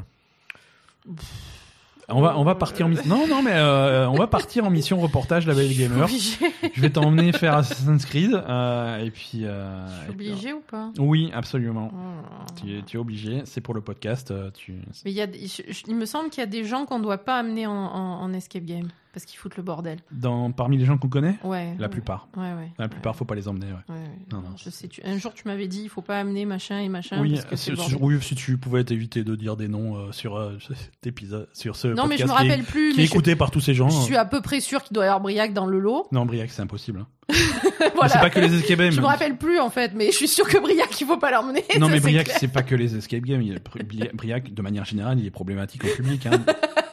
On va on va partir en mission. Non non mais euh, on va partir en mission reportage la Belle Gamer. Obligé. Je vais t'emmener faire Assassin's Creed euh, et puis. Euh, Je suis et puis, obligé ou pas? Oui absolument. Oh. Tu es, tu es obligé. C'est pour le podcast. euh, Tu. Mais il, y a, des- je- je- il me semble qu'il y a des gens qu'on ne doit pas amener en, en, en escape game parce qu'ils foutent le bordel. Dans parmi les gens qu'on connaît, Ouais. la ouais. plupart. Ouais, ouais. La plupart, faut pas les emmener. Ouais. Ouais, ouais. Non, non, je sais. Tu... Un jour, tu m'avais dit, il faut pas amener machin et machin. Oui, parce que c'est si, le si- bordel. oui, si tu pouvais t'éviter de dire des noms euh, sur euh, cet épisode, sur ce Non, mais podcast je me qui est- rappelle plus. qui mais est je- écouté par tous ces gens. Je hein. suis à peu près sûr qu'il doit y avoir Briac dans le lot. Non, Briac, c'est impossible. hein. Voilà. Mais c'est pas que les escape games. Je me rappelle plus en fait, mais je suis sûr que Briac, il faut pas l'emmener. Non, ça, mais c'est Briac, clair. c'est pas que les escape games. Il est- Bri- Briac, de manière générale, il est problématique en public. Hein.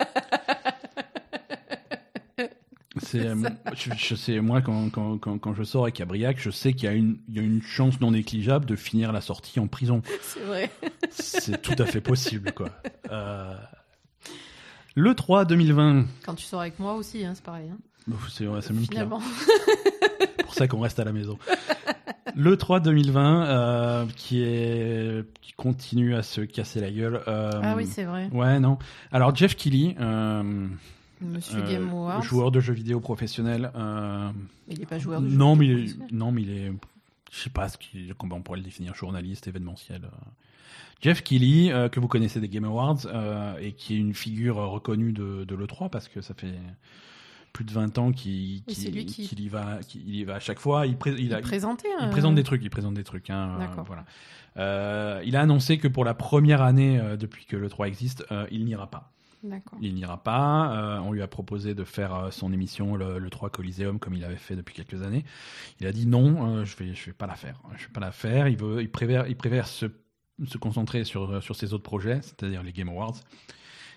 C'est, euh, je, je sais, moi, quand, quand, quand, quand je sors avec Briac, je sais qu'il y a, une, il y a une chance non négligeable de finir la sortie en prison. C'est vrai. C'est tout à fait possible, quoi. Euh... Le trois deux mille vingt. Quand tu sors avec moi aussi, hein, c'est pareil. Hein. Ouf, C'est, ouais, c'est même pire. Finalement. C'est pour ça qu'on reste à la maison. Le trois deux mille vingt, euh, qui est, qui continue à se casser la gueule. euh, Ah oui, c'est vrai. Ouais, non. Alors, Jeff Keighley, euh, Monsieur euh, Game Awards. joueur de jeux vidéo professionnel. euh, Il est pas joueur de jeux non, mais vidéo il est, professionnel. non, mais il est, je sais pas ce qui, comment on pourrait le définir, journaliste, événementiel. euh. Jeff Keighley, euh, que vous connaissez des Game Awards, euh, et qui est une figure reconnue de, de l'E trois, parce que ça fait plus de vingt ans qu'il, Et c'est qu'il, lui qui- qu'il y va, qu'il y va à chaque fois. Il, pré- il, a, Il présentait. il euh, présente des trucs, il présente des trucs. Hein, euh, D'accord. voilà. Euh, il a annoncé que pour la première année euh, depuis que l'E trois existe, euh, il n'ira pas. D'accord. Il n'ira pas. Euh, on lui a proposé de faire euh, son émission le, le trois Coliseum comme il avait fait depuis quelques années. Il a dit non, euh, je vais, je vais pas la faire. Je vais pas la faire. Il veut, il préfère, il préfère se, se concentrer sur sur ses autres projets, c'est-à-dire les Game Awards.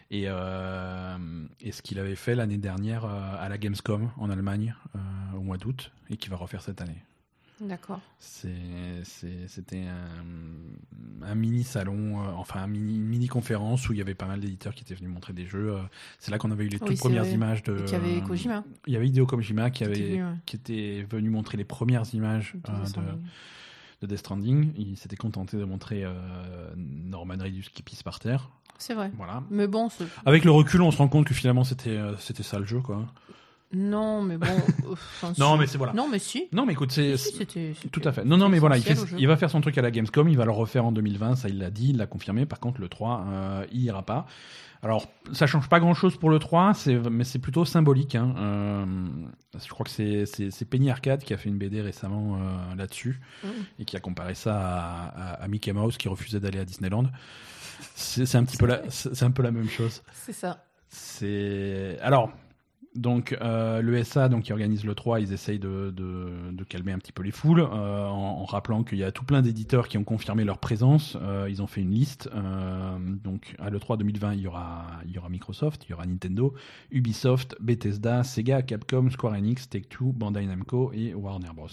Et, euh, et ce qu'il avait fait l'année dernière euh, à la Gamescom en Allemagne euh, au mois d'août et qu'il va refaire cette année. D'accord. C'est, c'est, c'était un, un mini salon, euh, enfin un mini, une mini conférence où il y avait pas mal d'éditeurs qui étaient venus montrer des jeux. Euh, c'est là qu'on avait eu les toutes oui, premières vrai. images de. Il y avait Kojima. Il y avait Hideo Kojima qui, qui, avait, était venu, ouais. qui était venu montrer les premières images de, euh, de, de Death Stranding. Il s'était contenté de montrer euh, Norman Reedus qui pisse par terre. C'est vrai. Voilà. Mais bon, c'est... avec le recul, on se rend compte que finalement c'était, euh, c'était ça le jeu, quoi. Non, mais bon. Enfin, non, si. mais c'est voilà. Non, mais si. Non, mais écoute, c'est, si, c'était, c'était tout à fait. Non, non, mais voilà, il, fait, il il va faire son truc à la Gamescom, il va le refaire en deux mille vingt, ça il l'a dit, il l'a confirmé. Par contre, le trois, euh, il ira pas. Alors, ça change pas grand-chose pour le trois, c'est, mais c'est plutôt symbolique. Hein. Euh, je crois que c'est, c'est, c'est Penny Arcade qui a fait une B D récemment euh, là-dessus mmh. et qui a comparé ça à, à, à Mickey Mouse qui refusait d'aller à Disneyland. C'est, c'est un petit peu la, c'est, c'est un peu la même chose. C'est ça. C'est alors. Donc euh, l'E S A donc, qui organise le trois, ils essayent de, de, de calmer un petit peu les foules euh, en, en rappelant qu'il y a tout plein d'éditeurs qui ont confirmé leur présence. Euh, ils ont fait une liste. Euh, donc à l'E trois deux mille vingt, il y aura, il y aura Microsoft, il y aura Nintendo, Ubisoft, Bethesda, Sega, Capcom, Square Enix, Take-Two, Bandai Namco et Warner Bros.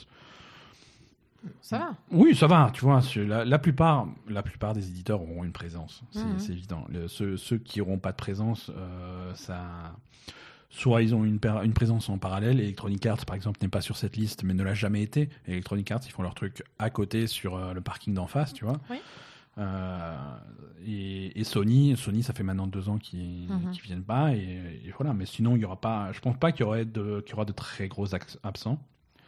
Ça va. Oui, ça va. Tu vois, la, la plupart, la plupart des éditeurs auront une présence. C'est, mmh. c'est évident. Le, ceux, ceux qui n'auront pas de présence, euh, ça. Soit ils ont une, une présence en parallèle. Electronic Arts, par exemple, n'est pas sur cette liste, mais ne l'a jamais été. Electronic Arts, ils font leur truc à côté sur euh, le parking d'en face, tu vois. Oui. Euh, et, et Sony, Sony, ça fait maintenant deux ans qu'ils ne mm-hmm. viennent pas. Et, et voilà. Mais sinon, il y aura pas. Je pense pas qu'il y aurait de, qu'il y aura de très gros absents.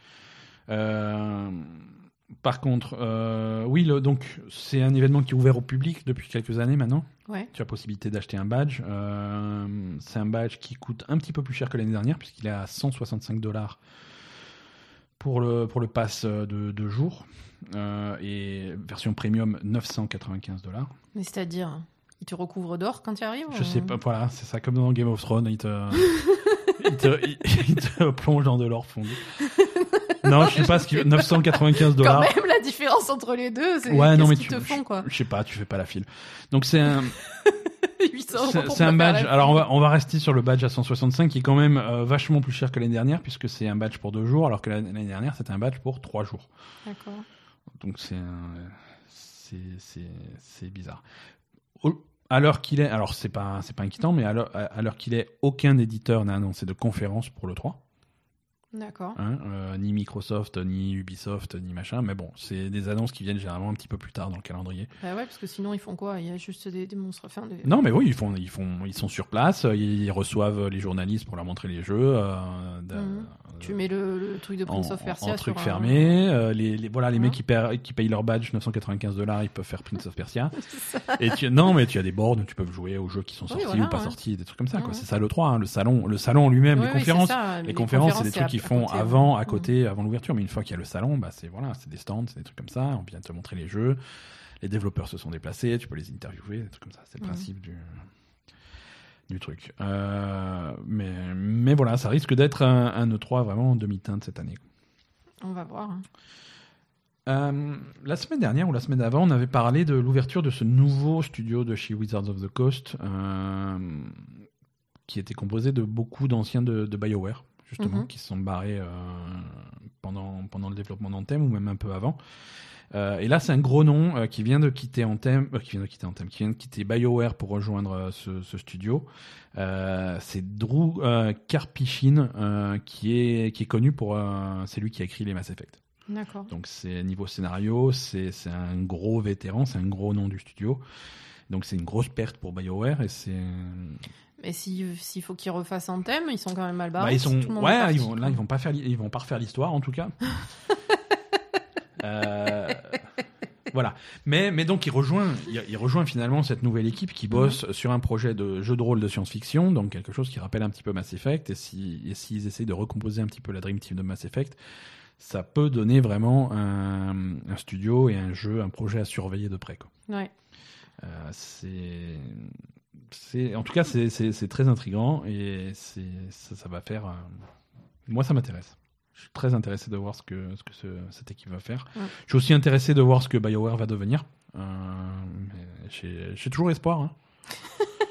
Euh, par contre, euh, oui, le, donc c'est un événement qui est ouvert au public depuis quelques années maintenant. Ouais. Tu as la possibilité d'acheter un badge. Euh, c'est un badge qui coûte un petit peu plus cher que l'année dernière puisqu'il est à cent soixante-cinq dollars pour le pour le pass de deux jours euh, et version premium neuf cent quatre-vingt-quinze dollars. Mais c'est-à-dire, il te recouvre d'or quand tu arrives. Je ou... sais pas. Voilà, c'est ça comme dans Game of Thrones, il te il te, il, il te plonge dans de l'or fondu. Non, je sais pas ce que neuf cent quatre-vingt-quinze dollars. Quand même, la différence entre les deux, c'est ouais, qu'est-ce non, mais qu'ils tu, te font, quoi. Je sais pas, tu fais pas la file. Donc c'est un. huit cents c'est, c'est un badge. Alors on va on va rester sur le badge à cent soixante-cinq qui est quand même euh, vachement plus cher que l'année dernière puisque c'est un badge pour deux jours alors que l'année dernière c'était un badge pour trois jours. D'accord. Donc c'est un, c'est c'est c'est bizarre. Au, à l'heure qu'il est, alors c'est pas c'est pas inquiétant, mais à l'heure, à l'heure qu'il est, aucun éditeur n'a annoncé de conférence pour le trois. D'accord. Hein, euh, ni Microsoft, ni Ubisoft, ni machin. Mais bon, c'est des annonces qui viennent généralement un petit peu plus tard dans le calendrier. Bah ouais, parce que sinon ils font quoi ? Il y a juste des, des monstres. Enfin, des... Non, mais oui, ils font, ils font, ils sont sur place. Ils reçoivent les journalistes pour leur montrer les jeux. Euh, de, mmh. euh, tu mets le, le truc de Prince en, of Persia en truc sur fermé. Un... Euh, les, les, voilà, les mmh. mecs qui, paient, qui payent leur badge neuf cent quatre-vingt-quinze dollars, ils peuvent faire Prince of Persia. Et tu, non, mais tu as des boards où tu peux jouer aux jeux qui sont sortis oui, voilà, ou pas ouais. sortis, des trucs comme ça. Mmh. Quoi. C'est ça le trois, hein, le salon, le salon en lui-même, oui, les oui, conférences. Ça, les, les conférences, conférences, c'est des trucs qu'ils font côté, avant, ouais. à côté, mmh. avant l'ouverture. Mais une fois qu'il y a le salon, bah c'est voilà, c'est des stands, c'est des trucs comme ça. On vient te montrer les jeux. Les développeurs se sont déplacés, tu peux les interviewer, des trucs comme ça. C'est le mmh. principe du. du truc. Euh, mais, mais voilà, ça risque d'être un, un E trois vraiment en demi-teinte cette année. On va voir. Hein. Euh, la semaine dernière ou la semaine d'avant, on avait parlé de l'ouverture de ce nouveau studio de chez Wizards of the Coast euh, qui était composé de beaucoup d'anciens de, de BioWare, justement, mm-hmm. qui se sont barrés euh, pendant, pendant le développement d'Anthem ou même un peu avant. Euh, et là, c'est un gros nom euh, qui vient de quitter Anthem, euh, qui vient de quitter Anthem, qui vient de quitter BioWare pour rejoindre euh, ce, ce studio. Euh, c'est Drew euh, Karpyshyn euh, qui est qui est connu pour, euh, c'est lui qui a écrit les Mass Effect. D'accord. Donc c'est niveau scénario, c'est c'est un gros vétéran, c'est un gros nom du studio. Donc c'est une grosse perte pour BioWare et c'est. Mais s'il, s'il faut qu'ils refassent Anthem, ils sont quand même mal barrés. Bah, ils sont, tout le monde ouais, parti, ils vont, là ils vont pas faire, ils vont pas refaire l'histoire en tout cas. Euh, voilà. Mais, mais donc, il rejoint, il, il rejoint finalement cette nouvelle équipe qui bosse mmh. sur un projet de jeu de rôle de science-fiction, donc quelque chose qui rappelle un petit peu Mass Effect. Et, si, et s'ils essayent de recomposer un petit peu la Dream Team de Mass Effect, ça peut donner vraiment un, un studio et un jeu, un projet à surveiller de près, quoi. Ouais. Euh, c'est, c'est, en tout cas, c'est, c'est, c'est très intriguant et c'est, ça, ça va faire. Euh, moi, ça m'intéresse. Je suis très intéressé de voir ce que, ce que ce, cette équipe va faire. Ouais. Je suis aussi intéressé de voir ce que BioWare va devenir. Euh, j'ai, j'ai toujours espoir. Hein.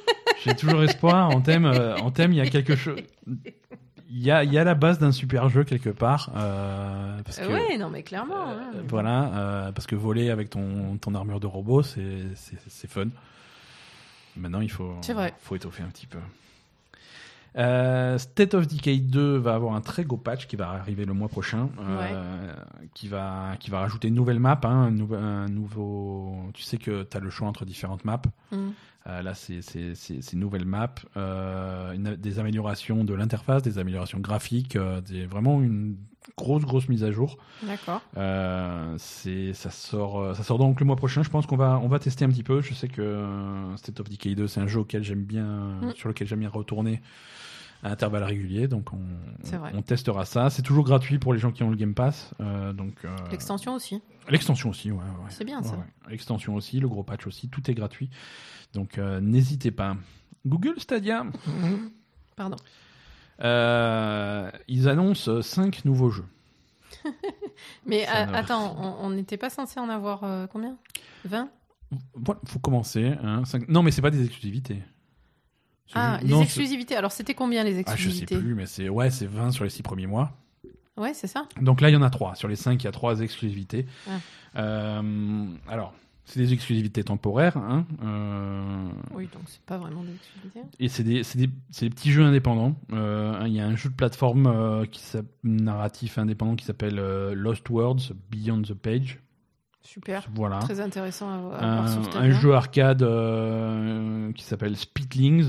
J'ai toujours espoir. En thème, euh, en thème, il y a quelque chose. Il y a, il y a la base d'un super jeu quelque part. Euh, parce que, ouais, non, mais clairement. Euh, hein. voilà, euh, parce que voler avec ton, ton armure de robot, c'est, c'est, c'est fun. Maintenant, il faut, c'est vrai. faut étoffer un petit peu. Euh, State of Decay deux va avoir un très gros patch qui va arriver le mois prochain, euh, ouais. qui, va, qui va rajouter une nouvelle map, hein, un, nou- un nouveau. Tu sais que tu as le choix entre différentes maps. Mm. Euh, là, c'est, c'est, c'est, c'est une nouvelle map, euh, une, des améliorations de l'interface, des améliorations graphiques, euh, des, vraiment une grosse, grosse mise à jour. D'accord. Euh, c'est, ça, sort, ça sort donc le mois prochain. Je pense qu'on va, on va tester un petit peu. Je sais que euh, State of Decay deux, c'est un jeu auquel j'aime bien, mm. sur lequel j'aime bien retourner à intervalles réguliers, donc on, on, on testera ça. C'est toujours gratuit pour les gens qui ont le Game Pass. Euh, donc, euh, l'extension aussi. L'extension aussi, ouais. ouais. C'est bien ça. Ouais, ouais. L'extension aussi, le gros patch aussi, tout est gratuit. Donc euh, n'hésitez pas. Google Stadia. Mmh. Pardon. Euh, ils annoncent cinq nouveaux jeux. Mais a, attends, on n'était pas censé en avoir euh, combien vingt Voilà, faut commencer. Hein, cinq... Non, mais c'est pas des exclusivités. Ah, les non, exclusivités. C'est... Alors, c'était combien les exclusivités? Ah, je sais plus, mais c'est ouais, c'est vingt sur les six premiers mois. Ouais, c'est ça. Donc là, il y en a trois. Sur les cinq, il y a trois exclusivités. Ah. Euh, alors, c'est des exclusivités temporaires. Hein, euh... Oui, donc c'est pas vraiment des exclusivités. Et c'est des, c'est des, c'est des petits jeux indépendants. Euh, il y a un jeu de plateforme euh, qui narratif indépendant qui s'appelle euh, Lost Words Beyond the Page. Super. Voilà. Très intéressant à, à un, voir sur ce un jeu arcade euh, qui s'appelle Spitlings.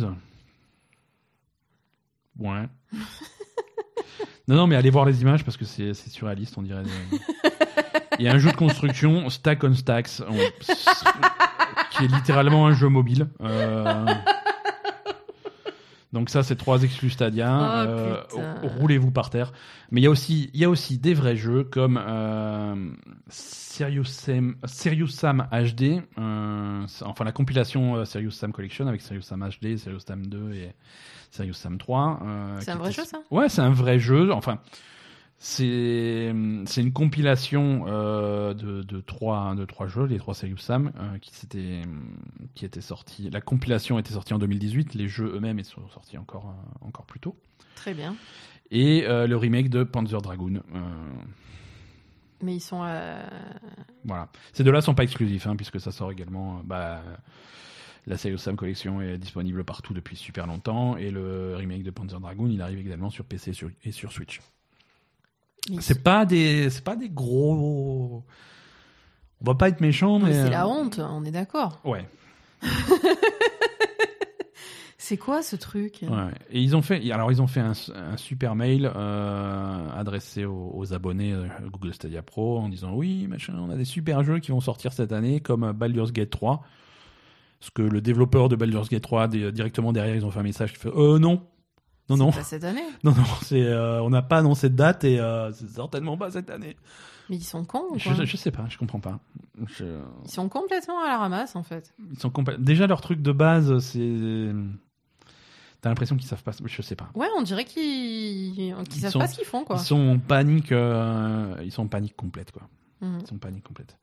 Ouais. non, non, mais allez voir les images parce que c'est, c'est surréaliste, on dirait. Des... Il y a un jeu de construction, Stack on Stacks, on... qui est littéralement un jeu mobile. Euh... Donc ça, c'est trois exclus Stadia. Oh, euh, roulez-vous par terre. Mais il y a aussi, il y a aussi des vrais jeux comme euh, Serious Sam, Serious Sam H D, euh, enfin la compilation euh, Serious Sam Collection avec Serious Sam H D, Serious Sam deux et Serious Sam trois. Euh, c'est un vrai était... jeu, ça ? Ouais, c'est un vrai jeu. Enfin, c'est c'est une compilation euh, de de trois de trois jeux, les trois Serious Sam euh, qui s'étaient qui étaient sortis. La compilation était sortie en deux mille dix-huit. Les jeux eux-mêmes sont sortis encore euh, encore plus tôt. Très bien. Et euh, le remake de Panzer Dragoon. Euh... Mais ils sont. Euh... Voilà. Ces deux-là sont pas exclusifs, hein, puisque ça sort également. Bah, la Serious Sam Collection est disponible partout depuis super longtemps, et le remake de Panzer Dragoon, il arrive également sur P C sur, et sur Switch. Mais c'est pas des, c'est pas des gros. On va pas être méchant, mais. mais c'est la honte, on est d'accord. Ouais. C'est quoi ce truc ? Ouais. Et ils ont fait, alors ils ont fait un, un super mail euh, adressé aux, aux abonnés de Google Stadia Pro en disant oui, machin, on a des super jeux qui vont sortir cette année comme Baldur's Gate trois. Parce que le développeur de Baldur's Gate trois, directement derrière, ils ont fait un message qui fait euh non. Non, c'est non. Pas cette année. Non, non, c'est, euh, on n'a pas annoncé de date et euh, c'est certainement pas cette année. Mais ils sont cons, quoi. Je, je sais pas, je comprends pas. Je... Ils sont complètement à la ramasse, en fait. Ils sont complè... Déjà, leur truc de base, c'est. T'as l'impression qu'ils savent pas. Je sais pas. Ouais, on dirait qu'ils, qu'ils ils savent sont... pas ce qu'ils font, quoi. Ils sont en panique. Euh... Ils sont en panique complète, quoi. Mmh. Ils sont en panique complète.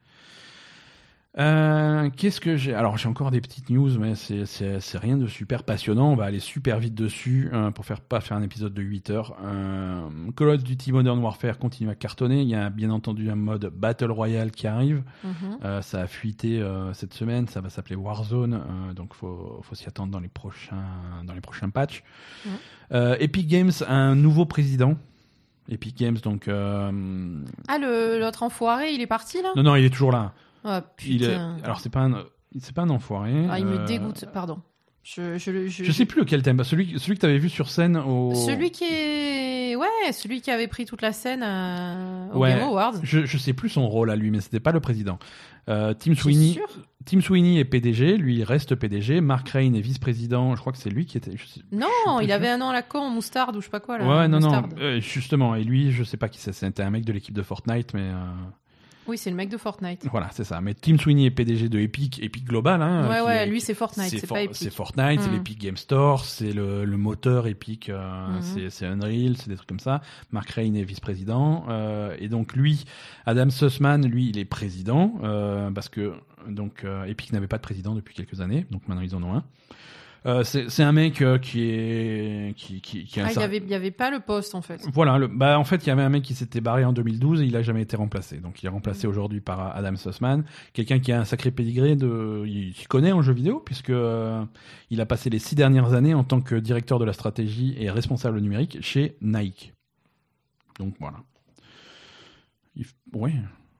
Euh, qu'est-ce que j'ai ? Alors j'ai encore des petites news, mais c'est, c'est, c'est rien de super passionnant. On va aller super vite dessus euh, pour faire pas faire un épisode de huit heures. Euh, Call of Duty Modern Warfare continue à cartonner. Il y a bien entendu un mode Battle Royale qui arrive. Mm-hmm. Euh, ça a fuité euh, cette semaine. Ça va s'appeler Warzone. Euh, donc faut faut s'y attendre dans les prochains dans les prochains patchs. Mm. Euh, Epic Games a un nouveau président. Epic Games donc. Euh... Ah le l'autre enfoiré, il est parti là ? Non non, il est toujours là. Oh, il est... Alors c'est pas un, c'est pas un enfoiré. Ah, il euh... me dégoûte, pardon. Je, je, je, je sais plus lequel thème. Celui, celui que tu avais vu sur scène au. Celui qui est, ouais, celui qui avait pris toute la scène à... au ouais, Game Awards. Je, je sais plus son rôle à lui, mais c'était pas le président. Euh, Tim Sweeney. Tim Sweeney est P D G, lui il reste P D G. Mark Rein est vice-président. Je crois que c'est lui qui était. Je sais, non, je il avait un nom à la con, moustarde ou je sais pas quoi là. Ouais, non, moustarde. non. Euh, justement, et lui, je sais pas qui c'est. C'était un mec de l'équipe de Fortnite, mais. Euh... Oui, c'est le mec de Fortnite. Voilà, c'est ça. Mais Tim Sweeney est P D G de Epic, Epic Global. Hein, ouais, ouais, est, lui c'est Fortnite, c'est, c'est for- pas Epic. C'est Fortnite, mmh. c'est l'Epic Game Store, c'est le, le moteur Epic, euh, mmh. c'est, c'est Unreal, c'est des trucs comme ça. Mark Rein est vice-président. Euh, et donc lui, Adam Sussman, lui, il est président, euh, parce que donc euh, Epic n'avait pas de président depuis quelques années, donc maintenant ils en ont un. Euh, c'est, c'est un mec euh, qui est qui qui, qui a ah, un il y avait il y avait pas le poste en fait. Voilà, le, bah en fait il y avait un mec qui s'était barré en deux mille douze et il a jamais été remplacé. Donc il est remplacé mmh. aujourd'hui par Adam Sussman, quelqu'un qui a un sacré pédigré de, il s'y connaît en jeu vidéo puisque euh, il a passé les six dernières années en tant que directeur de la stratégie et responsable numérique chez Nike. Donc voilà. Il, ouais.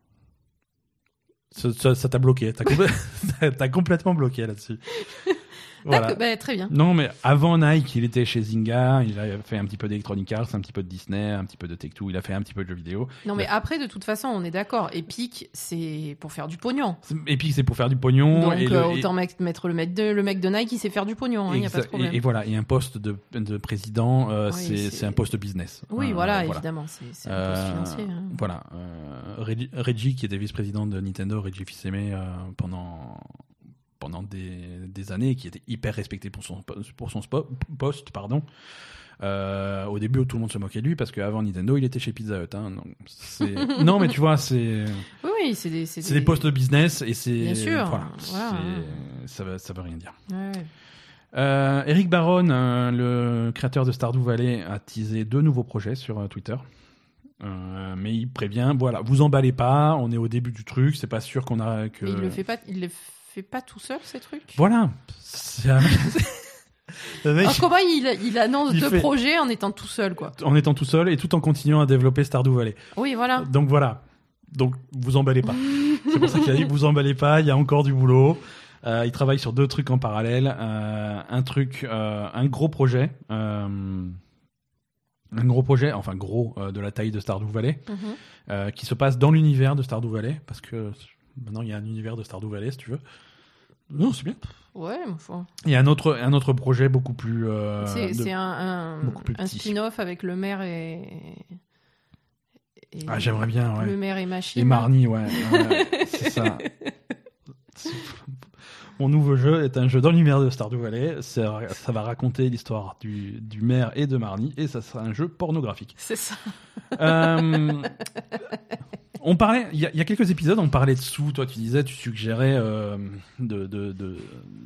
Ça, ça, ça t'a bloqué, t'as, compl- t'as complètement bloqué là-dessus. Voilà. Bah, très bien. Non, mais avant Nike, il était chez Zynga, il a fait un petit peu d'Electronic Arts, un petit peu de Disney, un petit peu de Take-Two, il a fait un petit peu de jeux vidéo. Non, mais a... après, de toute façon, on est d'accord. Epic, c'est pour faire du pognon. Epic, c'est pour faire du pognon. Donc, et euh, le, autant et... mettre le mec, de, le mec de Nike, il sait faire du pognon, il hein, n'y a pas de problème. Et, et voilà, et un poste de, de président, euh, oui, c'est, c'est... c'est un poste business. Oui, euh, voilà, voilà, évidemment, c'est, c'est un euh, poste financier. Hein. Voilà. Euh, Reggie, Reggie, qui était vice-président de Nintendo, Reggie Fils-Aimé, euh, pendant... pendant des, des années, qui était hyper respecté pour son, pour son spo, poste. Pardon. Euh, au début, tout le monde se moquait de lui parce qu'avant Nintendo, il était chez Pizza Hut. Hein, donc c'est... non, mais tu vois, c'est. Oui, oui c'est des. C'est, c'est des... des postes de business et c'est. Bien sûr. Voilà. voilà. C'est... Ça, veut, ça veut rien dire. Ouais. Euh, Eric Barron, euh, le créateur de Stardew Valley, a teasé deux nouveaux projets sur euh, Twitter. Euh, mais il prévient, voilà, vous emballez pas, on est au début du truc, c'est pas sûr qu'on a que. Mais il le fait pas. Il le fait pas tout seul ces trucs. Voilà. C'est un... mec... Alors comment il, il annonce il deux fait... projets en étant tout seul quoi. En étant tout seul et tout en continuant à développer Stardew Valley. Oui voilà. Donc voilà. Donc vous emballez pas. C'est pour ça qu'il a dit vous emballez pas, il y a encore du boulot. Euh, il travaille sur deux trucs en parallèle. Euh, un truc, euh, un gros projet. Euh, un gros projet, enfin gros, euh, de la taille de Stardew Valley, mm-hmm. euh, qui se passe dans l'univers de Stardew Valley, parce que maintenant il y a un univers de Stardew Valley, si tu veux. Non, c'est bien. Ouais, mais faut... Il y a un autre, un autre projet beaucoup plus. Euh, c'est, de, c'est un, un, beaucoup plus un spin-off avec le maire et. et ah, j'aimerais bien, ouais. Le maire et Machine. Et Marnie, ouais. ouais c'est ça. Mon nouveau jeu est un jeu dans l'univers de Stardew Valley. C'est, ça va raconter l'histoire du, du maire et de Marnie, et ça sera un jeu pornographique. C'est ça. Euh, on parlait, il y, y a quelques épisodes, on parlait de sous. Toi, tu disais, tu suggérais euh, de, de, de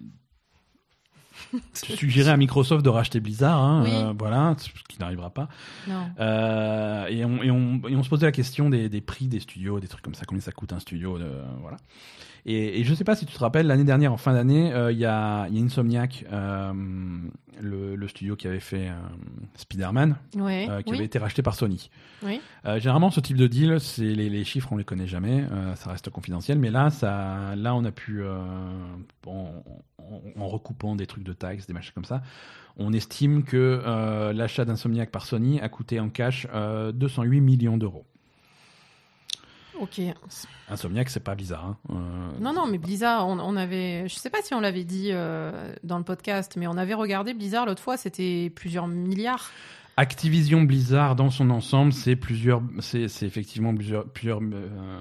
tu suggérais à Microsoft de racheter Blizzard, hein, oui. euh, voilà, ce qui n'arrivera pas. Non. Euh, et, on, et, on, et on se posait la question des, des prix des studios, des trucs comme ça, combien ça coûte un studio, de, voilà. Et, et je ne sais pas si tu te rappelles, l'année dernière, en fin d'année, il euh, y, a, y a Insomniac, euh, le, le studio qui avait fait euh, Spider-Man, ouais, euh, qui oui. avait été racheté par Sony. Oui. Euh, généralement, ce type de deal, c'est les, les chiffres, on les connaît jamais, euh, ça reste confidentiel. Mais là, ça, là, on a pu, euh, en, en, en recoupant des trucs de taxes, des machins comme ça, on estime que euh, l'achat d'Insomniac par Sony a coûté en cash euh, deux cent huit millions d'euros. Ok. Insomniac, c'est pas Blizzard. Hein. Euh... Non, non, mais Blizzard, on, on avait, je sais pas si on l'avait dit euh, dans le podcast, mais on avait regardé Blizzard l'autre fois, c'était plusieurs milliards. Activision Blizzard dans son ensemble, c'est plusieurs, c'est, c'est effectivement plusieurs, plusieurs, euh,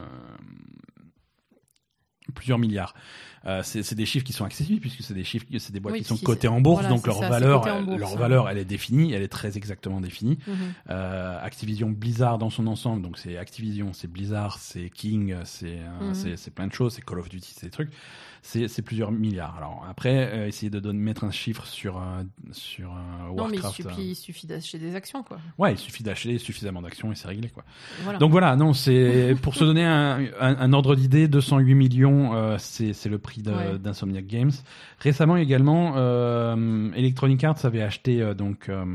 plusieurs milliards. Euh, c'est, c'est des chiffres qui sont accessibles puisque c'est des chiffres, c'est des boîtes oui, qui sont cotées en bourse, voilà, donc leur ça, valeur, bourse, leur hein. valeur, elle est définie, elle est très exactement définie. Mm-hmm. Euh, Activision Blizzard dans son ensemble, donc c'est Activision, c'est Blizzard, c'est King, c'est, euh, mm-hmm. c'est, c'est plein de choses, c'est Call of Duty, c'est des trucs. C'est, c'est plusieurs milliards. Alors après, euh, essayer de donner, mettre un chiffre sur euh, sur euh, Warcraft. Non, mais il suffit, euh... il suffit d'acheter des actions, quoi. Ouais, il suffit d'acheter suffisamment d'actions et c'est réglé, quoi. Voilà. Donc voilà, non, c'est pour se donner un, un, un ordre d'idée, deux cent huit millions, euh, c'est c'est le prix de, ouais. d'Insomniac Games. Récemment également, euh, Electronic Arts avait acheté euh, donc euh,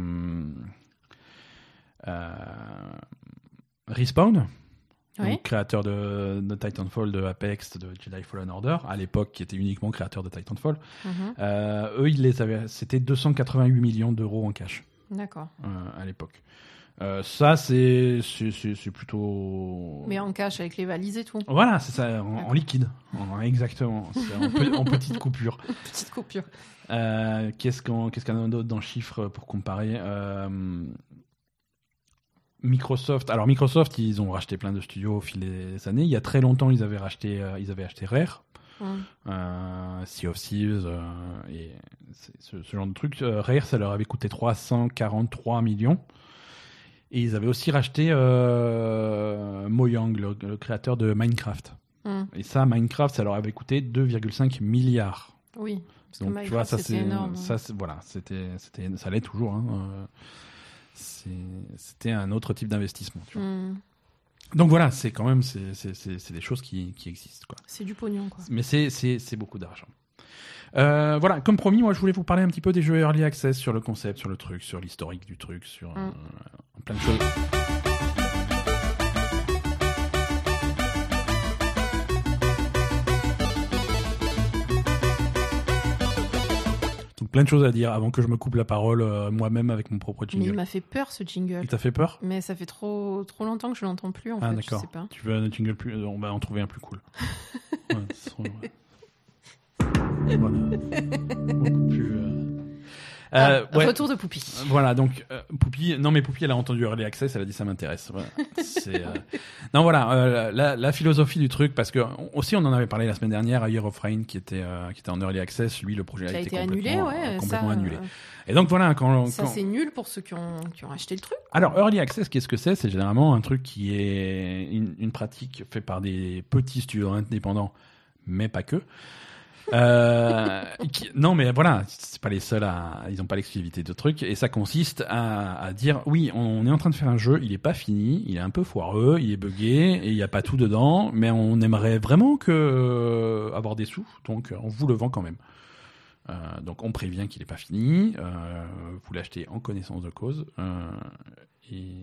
euh, Respawn. Oui. Donc, créateur de, de Titanfall, de Apex, de Jedi Fallen Order, à l'époque, qui était uniquement créateur de Titanfall. Mm-hmm. Euh, eux, ils les avaient, c'était deux cent quatre-vingt-huit millions d'euros en cash. D'accord. Euh, à l'époque. Euh, ça, c'est, c'est, c'est, c'est plutôt. Mais en cash avec les valises et tout. Voilà, c'est ça, en, en liquide. En, exactement. C'est en, pe- en petite coupure. Petite coupure. Euh, qu'est-ce qu'on, qu'est-ce qu'on a d'autre dans le chiffre pour comparer euh, Microsoft. Alors Microsoft, ils ont racheté plein de studios au fil des années. Il y a très longtemps, ils avaient racheté, euh, ils avaient acheté Rare, mm. euh, Sea of Thieves euh, et ce, ce genre de trucs. Euh, Rare, ça leur avait coûté trois cent quarante-trois millions. Et ils avaient aussi racheté euh, Mojang, le, le créateur de Minecraft. Mm. Et ça, Minecraft, ça leur avait coûté deux virgule cinq milliards. Oui. Donc tu vois, ça c'est, énorme, ça c'est, voilà, c'était, c'était, ça l'est toujours. Hein. Euh, c'est, c'était un autre type d'investissement. Tu vois. Mm. Donc voilà, c'est quand même, c'est, c'est, c'est, c'est des choses qui, qui existent, quoi. C'est du pognon, quoi. Mais c'est, c'est, c'est beaucoup d'argent. Euh, voilà, comme promis, moi je voulais vous parler un petit peu des jeux Early Access, sur le concept, sur le truc, sur l'historique du truc, sur mm. euh, plein de choses. Plein de choses à dire avant que je me coupe la parole euh, moi-même avec mon propre jingle. Mais il m'a fait peur, ce jingle. Il t'a fait peur ? Mais ça fait trop, trop longtemps que je l'entends plus, en ah, fait. D'accord. Je sais pas. Tu veux un jingle plus... On va en trouver un plus cool. ouais, trop... voilà. Beaucoup plus... Euh... Euh, ah, ouais. Retour de Poupie. Voilà, donc euh, Poupie, non mais Poupie, elle a entendu Early Access, elle a dit ça m'intéresse. Voilà. C'est, euh... non voilà, euh, la, la philosophie du truc, parce que on, aussi on en avait parlé la semaine dernière, à Year of Rain qui était euh, qui était en Early Access, lui le projet a, a été, été complètement, annulé, ouais, euh, complètement ça, annulé. Euh... Et donc voilà, quand, ça quand... c'est nul pour ceux qui ont qui ont acheté le truc. Alors Early Access, qu'est-ce que c'est ? C'est généralement un truc qui est une, une pratique faite par des petits studios indépendants, mais pas que. euh, qui, non mais voilà, c'est pas les seuls à, ils ont pas l'exclusivité de trucs, et ça consiste à, à dire oui, on est en train de faire un jeu, il est pas fini, il est un peu foireux, il est buggé et il y a pas tout dedans, mais on aimerait vraiment que euh, avoir des sous, donc on vous le vend quand même. Euh, donc on prévient qu'il est pas fini, euh, vous l'achetez en connaissance de cause, euh, et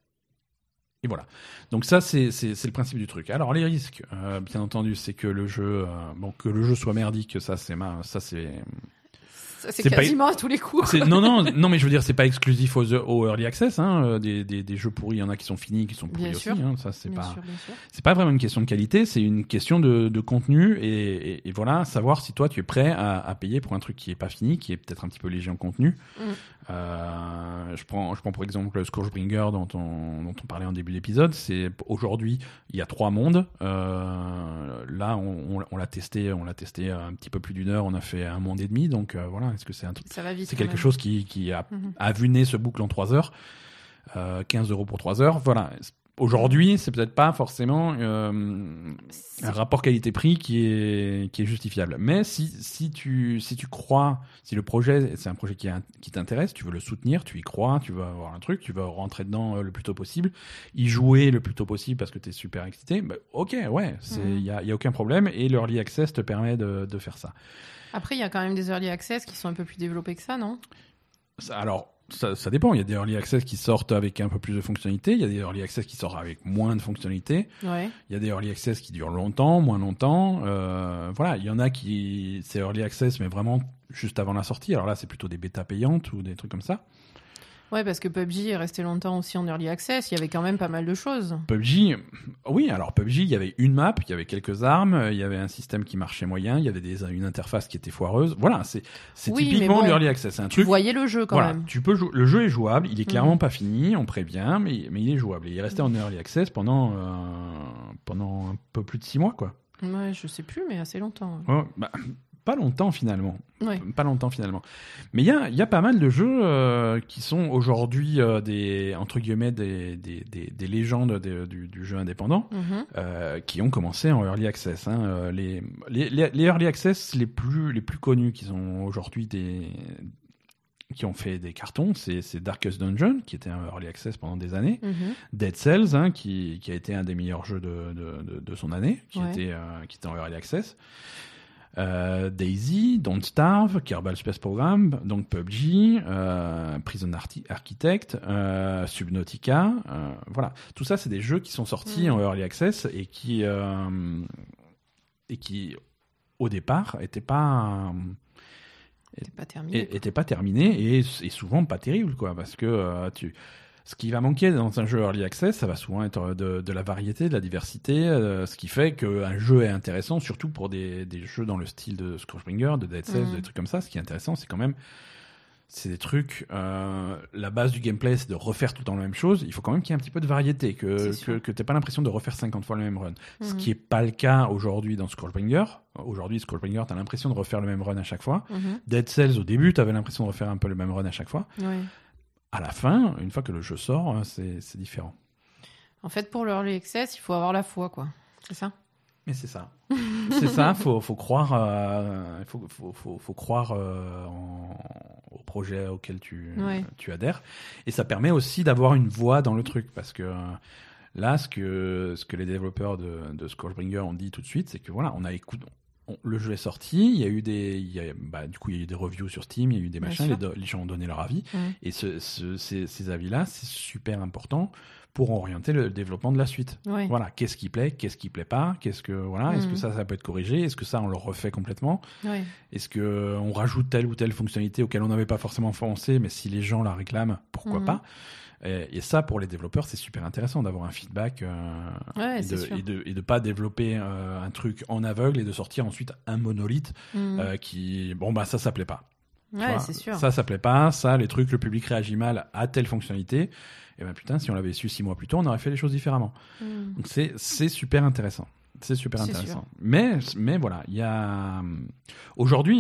Et voilà. Donc ça, c'est, c'est, c'est le principe du truc. Alors les risques, euh, bien entendu, c'est que le jeu, euh, bon, que le jeu soit merdique, ça c'est ma, ça c'est. Ça, c'est, c'est quasiment pas, à tous les coups. C'est, non, non, non, mais je veux dire, c'est pas exclusif aux, aux early access. Hein, des, des, des jeux pourris, il y en a qui sont finis, qui sont pourris bien aussi. Hein, ça, c'est bien pas. Sûr, bien sûr. C'est pas vraiment une question de qualité, c'est une question de, de contenu et, et, et voilà, savoir si toi tu es prêt à, à payer pour un truc qui est pas fini, qui est peut-être un petit peu léger en contenu. Mm. Euh, je prends, je prends pour exemple le Scourgebringer dont on, dont on parlait en début d'épisode. C'est aujourd'hui, il y a trois mondes. Euh, là, on, on, on l'a testé, on l'a testé un petit peu plus d'une heure. On a fait un monde et demi, donc euh, voilà. Est-ce que c'est un truc ? Ça va vite. C'est quelque même. chose qui, qui a, mm-hmm. a vu naître ce boucle en trois heures. Euh, quinze euros pour trois heures. Voilà. Aujourd'hui, c'est peut-être pas forcément euh, un rapport qualité-prix qui est qui est justifiable. Mais si si tu si tu crois, si le projet c'est un projet qui a, qui t'intéresse, tu veux le soutenir, tu y crois, tu veux avoir un truc, tu veux rentrer dedans le plus tôt possible, y jouer le plus tôt possible parce que t'es super excité. Bah, ok, ouais, c'est il mmh. y a y a aucun problème et l'early access te permet de de faire ça. Après, il y a quand même des early access qui sont un peu plus développés que ça, non ? Alors. Ça, ça dépend. Il y a des early access qui sortent avec un peu plus de fonctionnalités. Il y a des early access qui sortent avec moins de fonctionnalités. Ouais. Il y a des early access qui durent longtemps, moins longtemps. Euh, voilà. Il y en a qui, c'est early access, mais vraiment juste avant la sortie. Alors là, c'est plutôt des bêtas payantes ou des trucs comme ça. Ouais, parce que P U B G est resté longtemps aussi en early access. Il y avait quand même pas mal de choses. P U B G, oui. Alors P U B G, il y avait une map, il y avait quelques armes, il y avait un système qui marchait moyen, il y avait des, une interface qui était foireuse. Voilà, c'est, c'est oui, typiquement bon, l'early access. C'est un tu truc. voyais le jeu quand voilà, même. Tu peux jou- le jeu est jouable. Il est clairement mmh. pas fini. On prévient, mais mais il est jouable. Et il est resté mmh. en early access pendant euh, pendant un peu plus de six mois, quoi. Ouais, je sais plus, mais assez longtemps. Ouais, bah. Pas longtemps finalement, ouais. pas longtemps finalement. Mais il y a, y a pas mal de jeux euh, qui sont aujourd'hui euh, des entre guillemets des des, des, des légendes des, du, du jeu indépendant mm-hmm. euh, qui ont commencé en early access. Hein. Les, les les early access les plus les plus connus qui sont aujourd'hui des qui ont fait des cartons, c'est, c'est Darkest Dungeon qui était un early access pendant des années, mm-hmm. Dead Cells hein, qui qui a été un des meilleurs jeux de de de, de son année, qui ouais. était euh, qui était en early access. Euh, Daisy, Don't Starve, Kerbal Space Program, donc P U B G, euh, Prison Arti- Architect, euh, Subnautica, euh, voilà. Tout ça, c'est des jeux qui sont sortis mmh. en early access et qui euh, et qui au départ étaient pas étaient pas terminés, étaient pas terminés et, et souvent pas terribles quoi, parce que euh, tu ce qui va manquer dans un jeu early access, ça va souvent être de, de la variété, de la diversité, euh, ce qui fait qu'un jeu est intéressant, surtout pour des, des jeux dans le style de Scourgebringer, de Dead Cells, mmh. des trucs comme ça. Ce qui est intéressant, c'est quand même, c'est des trucs. Euh, la base du gameplay, c'est de refaire tout le temps la même chose. Il faut quand même qu'il y ait un petit peu de variété, que que, que t'aies pas l'impression de refaire cinquante fois le même run. Mmh. Ce qui est pas le cas aujourd'hui dans Scourgebringer. Aujourd'hui, Scourgebringer, t'as l'impression de refaire le même run à chaque fois. Mmh. Dead Cells, au début, t'avais l'impression de refaire un peu le même run à chaque fois. Ouais. À la fin, une fois que le jeu sort, c'est, c'est différent. En fait, pour l'early access, il faut avoir la foi, quoi. C'est ça ? Mais c'est ça. C'est ça, faut, faut croire, euh, faut, faut, faut, faut croire euh, en, au projet auquel tu, ouais. tu adhères. Et ça permet aussi d'avoir une voix dans le truc. Parce que euh, là, ce que, ce que les développeurs de, de Scourgebringer ont dit tout de suite, c'est que voilà, on a écouté. On, le jeu est sorti, il y a eu des, il y a, bah, du coup, il y a eu des reviews sur Steam, il y a eu des machins, les, les gens ont donné leur avis. Mmh. Et ce, ce, ces, ces avis-là, c'est super important pour orienter le développement de la suite. Oui. Voilà, qu'est-ce qui plaît, qu'est-ce qui plaît pas, qu'est-ce que voilà, mmh. est-ce que ça, ça peut être corrigé, est-ce que ça, on le refait complètement, oui. est-ce que on rajoute telle ou telle fonctionnalité auquel on n'avait pas forcément pensé, mais si les gens la réclament, pourquoi mmh. pas. Et, et ça, pour les développeurs, c'est super intéressant d'avoir un feedback euh, ouais, et, de, et, de, et de pas développer euh, un truc en aveugle et de sortir ensuite un monolithe mmh. euh, qui, bon bah ça, ça plaît pas. Ouais, c'est sûr. Ça, ça plaît pas. Ça, les trucs, le public réagit mal à telle fonctionnalité. Et ben putain, si on l'avait su six mois plus tôt, on aurait fait les choses différemment. Mmh. Donc c'est c'est super intéressant. C'est super c'est intéressant. Sûr. Mais mais voilà, il y a aujourd'hui,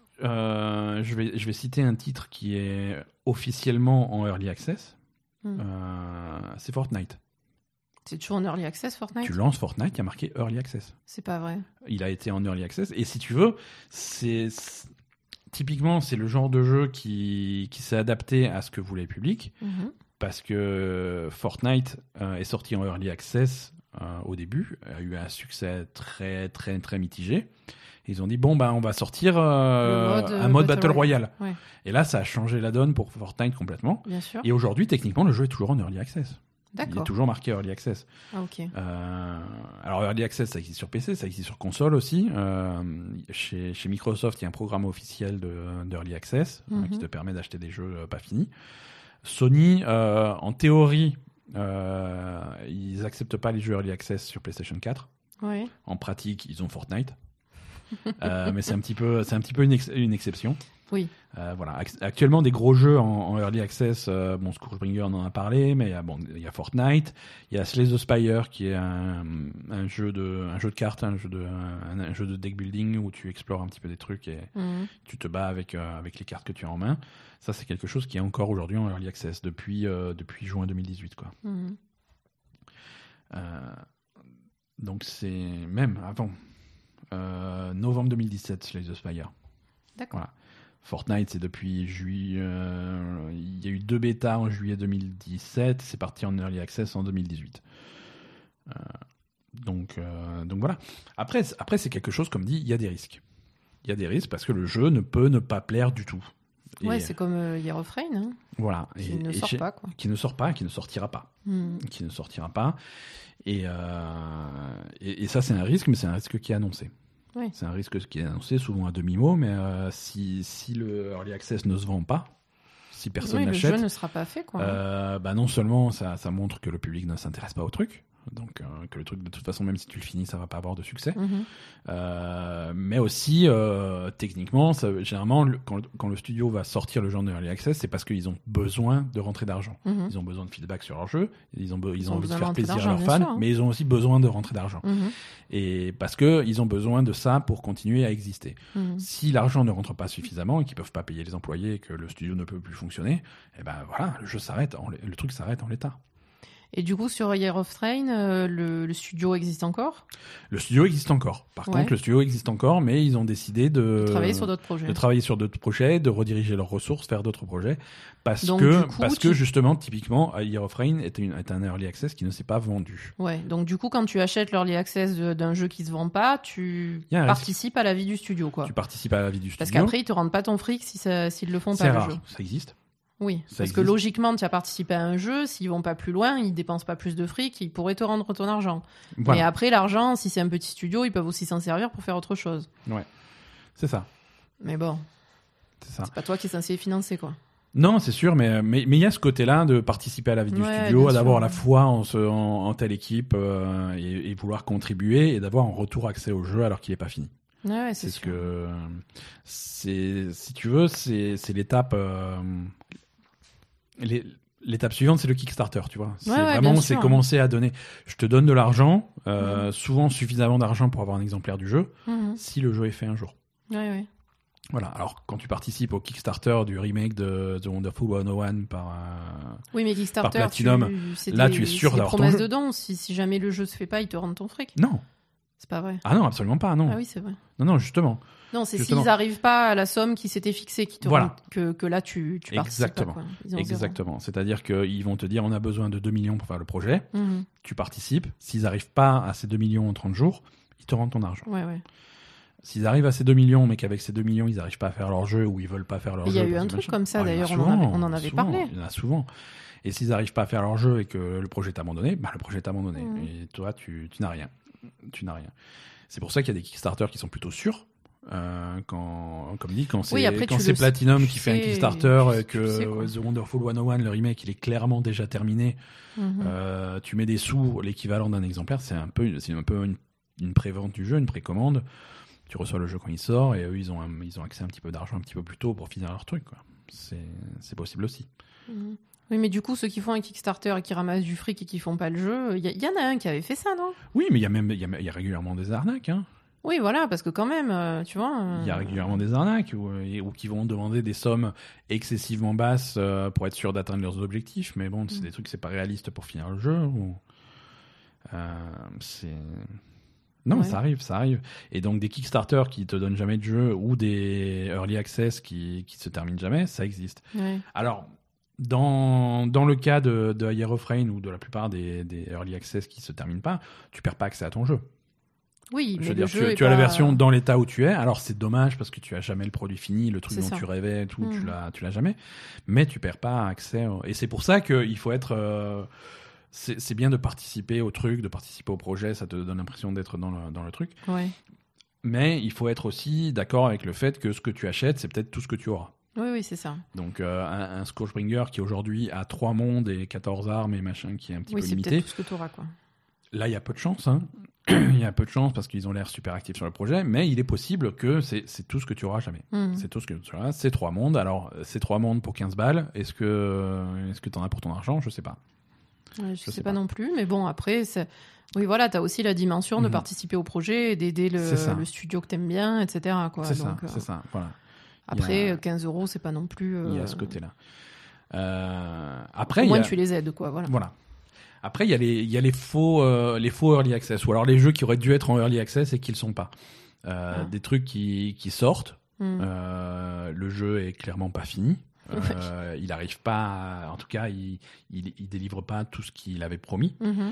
euh, je vais je vais citer un titre qui est officiellement en early access. Mmh. Euh, c'est Fortnite. C'est toujours en early access, Fortnite ? Tu lances Fortnite, il y a marqué early access. C'est pas vrai. Il a été en early access. Et si tu veux, c'est, c'est... typiquement, c'est le genre de jeu qui, qui s'est adapté à ce que voulait le public. Mmh. Parce que Fortnite euh, est sorti en early access euh, au début, a eu un succès très, très, très mitigé. Ils ont dit, bon, bah, on va sortir euh, mode, un mode Battle, Battle Royale. Ouais. Et là, ça a changé la donne pour Fortnite complètement. Bien sûr. Et aujourd'hui, techniquement, le jeu est toujours en Early Access. D'accord. Il est toujours marqué Early Access. Ah, ok. Euh, alors, Early Access, ça existe sur P C, ça existe sur console aussi. Euh, chez, chez Microsoft, il y a un programme officiel de, d'Early Access mm-hmm. euh, qui te permet d'acheter des jeux euh, pas finis. Sony, euh, en théorie, euh, ils n'acceptent pas les jeux Early Access sur PlayStation quatre. Oui. En pratique, ils ont Fortnite. euh, mais c'est un petit peu, c'est un petit peu une, ex- une exception. Oui. Euh, voilà. Actuellement, des gros jeux en, en early access. Euh, bon, Scourgebringer on en a parlé, mais il y a, bon, il y a Fortnite, il y a Slay the Spire qui est un, un jeu de, un jeu de cartes, un jeu de, un, un jeu de deck building où tu explores un petit peu des trucs et mmh. tu te bats avec euh, avec les cartes que tu as en main. Ça, c'est quelque chose qui est encore aujourd'hui en early access depuis euh, depuis juin deux mille dix-huit, quoi. Mmh. Euh, donc c'est même avant. Euh, novembre deux mille dix-sept, Slay the Spire. D'accord. Voilà. Fortnite, c'est depuis juillet. Euh, il y a eu deux bêtas en juillet deux mille dix-sept. C'est parti en early access en deux mille dix-huit. Euh, donc, euh, donc voilà. Après, après, c'est quelque chose, comme dit, il y a des risques. Il y a des risques parce que le jeu ne peut ne pas plaire du tout. Et ouais, c'est comme euh, Year of Rain. Hein, voilà. Qui et, ne et sort chez, pas, quoi. Qui ne sort pas, qui ne sortira pas. Mm. Qui ne sortira pas. Et, euh, et, et ça, c'est un risque, mais c'est un risque qui est annoncé. Oui. C'est un risque qui est annoncé, souvent à demi-mot, mais euh, si, si le Early Access ne se vend pas, si personne oui, n'achète... le jeu ne sera pas fait, quoi. Euh, bah non seulement ça, ça montre que le public ne s'intéresse pas au truc, donc euh, que le truc, de toute façon, même si tu le finis, ça va pas avoir de succès. Mm-hmm. Euh, mais aussi, euh, techniquement, ça, généralement, le, quand, quand le studio va sortir le genre de Early Access, c'est parce qu'ils ont besoin de rentrer d'argent. Mm-hmm. Ils ont besoin de feedback sur leur jeu, ils ont, be- ils, ils ont envie de faire plaisir à leurs fans, sûr, hein. mais ils ont aussi besoin de rentrer d'argent. Mm-hmm. Et parce qu'ils ont besoin de ça pour continuer à exister. Mm-hmm. Si l'argent ne rentre pas suffisamment et qu'ils peuvent pas payer les employés et que le studio ne peut plus fonctionner, eh ben voilà, le jeu s'arrête, en, le truc s'arrête en l'état. Et du coup, sur Year of Rain, euh, le, le studio existe encore ? Le studio existe encore. Par ouais. contre, le studio existe encore, mais ils ont décidé de, de travailler sur d'autres projets. De travailler sur d'autres projets, de rediriger leurs ressources vers d'autres projets, parce donc, que coup, parce tu... que justement, typiquement, Year of Rain est, une, est un early access qui ne s'est pas vendu. Ouais. Donc du coup, quand tu achètes l'early access de, d'un jeu qui se vend pas, tu participes risque. à la vie du studio, quoi. Tu participes à la vie du studio. Parce qu'après, ils te rendent pas ton fric si ça, s'ils le font C'est pas rare. le jeu. Ça existe. Oui, ça parce existe. Que logiquement, tu as participé à un jeu, s'ils vont pas plus loin, ils dépensent pas plus de fric, ils pourraient te rendre ton argent. Voilà. Mais après, l'argent, si c'est un petit studio, ils peuvent aussi s'en servir pour faire autre chose. Ouais, c'est ça. Mais bon, c'est ça. C'est pas toi qui es censé financer, quoi. Non, c'est sûr, mais mais mais il y a ce côté-là de participer à la vie du ouais, studio, d'avoir sûr. la foi en, ce, en, en telle équipe euh, et, et vouloir contribuer et d'avoir en retour accès au jeu alors qu'il est pas fini. Ouais, c'est, c'est sûr. ce que c'est, si tu veux, c'est c'est l'étape. Euh, Les, l'étape suivante, c'est le Kickstarter, tu vois. C'est ouais, ouais, vraiment, c'est sûr. commencer à donner. Je te donne de l'argent, euh, mmh. souvent suffisamment d'argent pour avoir un exemplaire du jeu, mmh. si le jeu est fait un jour. Ouais, ouais. Voilà. Alors, quand tu participes au Kickstarter du remake de The Wonderful cent un par, euh, oui, mais Kickstarter, par Platinum, tu, là, des, tu es sûr d'avoir ton jeu. dedans. Si, si jamais le jeu se fait pas, ils te rendent ton fric. Non. C'est pas vrai. Ah non, absolument pas, non. Ah oui, c'est vrai. Non, non, justement. Non, c'est justement. s'ils n'arrivent pas à la somme qui s'était fixée, qui te voilà. rend, que, que là, tu, tu participes Exactement. pas. Quoi. Exactement. C'est-à-dire qu'ils vont te dire, on a besoin de deux millions pour faire le projet. Mmh. Tu participes. S'ils n'arrivent pas à ces deux millions en trente jours, ils te rendent ton argent. Ouais, ouais. S'ils arrivent à ces deux millions, mais qu'avec ces deux millions, ils n'arrivent pas à faire leur jeu ou ils veulent pas faire leur il jeu. Il y a eu un truc machin. comme ça, ah, d'ailleurs, souvent, on en avait, on en avait souvent, parlé. Il y en a souvent. Et s'ils n'arrivent pas à faire leur jeu et que le projet est abandonné, bah, le projet est abandonné. Mmh. Et toi, tu, tu n'as rien. Tu n'as rien. C'est pour ça qu'il y a des Kickstarter qui sont plutôt sûrs. Euh, quand, comme dit, quand c'est, oui, après, quand c'est Platinum qui sais, fait un Kickstarter tu, et que sais, The Wonderful cent un, le remake, il est clairement déjà terminé, mmh. euh, tu mets des sous, l'équivalent d'un exemplaire, c'est un peu, c'est un peu une, une pré-vente du jeu, une précommande. Tu reçois le jeu quand il sort et eux, ils ont, un, ils ont accès à un petit peu d'argent un petit peu plus tôt pour finir leur truc. Quoi. C'est, c'est possible aussi. Mmh. Oui, mais du coup, ceux qui font un Kickstarter et qui ramassent du fric et qui font pas le jeu, il y, y en a un qui avait fait ça, non ? Oui, mais il y a même, il y a, y a régulièrement des arnaques. Hein. Oui, voilà, parce que quand même, euh, tu vois. Il euh... y a régulièrement des arnaques ou, ou qui vont demander des sommes excessivement basses euh, pour être sûr d'atteindre leurs objectifs. Mais bon, c'est mmh. des trucs, c'est pas réaliste pour finir le jeu. Ou... Euh, c'est. Non, ouais. ça arrive, ça arrive. Et donc des Kickstarter qui te donnent jamais de jeu ou des Early Access qui, qui se terminent jamais, ça existe. Ouais. Alors, dans, dans le cas de, de Hierofrain ou de la plupart des, des Early Access qui se terminent pas, tu perds pas accès à ton jeu. Oui, Je mais veux le dire, jeu tu, est tu pas... as la version dans l'état où tu es. Alors c'est dommage parce que tu as jamais le produit fini, le truc c'est dont ça. tu rêvais, tout, mmh. tu l'as, tu l'as jamais. Mais tu perds pas accès. Au... Et c'est pour ça qu'il faut être. Euh... C'est, c'est bien de participer au truc, de participer au projet. Ça te donne l'impression d'être dans le, dans le truc. Ouais. Mais il faut être aussi d'accord avec le fait que ce que tu achètes, c'est peut-être tout ce que tu auras. Oui, oui, c'est ça. Donc euh, un, un Scourgebringer qui aujourd'hui a trois mondes et quatorze armes et machin, qui est un petit oui, peu c'est limité. Peut-être tout ce que tu auras, quoi. Là, il y a peu de chance. Hein. Il y a peu de chance parce qu'ils ont l'air super actifs sur le projet, mais il est possible que c'est, c'est tout ce que tu auras jamais. Mmh. C'est tout ce que tu auras. C'est trois mondes. Alors, c'est trois mondes pour quinze balles. Est-ce que est-ce que tu en as pour ton argent ? Je sais pas. Ouais, je, je sais, sais pas, pas non plus, mais bon, après, c'est... oui, voilà, tu as aussi la dimension mmh. de participer au projet, d'aider le, le studio que tu aimes bien, et cetera. Quoi. C'est Donc, ça, euh... c'est ça. Voilà. Après, a... quinze euros, c'est pas non plus. Euh... Il y a ce côté-là. Euh... Après, au moins, il y a... tu les aides, quoi. Voilà. Voilà. Après, il y a les, il y a les faux, euh, les faux early access, ou alors les jeux qui auraient dû être en early access et qui le sont pas. Euh, ah. Des trucs qui, qui sortent. Mm. Euh, le jeu est clairement pas fini. Euh, il arrive pas, à, en tout cas, il, il, il délivre pas tout ce qu'il avait promis. Mm-hmm.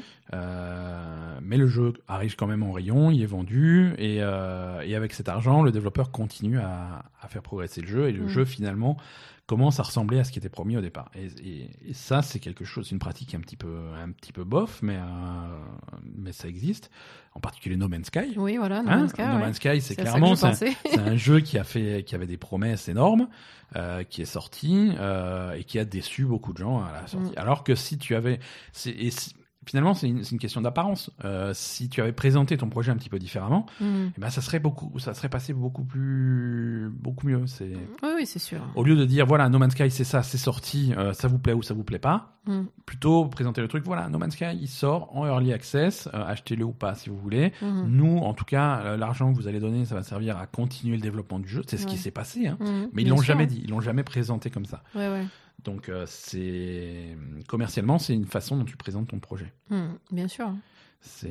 Euh, mais le jeu arrive quand même en rayon, il est vendu, et, euh, et avec cet argent, le développeur continue à, à faire progresser le jeu, et le mm. jeu finalement commence à ressembler à ce qui était promis au départ. Et, et, et ça, c'est quelque chose, une pratique un petit peu, un petit peu bof, mais, euh, mais ça existe. En particulier No Man's Sky. Oui, voilà, No hein Man's Sky. No ouais. Man's Sky, c'est, c'est clairement c'est un, c'est un jeu qui a fait, qui avait des promesses énormes, euh, qui est sorti euh, et qui a déçu beaucoup de gens à la sortie. Mm. Alors que si tu avais, c'est, et si, finalement, c'est une, c'est une question d'apparence. Euh, si tu avais présenté ton projet un petit peu différemment, mm. eh ben, ça serait beaucoup, ça serait passé beaucoup plus, beaucoup mieux. C'est... Oui, oui, c'est sûr. Au lieu de dire, voilà, No Man's Sky, c'est ça, c'est sorti, euh, ça vous plaît ou ça vous plaît pas, mm. plutôt présenter le truc, voilà, No Man's Sky, il sort en early access, euh, achetez-le ou pas si vous voulez. Mm. Nous, en tout cas, euh, l'argent que vous allez donner, ça va servir à continuer le développement du jeu. C'est ce ouais. qui s'est passé, hein. mm. Mais ils Bien l'ont sûr. jamais dit, ils l'ont jamais présenté comme ça. Ouais, ouais. Donc, euh, c'est commercialement, c'est une façon dont tu présentes ton projet. Mmh, bien sûr. C'est...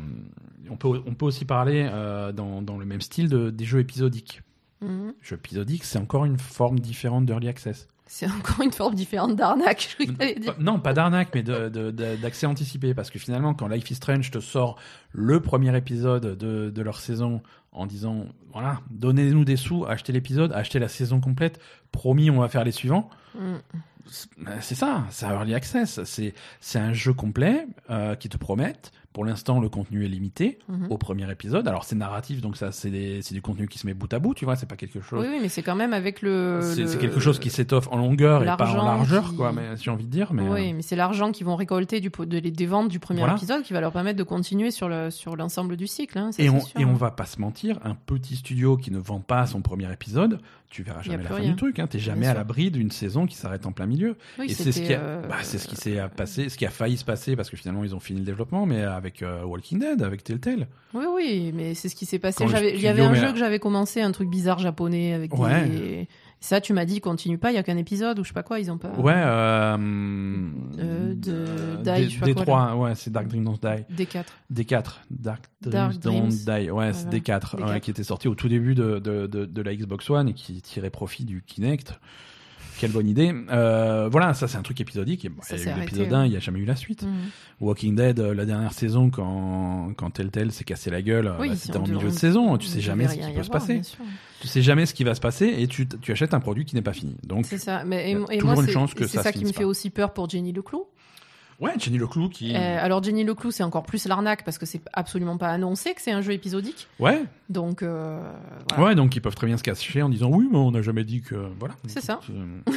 On peut, on peut aussi parler euh, dans, dans le même style de, des jeux épisodiques. Mmh. Jeux épisodiques, c'est encore une forme différente d'early access. C'est encore une forme différente d'arnaque, je crois que t'allais dire. Non, pas d'arnaque, mais de, de, de, d'accès anticipé. Parce que finalement, quand Life is Strange te sort le premier épisode de, de leur saison en disant, voilà, donnez-nous des sous, achetez l'épisode, achetez la saison complète, promis, on va faire les suivants. Mm. C'est ça, c'est early access. C'est, c'est un jeu complet euh, qui te promettent. Pour l'instant, le contenu est limité mm-hmm. au premier épisode. Alors, c'est narratif, donc ça, c'est, des, c'est du contenu qui se met bout à bout, tu vois, c'est pas quelque chose... Oui, oui, mais c'est quand même avec le... C'est, le... c'est quelque chose qui s'étoffe en longueur et pas en largeur, qui... quoi, mais, j'ai envie de dire. Mais, oui, euh... mais c'est l'argent qu'ils vont récolter du, de, des ventes du premier voilà. épisode qui va leur permettre de continuer sur, le, sur l'ensemble du cycle. Hein, ça, et, c'est on, sûr, et hein. on va pas se mentir, un petit studio qui ne vend pas son premier épisode, tu verras jamais la fin rien. du truc. Hein, t'es jamais Bien à sûr. l'abri d'une saison qui s'arrête en plein milieu. Oui, et c'est ce, qui a, euh... bah, c'est ce qui s'est passé, ce qui a failli se passer parce que finalement ils ont fini le développement, mais avec avec euh, Walking Dead, avec Telltale. Oui, oui, mais c'est ce qui s'est passé. Quand J'avais, le il y avait un studio jeu met- que j'avais commencé, un truc bizarre japonais avec Ouais. des... Ça, tu m'as dit, continue pas, il y a qu'un épisode ou je sais pas quoi, ils ont pas... Ouais, euh, Euh, de- euh, Die, D- je sais pas D quoi, trois, ouais, c'est Dark Dream Don't Die. D quatre. D quatre, Dark Dreams Dark Don't Dreams. Die, ouais, c'est Voilà. D quatre, D ouais, quatre. qui était sorti au tout début de, de, de, de la Xbox One et qui tirait profit du Kinect. Quelle bonne idée. Euh, voilà, ça c'est un truc épisodique. Et, bon, Ça il y s'est a eu arrêté, l'épisode ouais. un, il n'y a jamais eu la suite. Mhm. Walking Dead, euh, la dernière saison, quand, quand Telltale s'est cassé la gueule, Oui, bah, si c'était on en devait- milieu de on- saison, tu il sais devait jamais ce rien qui y peut se avoir, passer. bien sûr. Tu sais jamais ce qui va se passer et tu, tu achètes un produit qui n'est pas fini. Donc, C'est ça. Mais, et, il y a et toujours moi, une c'est, chance que et c'est ça ça se qui me finisse fait pas. aussi peur pour Jenny Leclou. ouais, Jenny Leclou qui. Euh, alors Jenny Leclou, c'est encore plus l'arnaque parce que c'est absolument pas annoncé que c'est un jeu épisodique. Ouais, Donc, euh, voilà. ouais, donc ils peuvent très bien se cacher en disant oui, mais on n'a jamais dit que. Voilà. C'est ça. Euh,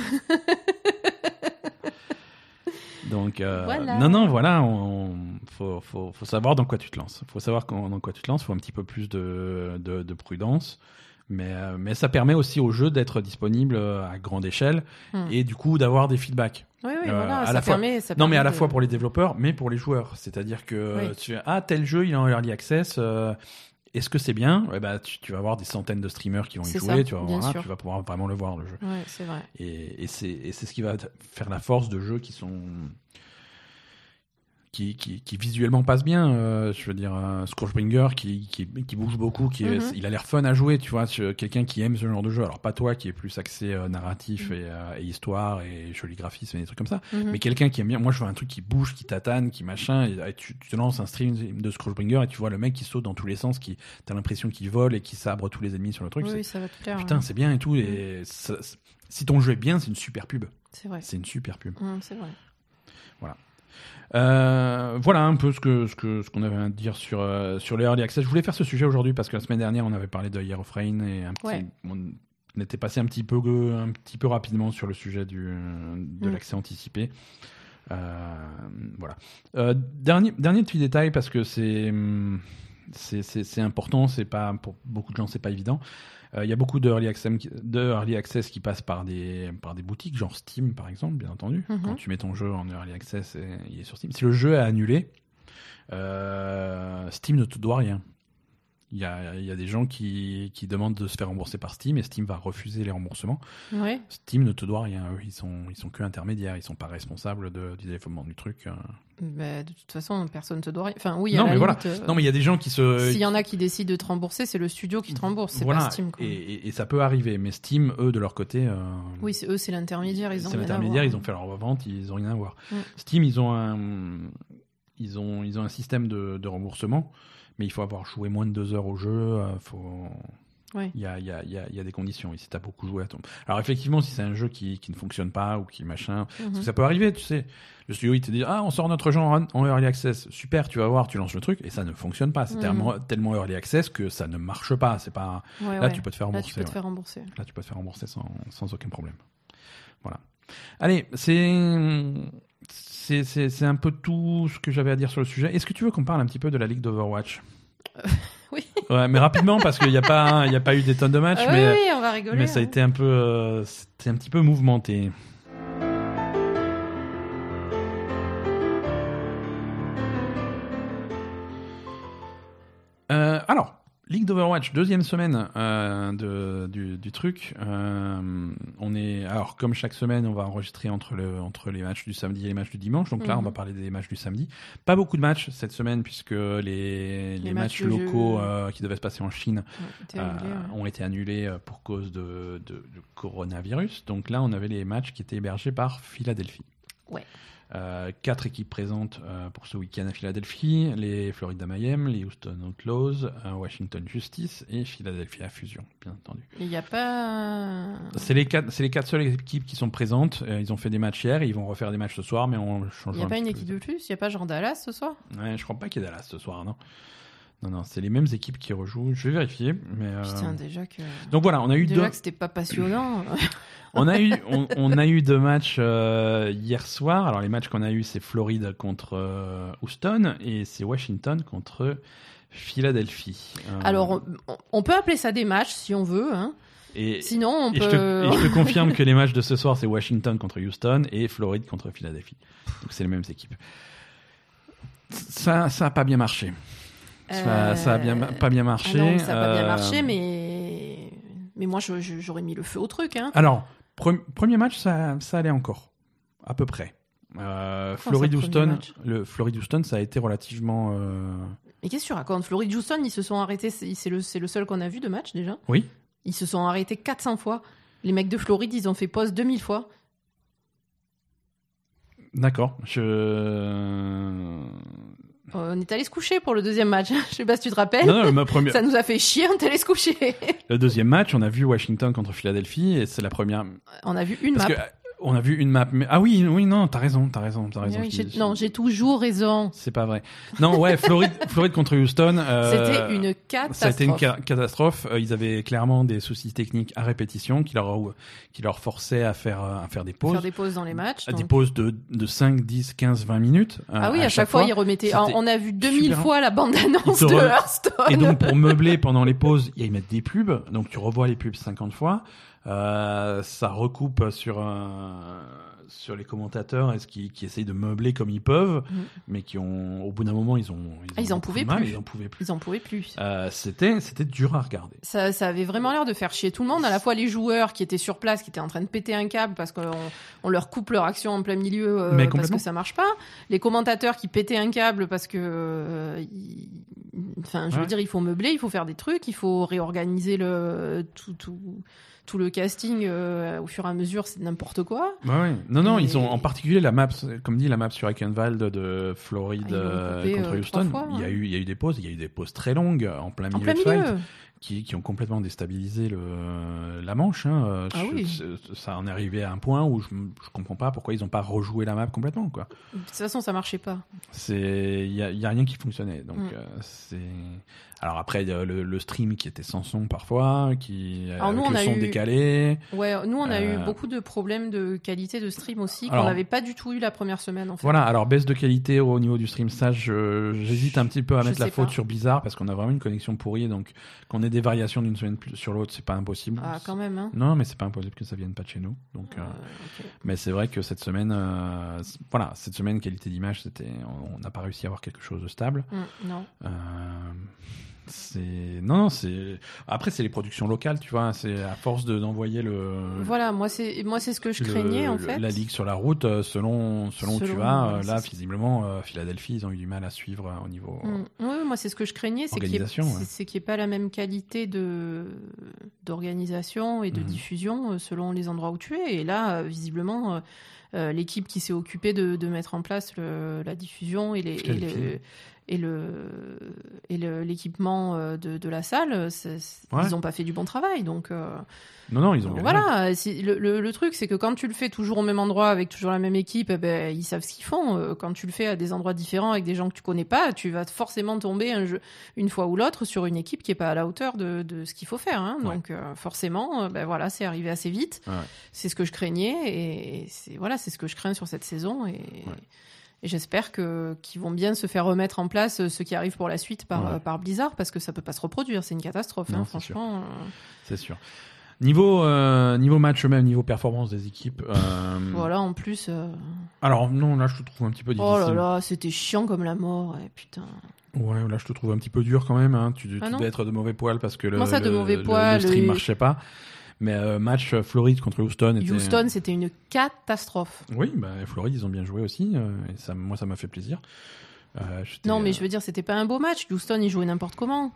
Donc, euh, Voilà. non, non, voilà, on, faut, faut, faut savoir dans quoi tu te lances. Faut savoir quand- dans quoi tu te lances. Faut un petit peu plus de, de, de prudence. Mais, euh, mais ça permet aussi au jeu d'être disponible à grande échelle Hmm. et du coup d'avoir des feedbacks. Oui, oui, Euh, voilà. à Ça la fois- permet, ça Non, mais à permet la de- fois pour les développeurs, mais pour les joueurs. C'est-à-dire que Oui. tu fais, ah, tel jeu, il est en early access. euh, Est-ce que c'est bien? Ouais, bah, tu, tu vas avoir des centaines de streamers qui vont y C'est jouer. ça, tu, vas bien voir, sûr. tu vas pouvoir vraiment le voir, le jeu. Ouais, c'est vrai. Et, et c'est et c'est ce qui va t- faire la force de jeux qui sont qui, qui, qui visuellement passent bien. Euh, je veux dire, euh, Scourgebringer qui, qui, qui bouge beaucoup, qui est- Mhm. il a l'air fun à jouer, tu vois. tu- Quelqu'un qui aime ce genre de jeu. Alors pas toi qui est plus axé euh, narratif Mhm. et, euh, et histoire et joli graphisme et des trucs comme ça. Mhm. Mais quelqu'un qui aime bien. Moi, je veux un truc qui bouge, qui tatane, qui machin. Et, et tu, tu te lances un stream de Scourgebringer et tu vois le mec qui saute dans tous les sens, qui t'as l'impression qu'il vole et qui sabre tous les ennemis sur le truc. Oui, C'est- oui, ça va te plaire. Putain, ouais. c'est bien et tout. Et ça- ça- si ton jeu est bien, c'est une super pub. C'est vrai. C'est une super pub. Hum, c'est vrai. Euh, voilà un peu ce que ce que ce qu'on avait à dire sur euh, sur les early access. Je voulais faire ce sujet aujourd'hui parce que la semaine dernière on avait parlé de Year of Rain et un petit, Ouais. on était passé un petit peu un petit peu rapidement sur le sujet du de Mm. l'accès anticipé. Euh, voilà. Euh, dernier dernier petit détail parce que c'est hum, c'est c'est c'est important. C'est pas pour beaucoup de gens c'est pas évident. Il euh, y a beaucoup de early access, de early access qui passent par des, par des boutiques, genre Steam par exemple, bien entendu. Mhm. Quand tu mets ton jeu en early access, et, il est sur Steam. Si le jeu est annulé, euh, Steam ne te doit rien. Il y a, il y a des gens qui, qui demandent de se faire rembourser par Steam et Steam va refuser les remboursements. Ouais. Steam ne te doit rien. Eux, ils sont, ils sont que intermédiaires. Ils sont pas responsables de, du développement du truc. euh. Bah, de toute façon, personne te doit rien. Enfin, oui, à Non, la mais voilà. limite, euh, Non, mais il y a des gens qui se. s'il y en a qui décident de te rembourser, c'est le studio qui te rembourse, c'est voilà. pas Steam. Quoi. Et, et, et ça peut arriver. Mais Steam, eux, de leur côté. euh, Oui, c'est eux, c'est l'intermédiaire. Ils ont C'est rien à l'intermédiaire, voir. ils ont fait leur revente, ils ont rien à voir. Mm. Steam, ils ont un, ils ont, ils ont un système de, de remboursement, mais il faut avoir joué moins de deux heures au jeu. euh, faut... Oui. Il y a, il y, a, il y, a, il y a des conditions. Et si t'as beaucoup joué à ton. Alors effectivement, si c'est un jeu qui, qui ne fonctionne pas ou qui machin, parce Mhm. que ça peut arriver, tu sais. Le studio il te dit ah on sort notre jeu en, en early access, super, tu vas voir, tu lances le truc et ça ne fonctionne pas. C'est Mhm. tellement, tellement early access que ça ne marche pas. C'est pas. Ouais, Là ouais. tu peux te faire Là, rembourser. tu peux te ouais. faire rembourser. Là, tu peux te faire rembourser sans, sans aucun problème. Voilà. Allez, c'est, c'est, c'est, c'est un peu tout ce que j'avais à dire sur le sujet. Est-ce que tu veux qu'on parle un petit peu de la ligue d'Overwatch? Oui. Ouais, mais rapidement, parce qu'il n'y a pas, il y a pas eu des tonnes de matchs, Ah, mais, oui, oui, on va rigoler. mais ça a hein. été un peu, euh, c'était un petit peu mouvementé. Euh, alors, Ligue d'Overwatch, deuxième semaine euh, de, du, du truc. Euh, on est, alors comme chaque semaine, on va enregistrer entre, le, entre les matchs du samedi et les matchs du dimanche. Donc là, Mhm. on va parler des matchs du samedi. Pas beaucoup de matchs cette semaine puisque les, les, Les matchs, matchs de locaux jeu. euh, qui devaient se passer en Chine Ouais, t'es euh, annulé, ouais. ont été annulés euh, pour cause de, de, de coronavirus. Donc là, on avait les matchs qui étaient hébergés par Philadelphie. Ouais. Euh, quatre équipes présentes euh, pour ce week-end à Philadelphie, les Florida Mayhem, les Houston Outlaws, euh, Washington Justice et Philadelphia Fusion, bien entendu. Il n'y a pas. C'est les quatre, c'est les quatre seules équipes qui sont présentes. Euh, ils ont fait des matchs hier, et ils vont refaire des matchs ce soir, mais on change. Il n'y a pas une équipe de plus. Il n'y a pas genre Dallas ce soir. Ouais, je crois pas qu'il y ait Dallas ce soir, non. Non, non, c'est les mêmes équipes qui rejouent. Je vais vérifier, mais. euh, Putain, déjà que. Donc voilà, on a eu Déjà deux. que c'était pas passionnant. On a eu, on, on a eu deux matchs euh, hier soir. Alors les matchs qu'on a eu, c'est Floride contre euh, Houston et c'est Washington contre Philadelphie. Euh, Alors, on, on peut appeler ça des matchs si on veut. Hein. et, Sinon, on et peut. je te, et je te confirme que les matchs de ce soir, c'est Washington contre Houston et Floride contre Philadelphie. Donc c'est les mêmes équipes. Ça, ça a pas bien marché. Ça, Euh... ça a bien, pas bien marché. Ah non, ça a pas bien euh... marché, mais mais moi je, je, j'aurais mis le feu au truc. Hein. Alors, pre- premier match, ça, ça allait encore, à peu près. Euh, Floride-Houston, le Floride-Houston, ça a été relativement. Euh... Mais qu'est-ce que tu racontes? Floride-Houston, ils se sont arrêtés. C'est le, c'est le seul qu'on a vu de match déjà. Oui. Ils se sont arrêtés quatre cents fois. Les mecs de Floride, ils ont fait pause deux mille fois. D'accord. Je. On est allé se coucher pour le deuxième match. Je sais pas si tu te rappelles. Non, non, ma première... Ça nous a fait chier, on est allé se coucher. Le deuxième match, on a vu Washington contre Philadelphie et c'est la première. On a vu une Parce map. Que... On a vu une map, mais ah oui, oui, non, t'as raison, t'as raison, t'as raison. Oui, j'ai... Non, j'ai toujours raison. C'est pas vrai. Non, ouais, Floride, Floride contre Houston. Euh, C'était une catastrophe. Ça a été une ca- catastrophe. Euh, ils avaient clairement des soucis techniques à répétition qui leur, qui leur forçaient à faire, à faire des pauses. Faire des pauses dans les matchs. Donc... Des donc... pauses de, de cinq, dix, quinze, vingt minutes. Euh, ah oui, à, à chaque, chaque fois, fois ils remettaient. C'était on a vu deux mille super... fois la bande-annonce de re... Hearthstone. Et donc, pour meubler pendant les pauses, ils mettent des pubs. Donc, tu revois les pubs cinquante fois. Euh, ça recoupe sur un. Sur les commentateurs, est-ce qui, qui essayent de meubler comme ils peuvent, mmh. mais qui ont, au bout d'un moment, ils ont, ils, ah, ils en pouvaient mal, plus. Ils en pouvaient plus. Ils en pouvaient plus. Euh, c'était, c'était dur à regarder. Ça, ça avait vraiment l'air de faire chier tout le monde, à la fois les joueurs qui étaient sur place, qui étaient en train de péter un câble parce qu'on on leur coupe leur action en plein milieu euh, parce que ça marche pas. Les commentateurs qui pétaient un câble parce que, euh, ils... enfin, je ouais. veux dire, il faut meubler, il faut faire des trucs, il faut réorganiser le tout, tout. Tout le casting, euh, au fur et à mesure, c'est n'importe quoi. Bah ouais. Non, non, et... ils ont en particulier la map, comme dit, la map sur Ekenwald de Floride ah, euh, contre euh, Houston. Fois, il y a hein. eu, il y a eu des pauses, il y a eu des pauses très longues en plein milieu en plein de milieu. fight, qui, qui ont complètement déstabilisé le, la manche. Hein. Ah je, oui. Ça en est arrivé à un point où je, je comprends pas pourquoi ils ont pas rejoué la map complètement, quoi. De toute façon, ça marchait pas. C'est, il y a, y a rien qui fonctionnait. Donc mm. euh, c'est. Alors après, le, le stream qui était sans son parfois, qui Alors avec nous, on le a son eu... décalé. Ouais, nous on a euh... eu beaucoup de problèmes de qualité de stream aussi alors... qu'on n'avait pas du tout eu la première semaine en fait. Voilà, alors baisse de qualité au niveau du stream, ça je, j'hésite un petit peu à je mettre la faute pas. sur Blizzard parce qu'on a vraiment une connexion pourrie, donc qu'on ait des variations d'une semaine sur l'autre, c'est pas impossible. Ah quand même. Hein. Non, mais c'est pas impossible que ça vienne pas de chez nous. Donc, euh, euh, okay. Mais c'est vrai que cette semaine, euh, voilà, cette semaine qualité d'image, c'était, on n'a pas réussi à avoir quelque chose de stable. Mm, non. Euh... C'est non, non, c'est après c'est les productions locales, tu vois. C'est à force de d'envoyer le. Voilà, moi c'est moi c'est ce que je craignais le, en fait. La ligue sur la route, selon selon, selon où tu vas. Ouais, là, visiblement, euh, Philadelphie, ils ont eu du mal à suivre euh, au niveau. Mmh. Oui, moi c'est ce que je craignais, c'est qu'il n'y ait, ouais. c'est qu'il n'y ait pas la même qualité de d'organisation et de mmh. diffusion selon les endroits où tu es. Et là, visiblement. Euh, l'équipe qui s'est occupée de, de mettre en place le, la diffusion et, les, et, le, et, le, et le, l'équipement de, de la salle, c'est, c'est, ouais. ils n'ont pas fait du bon travail. Donc, euh, non, non, ils ont donc voilà, c'est, le, le, le truc, c'est que quand tu le fais toujours au même endroit, avec toujours la même équipe, eh ben, ils savent ce qu'ils font. Quand tu le fais à des endroits différents, avec des gens que tu connais pas, tu vas forcément tomber un jeu, une fois ou l'autre sur une équipe qui n'est pas à la hauteur de, de ce qu'il faut faire. Hein. Ouais. Donc euh, forcément, ben, voilà, c'est arrivé assez vite. Ouais. C'est ce que je craignais et c'est, voilà, c'est ce que je crains sur cette saison. Et, ouais. et j'espère que, qu'ils vont bien se faire remettre en place ce qui arrive pour la suite par, ouais. par Blizzard, parce que ça peut pas se reproduire. C'est une catastrophe, non, hein, c'est franchement. Sûr. Euh... C'est sûr. Niveau, euh, niveau match même, niveau performance des équipes. Euh... Voilà, en plus. Euh... Alors, non, là, je te trouve un petit peu difficile. Oh là là, c'était chiant comme la mort, ouais, putain. Ouais, là, je te trouve un petit peu dur quand même. Hein. Tu, tu ah devais être de mauvais poil parce que le, ça, de le, mauvais le, poil, le stream le... marchait pas. Mais euh, match Floride contre Houston. Était... Houston, c'était une catastrophe. Oui, bah, Floride, ils ont bien joué aussi. Euh, et ça, moi, ça m'a fait plaisir. Euh, non, mais euh... je veux dire, c'était pas un beau match. Houston, ils jouaient n'importe comment.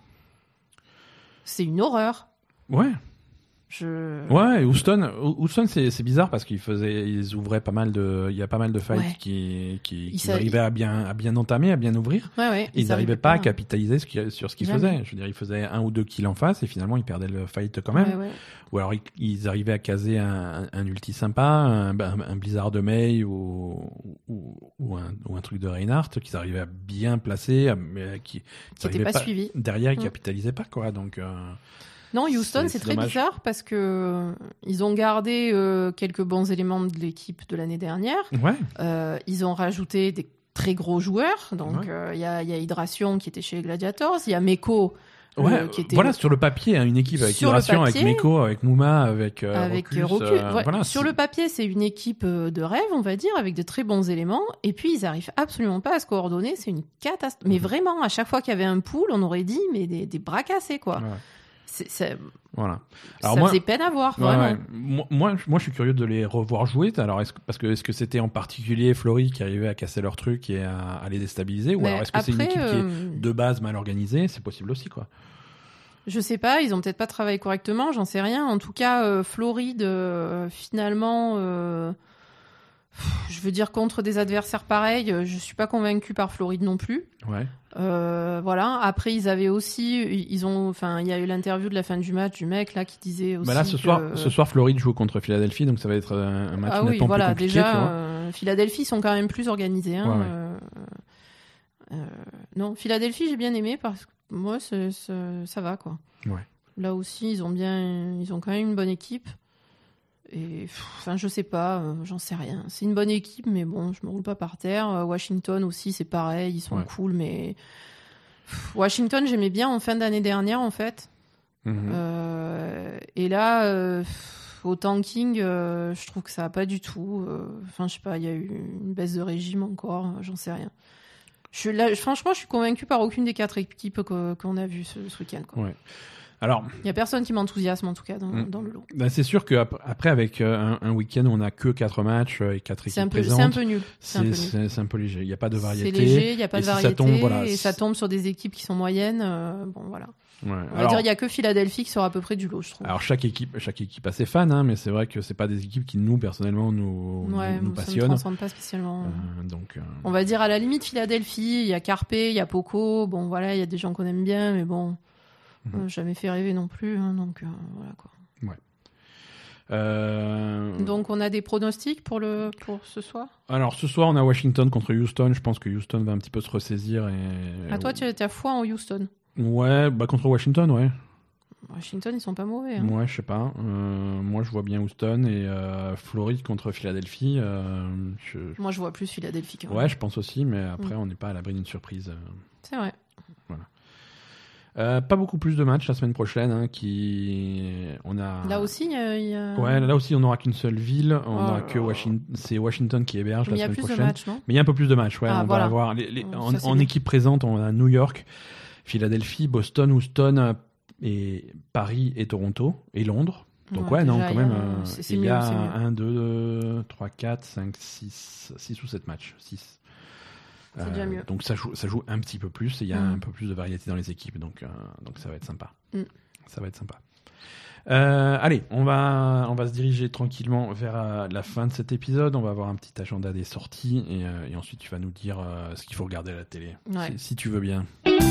C'est une horreur. Ouais. Je... Ouais, Houston, Houston c'est, c'est bizarre parce qu'ils faisaient, ils ouvraient pas mal de, il y a pas mal de fights ouais. qui, qui, qui sa... arrivaient à bien, à bien entamer, à bien ouvrir. Ouais, ouais, ils n'arrivaient pas, pas à capitaliser ce qui, sur ce qu'ils faisaient. Je veux dire, ils faisaient un ou deux kills en face et finalement ils perdaient le fight quand même. Ouais, ouais. Ou alors ils, ils arrivaient à caser un, un, un ulti sympa, un, un, un Blizzard de May ou, ou, ou, un, ou un truc de Reinhardt qu'ils arrivaient à bien placer, mais qui, qui n'était pas, pas suivi. Derrière, ils mmh. capitalisaient pas, quoi. Donc, euh... Non, Houston, c'est, c'est, c'est très dommage. Bizarre parce que euh, ils ont gardé euh, quelques bons éléments de l'équipe de l'année dernière. Ouais. Euh, ils ont rajouté des très gros joueurs. Donc, il ouais. euh, y, a, y a Hydration qui était chez les Gladiators. Il y a Meko Ouais, le, qui était voilà, sur le papier, hein, une équipe avec sur Hydration, papier, avec Meko, avec Mouma, avec euh, avec Rocus. Rocus. Euh, Ouais, voilà, sur c'est... le papier, c'est une équipe de rêve, on va dire, avec de très bons éléments. Et puis, ils arrivent absolument pas à se coordonner. C'est une catastrophe. Mais vraiment, à chaque fois qu'il y avait un pool, on aurait dit, mais des, des bras cassés, quoi. Ouais. C'est, c'est... Voilà. Alors ça moi, faisait peine à voir, ouais, vraiment. Ouais. Moi, moi, moi, je suis curieux de les revoir jouer. Alors, est-ce que, parce que est-ce que c'était en particulier Flory qui arrivait à casser leur truc et à, à les déstabiliser, ou mais alors est-ce que après, c'est une équipe euh... qui est de base mal organisée? C'est possible aussi, quoi. Je sais pas, ils ont peut-être pas travaillé correctement, j'en sais rien. En tout cas, euh, Floride, euh, finalement, euh, je veux dire, contre des adversaires pareils, je suis pas convaincue par Floride non plus. Ouais. Euh, voilà. Après, ils avaient aussi, ils ont, enfin, il y a eu l'interview de la fin du match du mec là qui disait aussi. Bah là, ce que... soir, ce soir, Floride joue contre Philadelphie, donc ça va être un match ah nettement oui, voilà, plus compliqué. déjà, tu vois. euh, Philadelphie sont quand même plus organisés. Hein, ouais, ouais. Euh, euh, non, Philadelphie, j'ai bien aimé parce que moi, c'est, c'est, ça va quoi. Ouais. Là aussi, ils ont bien, ils ont quand même une bonne équipe. Et enfin, je sais pas, euh, j'en sais rien. C'est une bonne équipe, mais bon, je me roule pas par terre. Euh, Washington aussi, c'est pareil, ils sont ouais. cool, mais Pff, Washington, j'aimais bien en fin d'année dernière, en fait. Mm-hmm. Euh, et là, euh, au tanking, euh, je trouve que ça a pas du tout. Enfin, euh, je sais pas, il y a eu une baisse de régime encore, j'en sais rien. Je suis là, franchement, je suis convaincue par aucune des quatre équipes que, qu'on a vues ce, ce week-end, quoi. Ouais. Alors, il n'y a personne qui m'enthousiasme en tout cas dans, mmh. dans le lot. Ben c'est sûr qu'après, avec un, un week-end où on n'a que quatre matchs et quatre équipes c'est un peu, présentes, c'est un peu nul. C'est, c'est, c'est, c'est un peu léger. Il n'y a pas de variété. C'est léger, il n'y a pas et de si variété. Ça tombe, voilà, et ça tombe sur des équipes qui sont moyennes. Euh, bon, voilà. Ouais. On va alors, dire il n'y a que Philadelphie qui sort à peu près du lot, je trouve. Alors, chaque équipe, chaque équipe a ses fans, hein, mais c'est vrai que c'est pas des équipes qui, nous, personnellement, nous, ouais, nous, nous passionnent. Ça ne transcende pas spécialement. Euh, donc, euh... On va dire à la limite Philadelphie, il y a Carpe, il y a Poco. Bon, voilà, il y a des gens qu'on aime bien, mais bon. Mmh. Euh, jamais fait rêver non plus, hein, donc euh, voilà quoi. Ouais. Euh... Donc on a des pronostics pour le pour ce soir. Alors ce soir on a Washington contre Houston. Je pense que Houston va un petit peu se ressaisir et. Ah toi tu as foi en Houston. Ouais, bah contre Washington, ouais. Washington ils sont pas mauvais. Hein. Ouais, je sais pas. Euh, moi je vois bien Houston et euh, Floride contre Philadelphie. Euh, je... Moi je vois plus Philadelphie. Quand même. Ouais, je pense aussi, mais après mmh. on n'est pas à l'abri d'une surprise. C'est vrai. Voilà. Euh, pas beaucoup plus de matchs la semaine prochaine, hein, qui on a. Là aussi, il y a, y a... Ouais, là aussi, on n'aura qu'une seule ville. On oh aura que Washington. C'est Washington qui héberge mais la semaine prochaine. Il y a plus de matchs, non ? Mais il y a un peu plus de matchs. Ouais, ah, on voilà. va avoir les, les, en, Ça, en équipe présente, on a New York, Philadelphie, Boston, Houston et Paris et Toronto et Londres. Donc ouais, ouais non, quand même. Euh, c'est, c'est il y a un, deux, trois, quatre, cinq, six, six ou sept matchs. six. C'est euh, déjà mieux. Donc ça joue, ça joue un petit peu plus et il y a mmh. un peu plus de variété dans les équipes, donc, euh, donc ça va être sympa. Mmh. Ça va être sympa. Euh, allez, on va, on va se diriger tranquillement vers euh, la fin de cet épisode. On va avoir un petit agenda des sorties et, euh, et ensuite tu vas nous dire euh, ce qu'il faut regarder à la télé, ouais. si, si tu veux bien.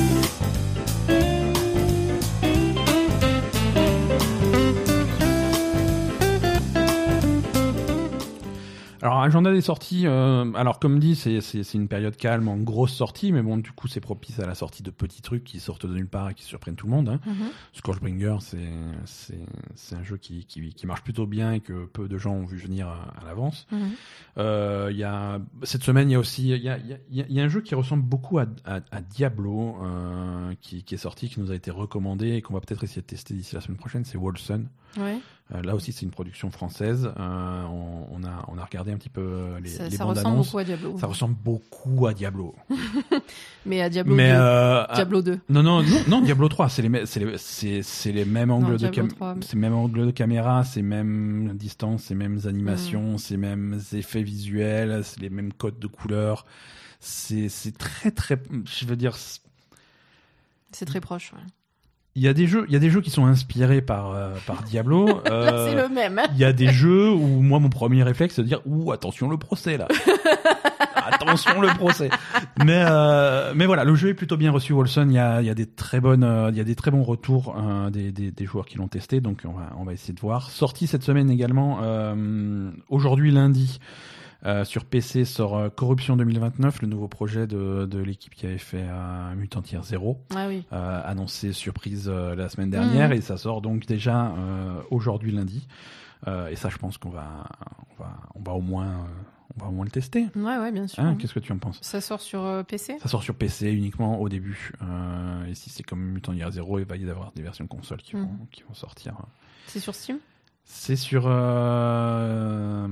Alors, agenda des sorties, euh, alors comme dit, c'est, c'est, c'est une période calme en grosse sortie, mais bon, du coup, c'est propice à la sortie de petits trucs qui sortent de nulle part et qui surprennent tout le monde. Hein. Mm-hmm. Scorchbringer, c'est, c'est, c'est un jeu qui, qui, qui marche plutôt bien et que peu de gens ont vu venir à, à l'avance. Mm-hmm. Euh, y a, cette semaine, il y a aussi il y a, y, a, y a un jeu qui ressemble beaucoup à, à, à Diablo, euh, qui, qui est sorti, qui nous a été recommandé et qu'on va peut-être essayer de tester d'ici la semaine prochaine, c'est Wolcen. Ouais. Euh, là aussi, c'est une production française. Euh, on, on, a, on a regardé un petit peu les, ça, les ça bandes ressemble annonces. beaucoup à Diablo. Ça ressemble beaucoup à Diablo. Mais à Diablo Mais deux. Euh, Diablo deux. Non, non, non, non Diablo trois. C'est les, c'est les, c'est, c'est les mêmes angles non, de caméra. C'est mêmes angles de caméra, c'est mêmes distances, c'est mêmes animations, mmh. c'est mêmes effets visuels, c'est les mêmes codes de couleurs. C'est, c'est très, très. Je veux dire. C'est, c'est très proche, ouais. Il y a des jeux, il y a des jeux qui sont inspirés par euh, par Diablo. Euh, là, c'est le même. Il y a des jeux où moi mon premier réflexe c'est de dire ouh attention le procès là. Attention le procès. Mais euh, mais voilà, le jeu est plutôt bien reçu. Wolcen, il y a il y a des très bonnes, euh, il y a des très bons retours euh, des, des des joueurs qui l'ont testé, donc on va on va essayer de voir. Sorti cette semaine également, euh, aujourd'hui lundi. Euh, sur P C sort euh, Corruption deux mille vingt-neuf, le nouveau projet de, de l'équipe qui avait fait euh, Mutant Year Zero, ah oui. euh, annoncé surprise euh, la semaine dernière, mmh. et ça sort donc déjà euh, aujourd'hui lundi. Euh, et ça, je pense qu'on va, on va, on va au moins, euh, on va au moins le tester. Ouais, ouais, bien sûr. Hein, qu'est-ce que tu en penses ? Ça sort sur euh, P C ? Ça sort sur P C uniquement au début. Euh, et si c'est comme Mutant Year Zero, il va y avoir des versions console qui, vont, mmh. qui vont sortir. C'est sur Steam ? C'est sur... Euh...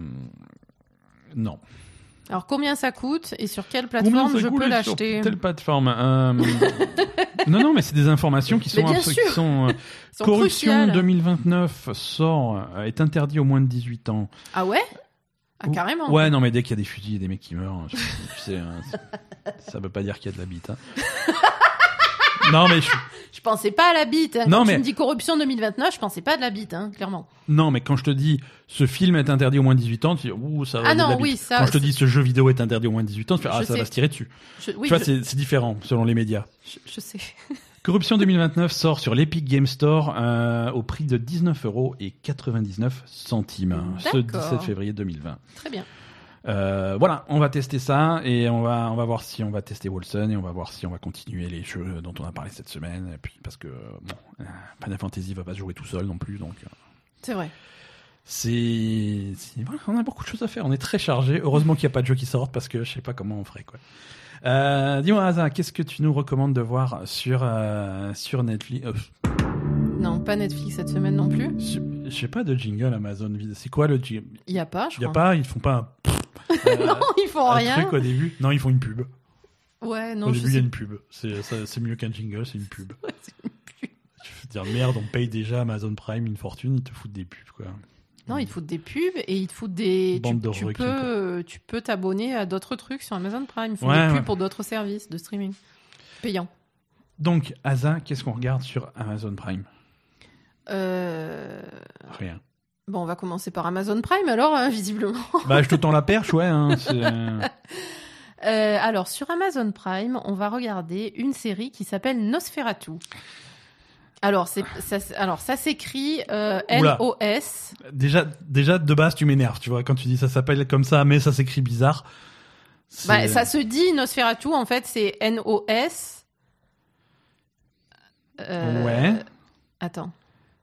Non. Alors, combien ça coûte et sur quelle plateforme je peux l'acheter ? Sur quelle plateforme euh... Non, non, mais c'est des informations qui sont... Mais bien qui sûr. sont, euh... sont Corruption cruciales. deux mille vingt-neuf sort, euh, est interdit aux moins de dix-huit ans. Ah ouais ? Ah, carrément. Ouais, non, mais dès qu'il y a des fusils et des mecs qui meurent, je, tu sais, hein, ça veut pas dire qu'il y a de la bite. Hein. Non, mais je... je pensais pas à la bite. Hein. Non, Quand mais... tu me dis Corruption deux mille vingt-neuf, je pensais pas de la bite, hein, clairement. Non, mais quand je te dis ce film est interdit aux moins de dix-huit ans, tu dis ouh, ça va. Ah non, de la bite. oui, ça. Quand je te dis ce jeu vidéo est interdit aux moins de dix-huit ans, tu fais ah, je ça sais. va se tirer dessus. Je... Oui, tu vois, je... c'est, c'est différent selon les médias. Je, je sais. Corruption deux mille vingt-neuf sort sur l'Epic Game Store euh, au prix de dix-neuf euros quatre-vingt-dix-neuf centimes ce dix-sept février deux mille vingt. Très bien. Euh, voilà, on va tester ça et on va on va voir si on va tester Wolcen et on va voir si on va continuer les jeux dont on a parlé cette semaine. Et puis parce que bon, euh, Final Fantasy va pas se jouer tout seul non plus, donc. Euh, c'est vrai. C'est, c'est voilà, on a beaucoup de choses à faire. On est très chargé. Heureusement qu'il n'y a pas de jeux qui sortent parce que je sais pas comment on ferait quoi. Euh, dis-moi Asa, qu'est-ce que tu nous recommandes de voir sur euh, sur Netflix? Euh, Non, pas Netflix cette semaine non plus. Je sais pas de jingle Amazon. C'est quoi le jingle? Il y a pas, je Il y a crois. pas, ils font pas un. Euh, non, ils font un rien. Truc au début. Non, ils font une pub. Ouais, non, au je début, il sais. y a une pub. C'est, ça, c'est mieux qu'un jingle, c'est une pub. Ouais, c'est une pub. Je veux dire, merde, on paye déjà Amazon Prime une fortune, ils te foutent des pubs, quoi. Non, ils te foutent des pubs et ils te foutent des. Bande tu, de tu requins, peux, tu peux t'abonner à d'autres trucs sur Amazon Prime. Ils font Ouais, des pubs ouais. pour d'autres services de streaming payants. Donc, Asa, qu'est-ce qu'on regarde sur Amazon Prime? Euh... Rien. Bon, on va commencer par Amazon Prime alors, hein, visiblement. Bah, je te tends la perche, ouais. Hein, c'est... Euh, alors, sur Amazon Prime, on va regarder une série qui s'appelle Nosferatu. Alors, c'est, ça, alors ça s'écrit euh, N O S. Déjà, déjà, de base, tu m'énerves, tu vois, quand tu dis ça s'appelle comme ça, mais ça s'écrit bizarre. C'est... Bah, ça se dit Nosferatu, en fait, c'est N O S. Euh, ouais. Attends.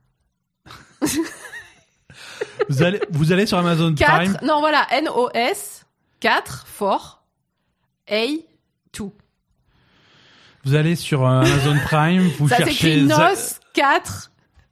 vous, allez, vous allez sur Amazon quatre, Prime. Non, voilà, N O S, quatre, fort, A, deux. Vous allez sur Amazon Prime, vous ça cherchez... Ça s'écrit Nos quatre.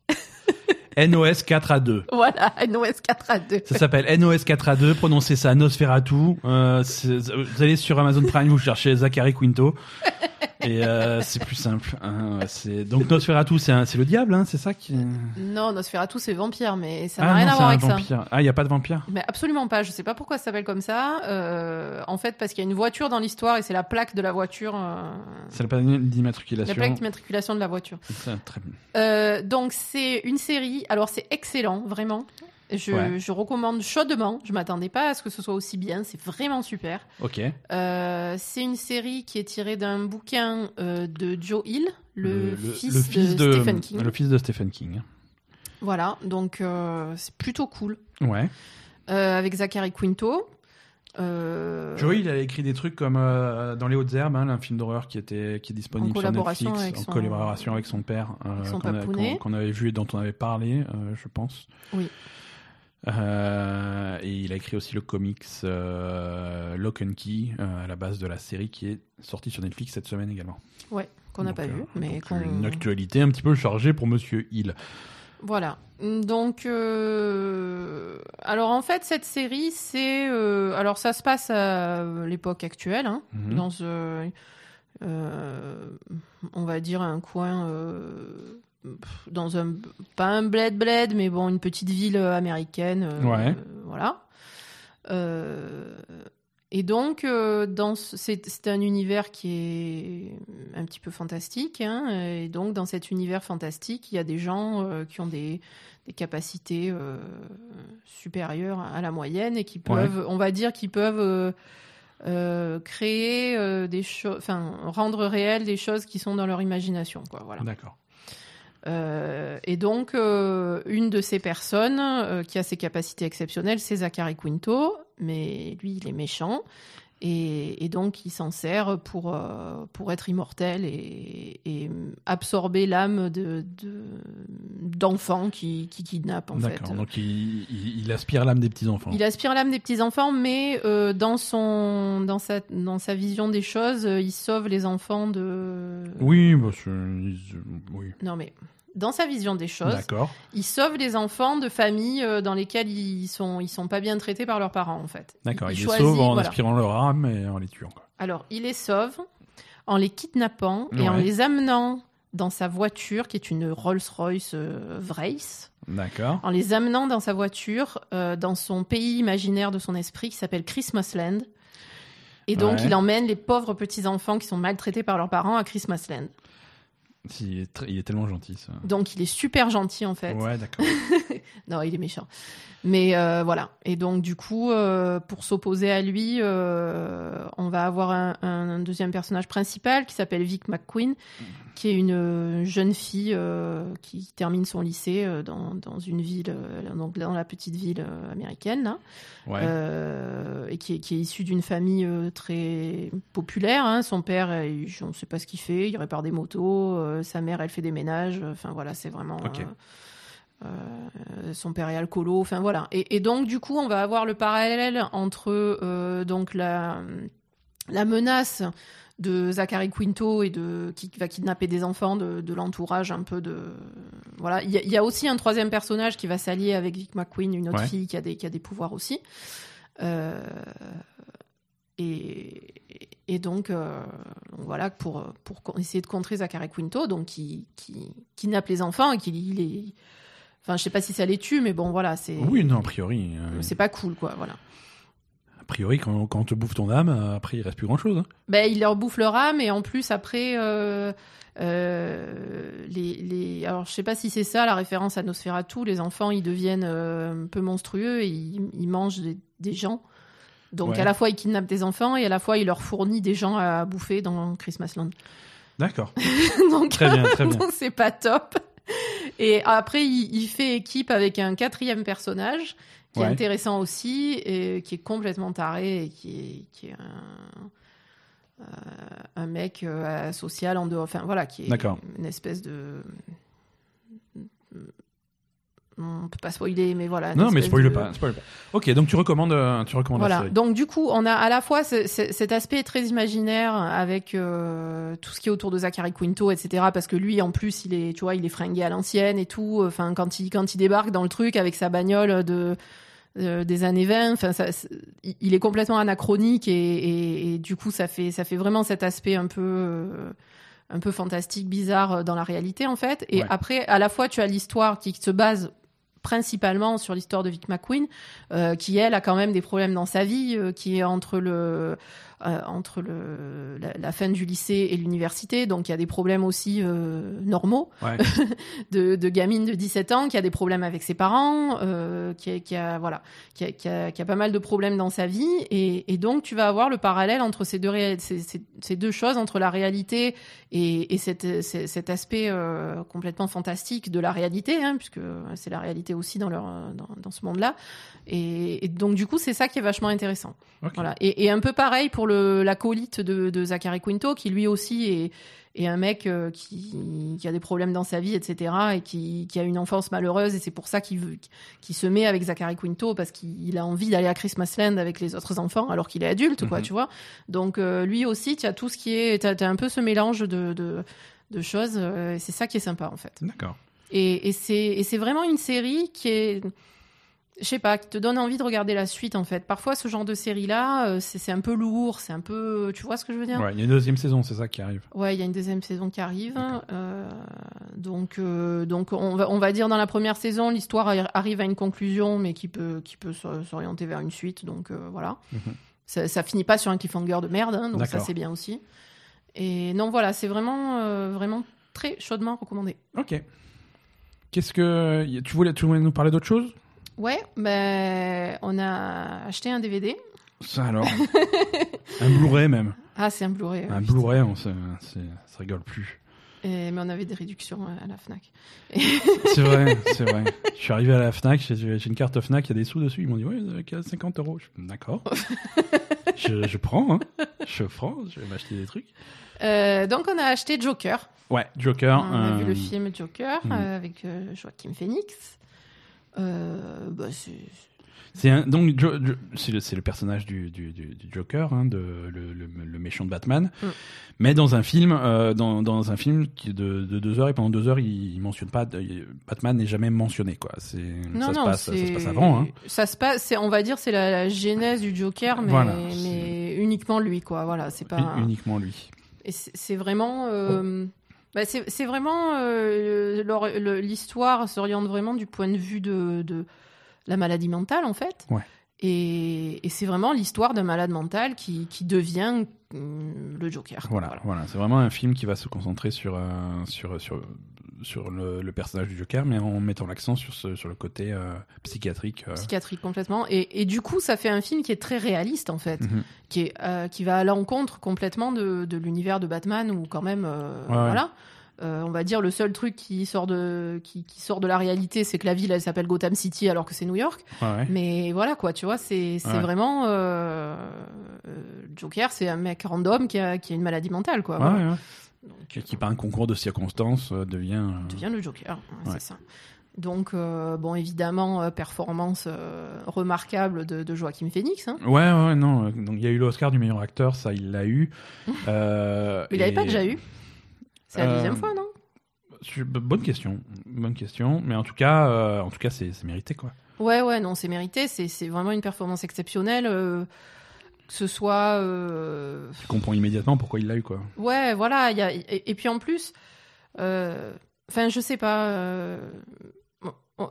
N O S quatre A deux. Voilà, N O S quatre A deux. Ça s'appelle N O S quatre A deux, prononcez ça Nosferatu. Euh, c'est, vous allez sur Amazon Prime, vous cherchez Zachary Quinto. Et euh, c'est plus simple. Hein, c'est... Donc Nosferatu, c'est, un... c'est le diable, hein, c'est ça qui... Non, Nosferatu, c'est vampire, mais ça ah n'a non, rien à voir avec vampire. ça. Ah, il n'y a pas de vampire? Mais absolument pas. Je sais pas pourquoi ça s'appelle comme ça. Euh, en fait, parce qu'il y a une voiture dans l'histoire et c'est la plaque de la voiture. Euh... C'est la plaque d'immatriculation. La plaque d'immatriculation de la voiture. C'est très bien. Euh, donc c'est une série. Alors c'est excellent, vraiment. Je, ouais. je recommande chaudement. Je m'attendais pas à ce que ce soit aussi bien. C'est vraiment super. Ok. Euh, c'est une série qui est tirée d'un bouquin euh, de Joe Hill, le, le, fils, le fils de, de Stephen King. Le fils de Stephen King. Voilà, donc euh, c'est plutôt cool. Ouais. Euh, avec Zachary Quinto. Euh... Joe Hill, il a écrit des trucs comme euh, Dans les hautes herbes, hein, un film d'horreur qui était qui est disponible sur Netflix, avec en son... collaboration avec son père, euh, avec son qu'on, a, qu'on, qu'on avait vu et dont on avait parlé, euh, je pense. Oui. Euh, et il a écrit aussi le comics euh, Lock and Key euh, à la base de la série qui est sortie sur Netflix cette semaine également. Ouais, qu'on n'a pas euh, vu, mais qu'on... une actualité un petit peu chargée pour Monsieur Hill. Voilà. Donc, euh... alors en fait, cette série, c'est, euh... alors ça se passe à l'époque actuelle, hein, mm-hmm. dans, euh... Euh... on va dire un coin. Euh... Dans un, pas un bled bled, mais bon, une petite ville américaine. Euh, ouais. Euh, voilà. Euh, et donc, euh, dans ce, c'est, c'est un univers qui est un petit peu fantastique. Hein, et donc, dans cet univers fantastique, il y a des gens euh, qui ont des, des capacités euh, supérieures à la moyenne et qui peuvent, ouais. on va dire, qui peuvent euh, euh, créer euh, des choses, enfin, rendre réelles des choses qui sont dans leur imagination, quoi. Voilà. D'accord. Euh, et donc, euh, une de ces personnes euh, qui a ces capacités exceptionnelles, c'est Zachary Quinto, mais lui, il est méchant, et, et donc il s'en sert pour, euh, pour être immortel et, et absorber l'âme de, de, d'enfants qui, qui kidnappent, en D'accord, fait. donc il, il, il aspire l'âme des petits-enfants. Il aspire l'âme des petits-enfants, mais euh, dans, son, dans, sa, dans sa vision des choses, euh, il sauve les enfants de... Oui, bah, c'est... oui. Non, mais... Dans sa vision des choses, D'accord. il sauve les enfants de familles euh, dans lesquelles ils sont, ils sont pas bien traités par leurs parents, en fait. D'accord, il, il, il les choisit, sauve en voilà. aspirant leur âme et en les tuant, quoi. Alors, il les sauve en les kidnappant Ouais. et en les amenant dans sa voiture, qui est une Rolls-Royce euh, Wraith. D'accord. En les amenant dans sa voiture, euh, dans son pays imaginaire de son esprit, qui s'appelle Christmasland. Et donc, Ouais. il emmène les pauvres petits-enfants qui sont maltraités par leurs parents à Christmasland. Il est, tr- il est tellement gentil, ça. Donc, il est super gentil, en fait. Ouais, d'accord. Non, il est méchant. Mais euh, voilà. Et donc, du coup, euh, pour s'opposer à lui, euh, on va avoir un, un deuxième personnage principal qui s'appelle Vic McQueen, qui est une jeune fille euh, qui termine son lycée euh, dans, dans une ville, euh, donc dans la petite ville euh, américaine, là. Ouais. Euh, et qui est, qui est issue d'une famille euh, très populaire. Hein. Son père, euh, il- on ne sait pas ce qu'il fait, il répare des motos. Euh, sa mère, elle fait des ménages. Enfin voilà, c'est vraiment. Ok. Euh, euh, son père est alcoolo. Enfin voilà. Et, et donc du coup, on va avoir le parallèle entre euh, donc la la menace de Zachary Quinto et de qui va kidnapper des enfants de, de l'entourage un peu de voilà il y, a, il y a aussi un troisième personnage qui va s'allier avec Vic McQueen, une autre Ouais. fille qui a des qui a des pouvoirs aussi euh, et et donc, euh, donc voilà pour pour essayer de contrer Zachary Quinto, donc qui qui kidnappe les enfants et qui les enfin je sais pas si ça les tue, mais bon voilà, c'est Oui, non, a priori. euh, c'est pas cool quoi, voilà. A priori, quand, quand on te bouffe ton âme, euh, après, il reste plus grand-chose. Hein. Ben, il leur bouffe leur âme et en plus après euh, euh, les, les alors je sais pas si c'est ça la référence à Nosferatu, les enfants ils deviennent euh, un peu monstrueux et ils, ils mangent des, des gens, donc Ouais. à la fois ils kidnappent des enfants et à la fois il leur fournit des gens à bouffer dans Christmasland. D'accord. donc Très bien, très bien. donc c'est pas top. Et après il, il fait équipe avec un quatrième personnage qui Ouais. est intéressant aussi et qui est complètement taré et qui est, qui est un, euh, un mec euh, social en dehors, enfin voilà, qui est D'accord. une espèce de, on peut pas spoiler, mais voilà. une Non, mais espèce spoil de- pas, spoil pas. Ok, donc tu recommandes, euh, tu recommandes la Voilà. série. Donc du coup, on a à la fois ce- ce- cet aspect très imaginaire avec euh, tout ce qui est autour de Zachary Quinto, et cetera. Parce que lui, en plus, il est, tu vois, il est fringué à l'ancienne et tout. Enfin, quand il quand il débarque dans le truc avec sa bagnole de euh, des années vingt, enfin, ça, c'est- il est complètement anachronique et, et, et du coup, ça fait ça fait vraiment cet aspect un peu euh, un peu fantastique, bizarre dans la réalité en fait. Et Ouais. après, à la fois, tu as l'histoire qui se base principalement sur l'histoire de Vic McQueen, euh, qui elle a quand même des problèmes dans sa vie, euh, qui est entre le euh, entre le la, la fin du lycée et l'université, donc il y a des problèmes aussi euh, normaux Ouais. de, de gamine de dix-sept ans qui a des problèmes avec ses parents, euh, qui, a, qui a voilà, qui a, qui, a, qui a pas mal de problèmes dans sa vie, et, et donc tu vas avoir le parallèle entre ces deux réa- ces, ces, ces deux choses, entre la réalité et, et cette, cet, cet aspect euh, complètement fantastique de la réalité, hein, puisque c'est la réalité aussi dans leur dans, dans ce monde-là, et, et donc du coup c'est ça qui est vachement intéressant. Ok. Voilà. Et, et un peu pareil pour le l'acolyte de, de Zachary Quinto, qui lui aussi est et un mec euh, qui, qui a des problèmes dans sa vie, et cetera, et qui, qui a une enfance malheureuse, et c'est pour ça qu'il, veut, qu'il se met avec Zachary Quinto, parce qu'il a envie d'aller à Christmasland avec les autres enfants, alors qu'il est adulte, quoi, Mhm. tu vois. Donc euh, lui aussi, tu as tout ce qui est... Tu as un peu ce mélange de, de, de choses, euh, et c'est ça qui est sympa, en fait. D'accord. Et, et, c'est, et c'est vraiment une série qui est... Je sais pas, qui te donne envie de regarder la suite, en fait. Parfois, ce genre de série-là, euh, c'est, c'est un peu lourd, c'est un peu... Tu vois ce que je veux dire ? Ouais, il y a une deuxième saison, c'est ça qui arrive. Ouais, il y a une deuxième saison qui arrive. D'accord. Euh, donc, euh, donc on va, on va dire dans la première saison, l'histoire arri- arrive à une conclusion, mais qui peut, qui peut s'or- s'orienter vers une suite. Donc euh, voilà. Mhm. Ça, ça finit pas sur un cliffhanger de merde, hein, donc ça D'accord. c'est bien aussi. Et non, voilà, c'est vraiment, euh, vraiment très chaudement recommandé. Ok. Qu'est-ce que y- tu voulais, tu voulais nous parler d'autre chose? Ouais, ben on a acheté un D V D. Ça alors. Un Blu-ray même. Ah, c'est un Blu-ray. ouais, Un putain. Blu-ray, on se, c'est- ça rigole plus. Et, mais on avait des réductions à la Fnac. Et... c'est vrai, c'est vrai. Je suis arrivé à la Fnac, j'ai, j'ai une carte Fnac, il y a des sous dessus. Ils m'ont dit, ouais, vous avez cinquante euros. Je, d'accord. je, je prends, hein. Je prends, je vais m'acheter des trucs. Euh, donc, on a acheté Joker. Ouais, Joker. On a euh... vu le film Joker mmh. euh, avec euh, Joaquin Phoenix. Euh, bah, c'est... C'est un, donc jo, jo, c'est, le, c'est le personnage du, du, du, du Joker, hein, de, le, le, le méchant de Batman, mm. mais dans un film, euh, dans, dans un film qui est de, de deux heures et pendant deux heures, il, il mentionne pas, il, Batman n'est jamais mentionné quoi. C'est, non, ça, non, se passe, c'est, ça se passe avant. Hein. Ça se passe, c'est, on va dire, c'est la, la genèse du Joker, mais, voilà, mais uniquement lui quoi. Voilà, c'est pas uniquement lui. Et c'est, c'est vraiment. Euh, bah c'est, c'est vraiment euh, le, le, l'histoire s'oriente vraiment du point de vue de, de la maladie mentale en fait. Ouais. Et, et c'est vraiment l'histoire d'un malade mental qui, qui devient euh, le Joker. Voilà, voilà, voilà, c'est vraiment un film qui va se concentrer sur euh, sur sur sur le, le personnage du Joker, mais en mettant l'accent sur ce, sur le côté euh, psychiatrique. Euh... Psychiatrique complètement. Et, et du coup, ça fait un film qui est très réaliste en fait, mm-hmm. qui est euh, qui va à l'encontre complètement de, de l'univers de Batman où quand même, euh, ouais, voilà. Ouais. Euh, on va dire le seul truc qui sort de qui, qui sort de la réalité, c'est que la ville elle s'appelle Gotham City alors que c'est New York. Ouais. Mais voilà quoi, tu vois, c'est c'est ouais. vraiment euh, Joker, c'est un mec random qui a qui a une maladie mentale quoi. Ouais, voilà. ouais. Donc, qui, qui par un concours de circonstances euh, devient euh... devient le Joker, ouais, ouais. c'est ça. Donc euh, bon évidemment euh, performance euh, remarquable de, de Joaquin Phoenix. Hein. Ouais ouais non, donc il y a eu l'Oscar du meilleur acteur, ça il l'a eu. euh, Mais il l'avait et... pas déjà eu. C'est la deuxième euh, fois, non ? Bonne question, bonne question. Mais en tout cas, euh, en tout cas, c'est, c'est mérité, quoi. Ouais, ouais, non, c'est mérité. C'est, c'est vraiment une performance exceptionnelle. Euh, que ce soit. Euh... Tu comprends immédiatement pourquoi il l'a eu, quoi. Ouais, voilà. Y a, et, et puis en plus, enfin, euh, je sais pas. Euh, on, on,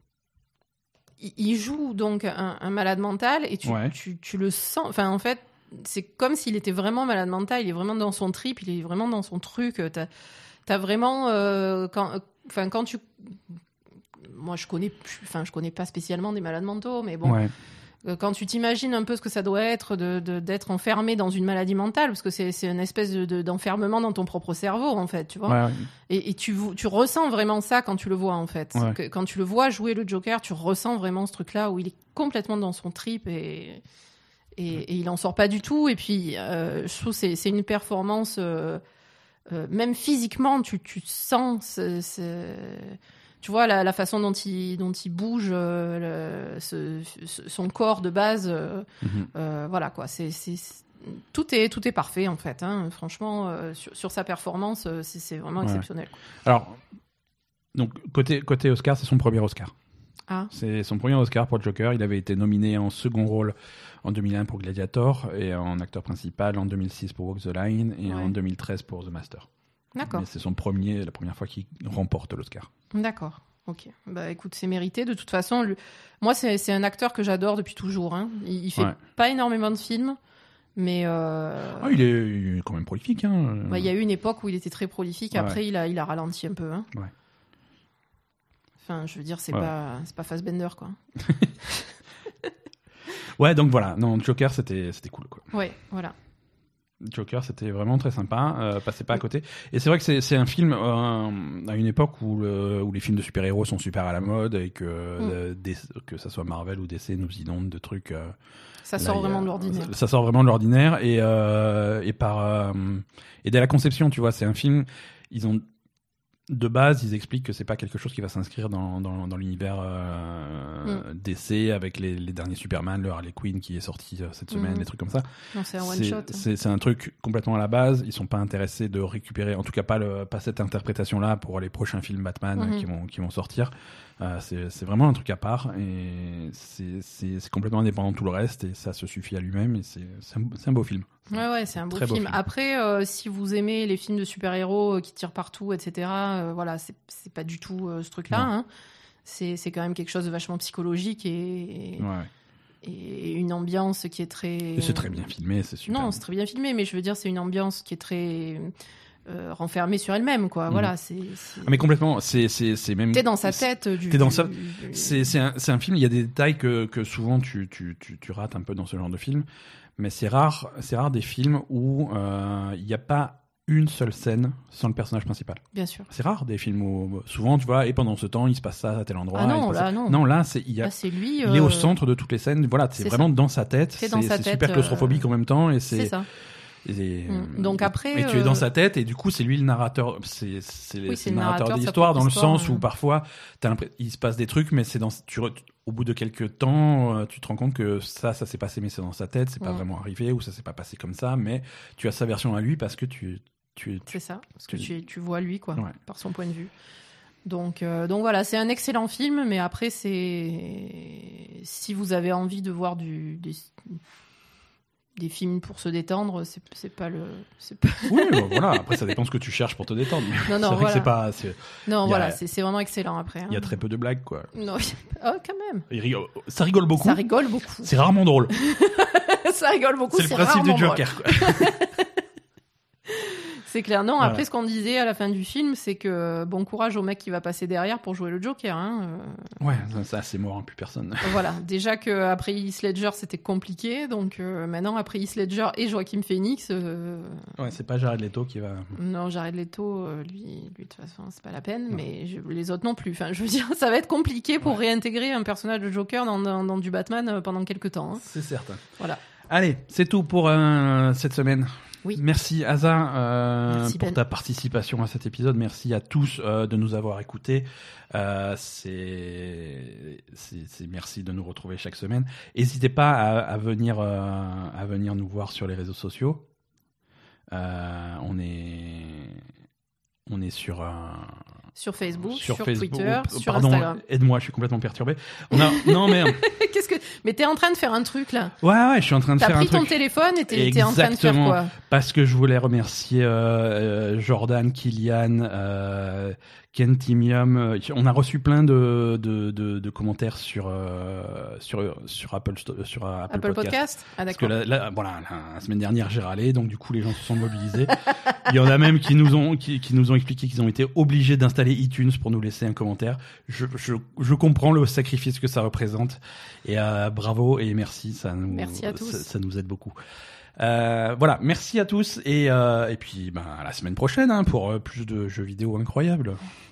il joue donc un, un malade mental et tu, ouais. tu, tu le sens. Enfin, en fait. C'est comme s'il était vraiment malade mental, il est vraiment dans son trip, il est vraiment dans son truc. T'as, t'as vraiment, euh, quand, enfin quand tu, moi je connais, enfin je connais pas spécialement des malades mentaux, mais bon, ouais. euh, quand tu t'imagines un peu ce que ça doit être de, de d'être enfermé dans une maladie mentale, parce que c'est c'est une espèce de, de d'enfermement dans ton propre cerveau en fait, tu vois. Ouais, ouais. Et, et tu tu ressens vraiment ça quand tu le vois en fait. Ouais. Que, quand tu le vois jouer le Joker, tu ressens vraiment ce truc-là où il est complètement dans son trip et Et, et il en sort pas du tout. Et puis, euh, je trouve que c'est, c'est une performance, euh, euh, même physiquement, tu, tu sens, ce, ce, tu vois, la, la façon dont il, dont il bouge, euh, le, ce, ce, son corps de base. Euh, mm-hmm. euh, voilà, quoi. C'est, c'est, c'est, tout, est, tout est parfait, en fait. Hein. Franchement, euh, sur, sur sa performance, c'est, c'est vraiment ouais. exceptionnel. Quoi. Alors, donc, côté, côté Oscar, c'est son premier Oscar. Ah. C'est son premier Oscar pour Joker. Il avait été nominé en second rôle en deux mille un pour Gladiator et en acteur principal en deux mille six pour Walk the Line et ouais. en deux mille treize pour The Master. D'accord. Mais c'est son premier, la première fois qu'il remporte l'Oscar. D'accord. Ok. Bah écoute, c'est mérité. De toute façon, lui... moi c'est, c'est un acteur que j'adore depuis toujours. Hein. Il, il fait ouais. pas énormément de films, mais euh... ah, il, est, il est quand même prolifique. Hein. Bah, il y a eu une époque où il était très prolifique. Après, ouais. il a, il a ralenti un peu. Hein. Ouais. Enfin, je veux dire, c'est ouais. pas, c'est pas Fassbender, quoi. Ouais, donc voilà. Non, Joker, c'était, c'était cool, quoi. Ouais, voilà. Joker, c'était vraiment très sympa. Euh, passez pas à côté. Et c'est vrai que c'est, c'est un film euh, à une époque où, le, où les films de super-héros sont super à la mode et que mm. le, D C, que ça soit Marvel ou D C nous inondent de trucs. Euh, ça sort là, vraiment a, de l'ordinaire. Ça, ça sort vraiment de l'ordinaire et euh, et par euh, et dès la conception, tu vois, c'est un film. Ils ont de base, ils expliquent que c'est pas quelque chose qui va s'inscrire dans, dans, dans l'univers euh, mm. D C avec les, les derniers Superman, le Harley Quinn qui est sorti euh, cette semaine, mm. des trucs comme ça. Non, c'est un one c'est, shot. C'est, c'est un truc complètement à la base. Ils sont pas intéressés de récupérer, en tout cas pas, le, pas cette interprétation-là pour les prochains films Batman mm-hmm. qui vont, qui vont sortir. Euh, c'est, c'est vraiment un truc à part et c'est, c'est, c'est complètement indépendant de tout le reste et ça se suffit à lui-même et c'est, c'est, un, c'est un beau film. Ouais, ouais, c'est un beau, Très film. beau film. Après, euh, si vous aimez les films de super-héros euh, qui tirent partout, et cetera, euh, voilà, c'est, c'est pas du tout euh, ce truc-là. Hein. C'est, c'est quand même quelque chose de vachement psychologique et, ouais. et une ambiance qui est très... Et c'est très bien filmé, c'est super. Non, c'est très bien filmé, mais je veux dire, c'est une ambiance qui est très... Euh, renfermée sur elle-même, quoi. Mmh. Voilà, c'est, c'est... Ah, mais complètement. C'est, c'est, c'est même. T'es dans sa tête. Du, T'es dans du, sa. Du... C'est, c'est un, c'est un film. Il y a des détails que, que souvent tu, tu, tu, tu rates un peu dans ce genre de film, mais c'est rare, c'est rare des films où il euh, n'y a pas une seule scène sans le personnage principal. Bien sûr. C'est rare des films où souvent tu vois et pendant ce temps il se passe ça à tel endroit. Ah non, il se là passe... non. Non, là c'est il y a là, c'est lui. il euh... est au centre de toutes les scènes. Voilà, c'est, c'est vraiment ça. Dans sa tête. C'est, c'est, dans sa c'est tête, super claustrophobique euh... en même temps et c'est. C'est ça. Et, mmh. Donc après, et tu es dans sa tête et du coup c'est lui le narrateur, c'est, c'est, oui, c'est, c'est le le narrateur, narrateur de l'histoire dans le sens euh... où parfois t'as il se passe des trucs mais c'est dans tu au bout de quelques temps tu te rends compte que ça ça s'est passé mais c'est dans sa tête, c'est pas mmh. vraiment arrivé ou ça s'est pas passé comme ça mais tu as sa version à lui parce que tu tu, tu c'est ça parce que tu, tu vois lui quoi ouais. par son point de vue. Donc, euh, donc voilà, c'est un excellent film, mais après, c'est si vous avez envie de voir du, des, des films pour se détendre, c'est, c'est pas le. C'est pas... Oui, bah voilà, après, ça dépend ce que tu cherches pour te détendre. Non, non, c'est vrai voilà. que c'est pas. C'est... Non, a... voilà, c'est, c'est vraiment excellent après. Il hein. y a très peu de blagues, quoi. Non, oh, quand même. Rigole... Ça rigole beaucoup. Ça rigole beaucoup. C'est rarement drôle. Ça rigole beaucoup, c'est, c'est le principe du Joker, drôle. quoi. C'est clair. Non, voilà. Après, ce qu'on disait à la fin du film, c'est que bon courage au mec qui va passer derrière pour jouer le Joker. Hein. Ouais, ça, c'est mort, hein, plus personne. Voilà. Déjà qu'après Heath Ledger, c'était compliqué. Donc euh, maintenant, après Heath Ledger et Joaquin Phoenix... Euh... Ouais, c'est pas Jared Leto qui va... Non, Jared Leto, euh, lui, lui, de toute façon, c'est pas la peine. Ouais. Mais je, les autres non plus. Enfin, je veux dire, ça va être compliqué pour ouais. réintégrer un personnage de Joker dans, dans, dans du Batman pendant quelques temps. Hein. C'est certain. Voilà. Allez, c'est tout pour euh, cette semaine. Oui. Merci Asa euh, Merci pour Ben. ta participation à cet épisode. Merci à tous euh, de nous avoir écoutés. Euh, c'est, c'est, c'est merci de nous retrouver chaque semaine. N'hésitez pas à, à venir euh, à venir nous voir sur les réseaux sociaux. Euh, on est on est sur euh, sur Facebook, sur, sur Facebook, Twitter, oh, sur pardon, Instagram. Aide-moi, je suis complètement perturbé. On a non mais Qu'est-ce que mais t'es en train de faire un truc là. Ouais ouais, je suis en train de T'as faire un truc. T'as pris ton téléphone et t'es, t'es en train de faire quoi? Parce que je voulais remercier euh, Jordan, Kylian, euh, Ken Timium. On a reçu plein de de, de, de commentaires sur euh, sur sur Apple sur Apple, Apple Podcast. Podcast. Ah d'accord. Parce que la, la, voilà, la semaine dernière j'ai râlé, donc du coup les gens se sont mobilisés. Il y en a même qui nous ont qui, qui nous ont expliqué qu'ils ont été obligés d'installer iTunes pour nous laisser un commentaire. Je je je comprends le sacrifice que ça représente et euh, bravo et merci, ça nous merci à tous. Ça, ça nous aide beaucoup. Euh, voilà, merci à tous et, euh, et puis ben, à la semaine prochaine hein, pour euh, plus de jeux vidéo incroyables.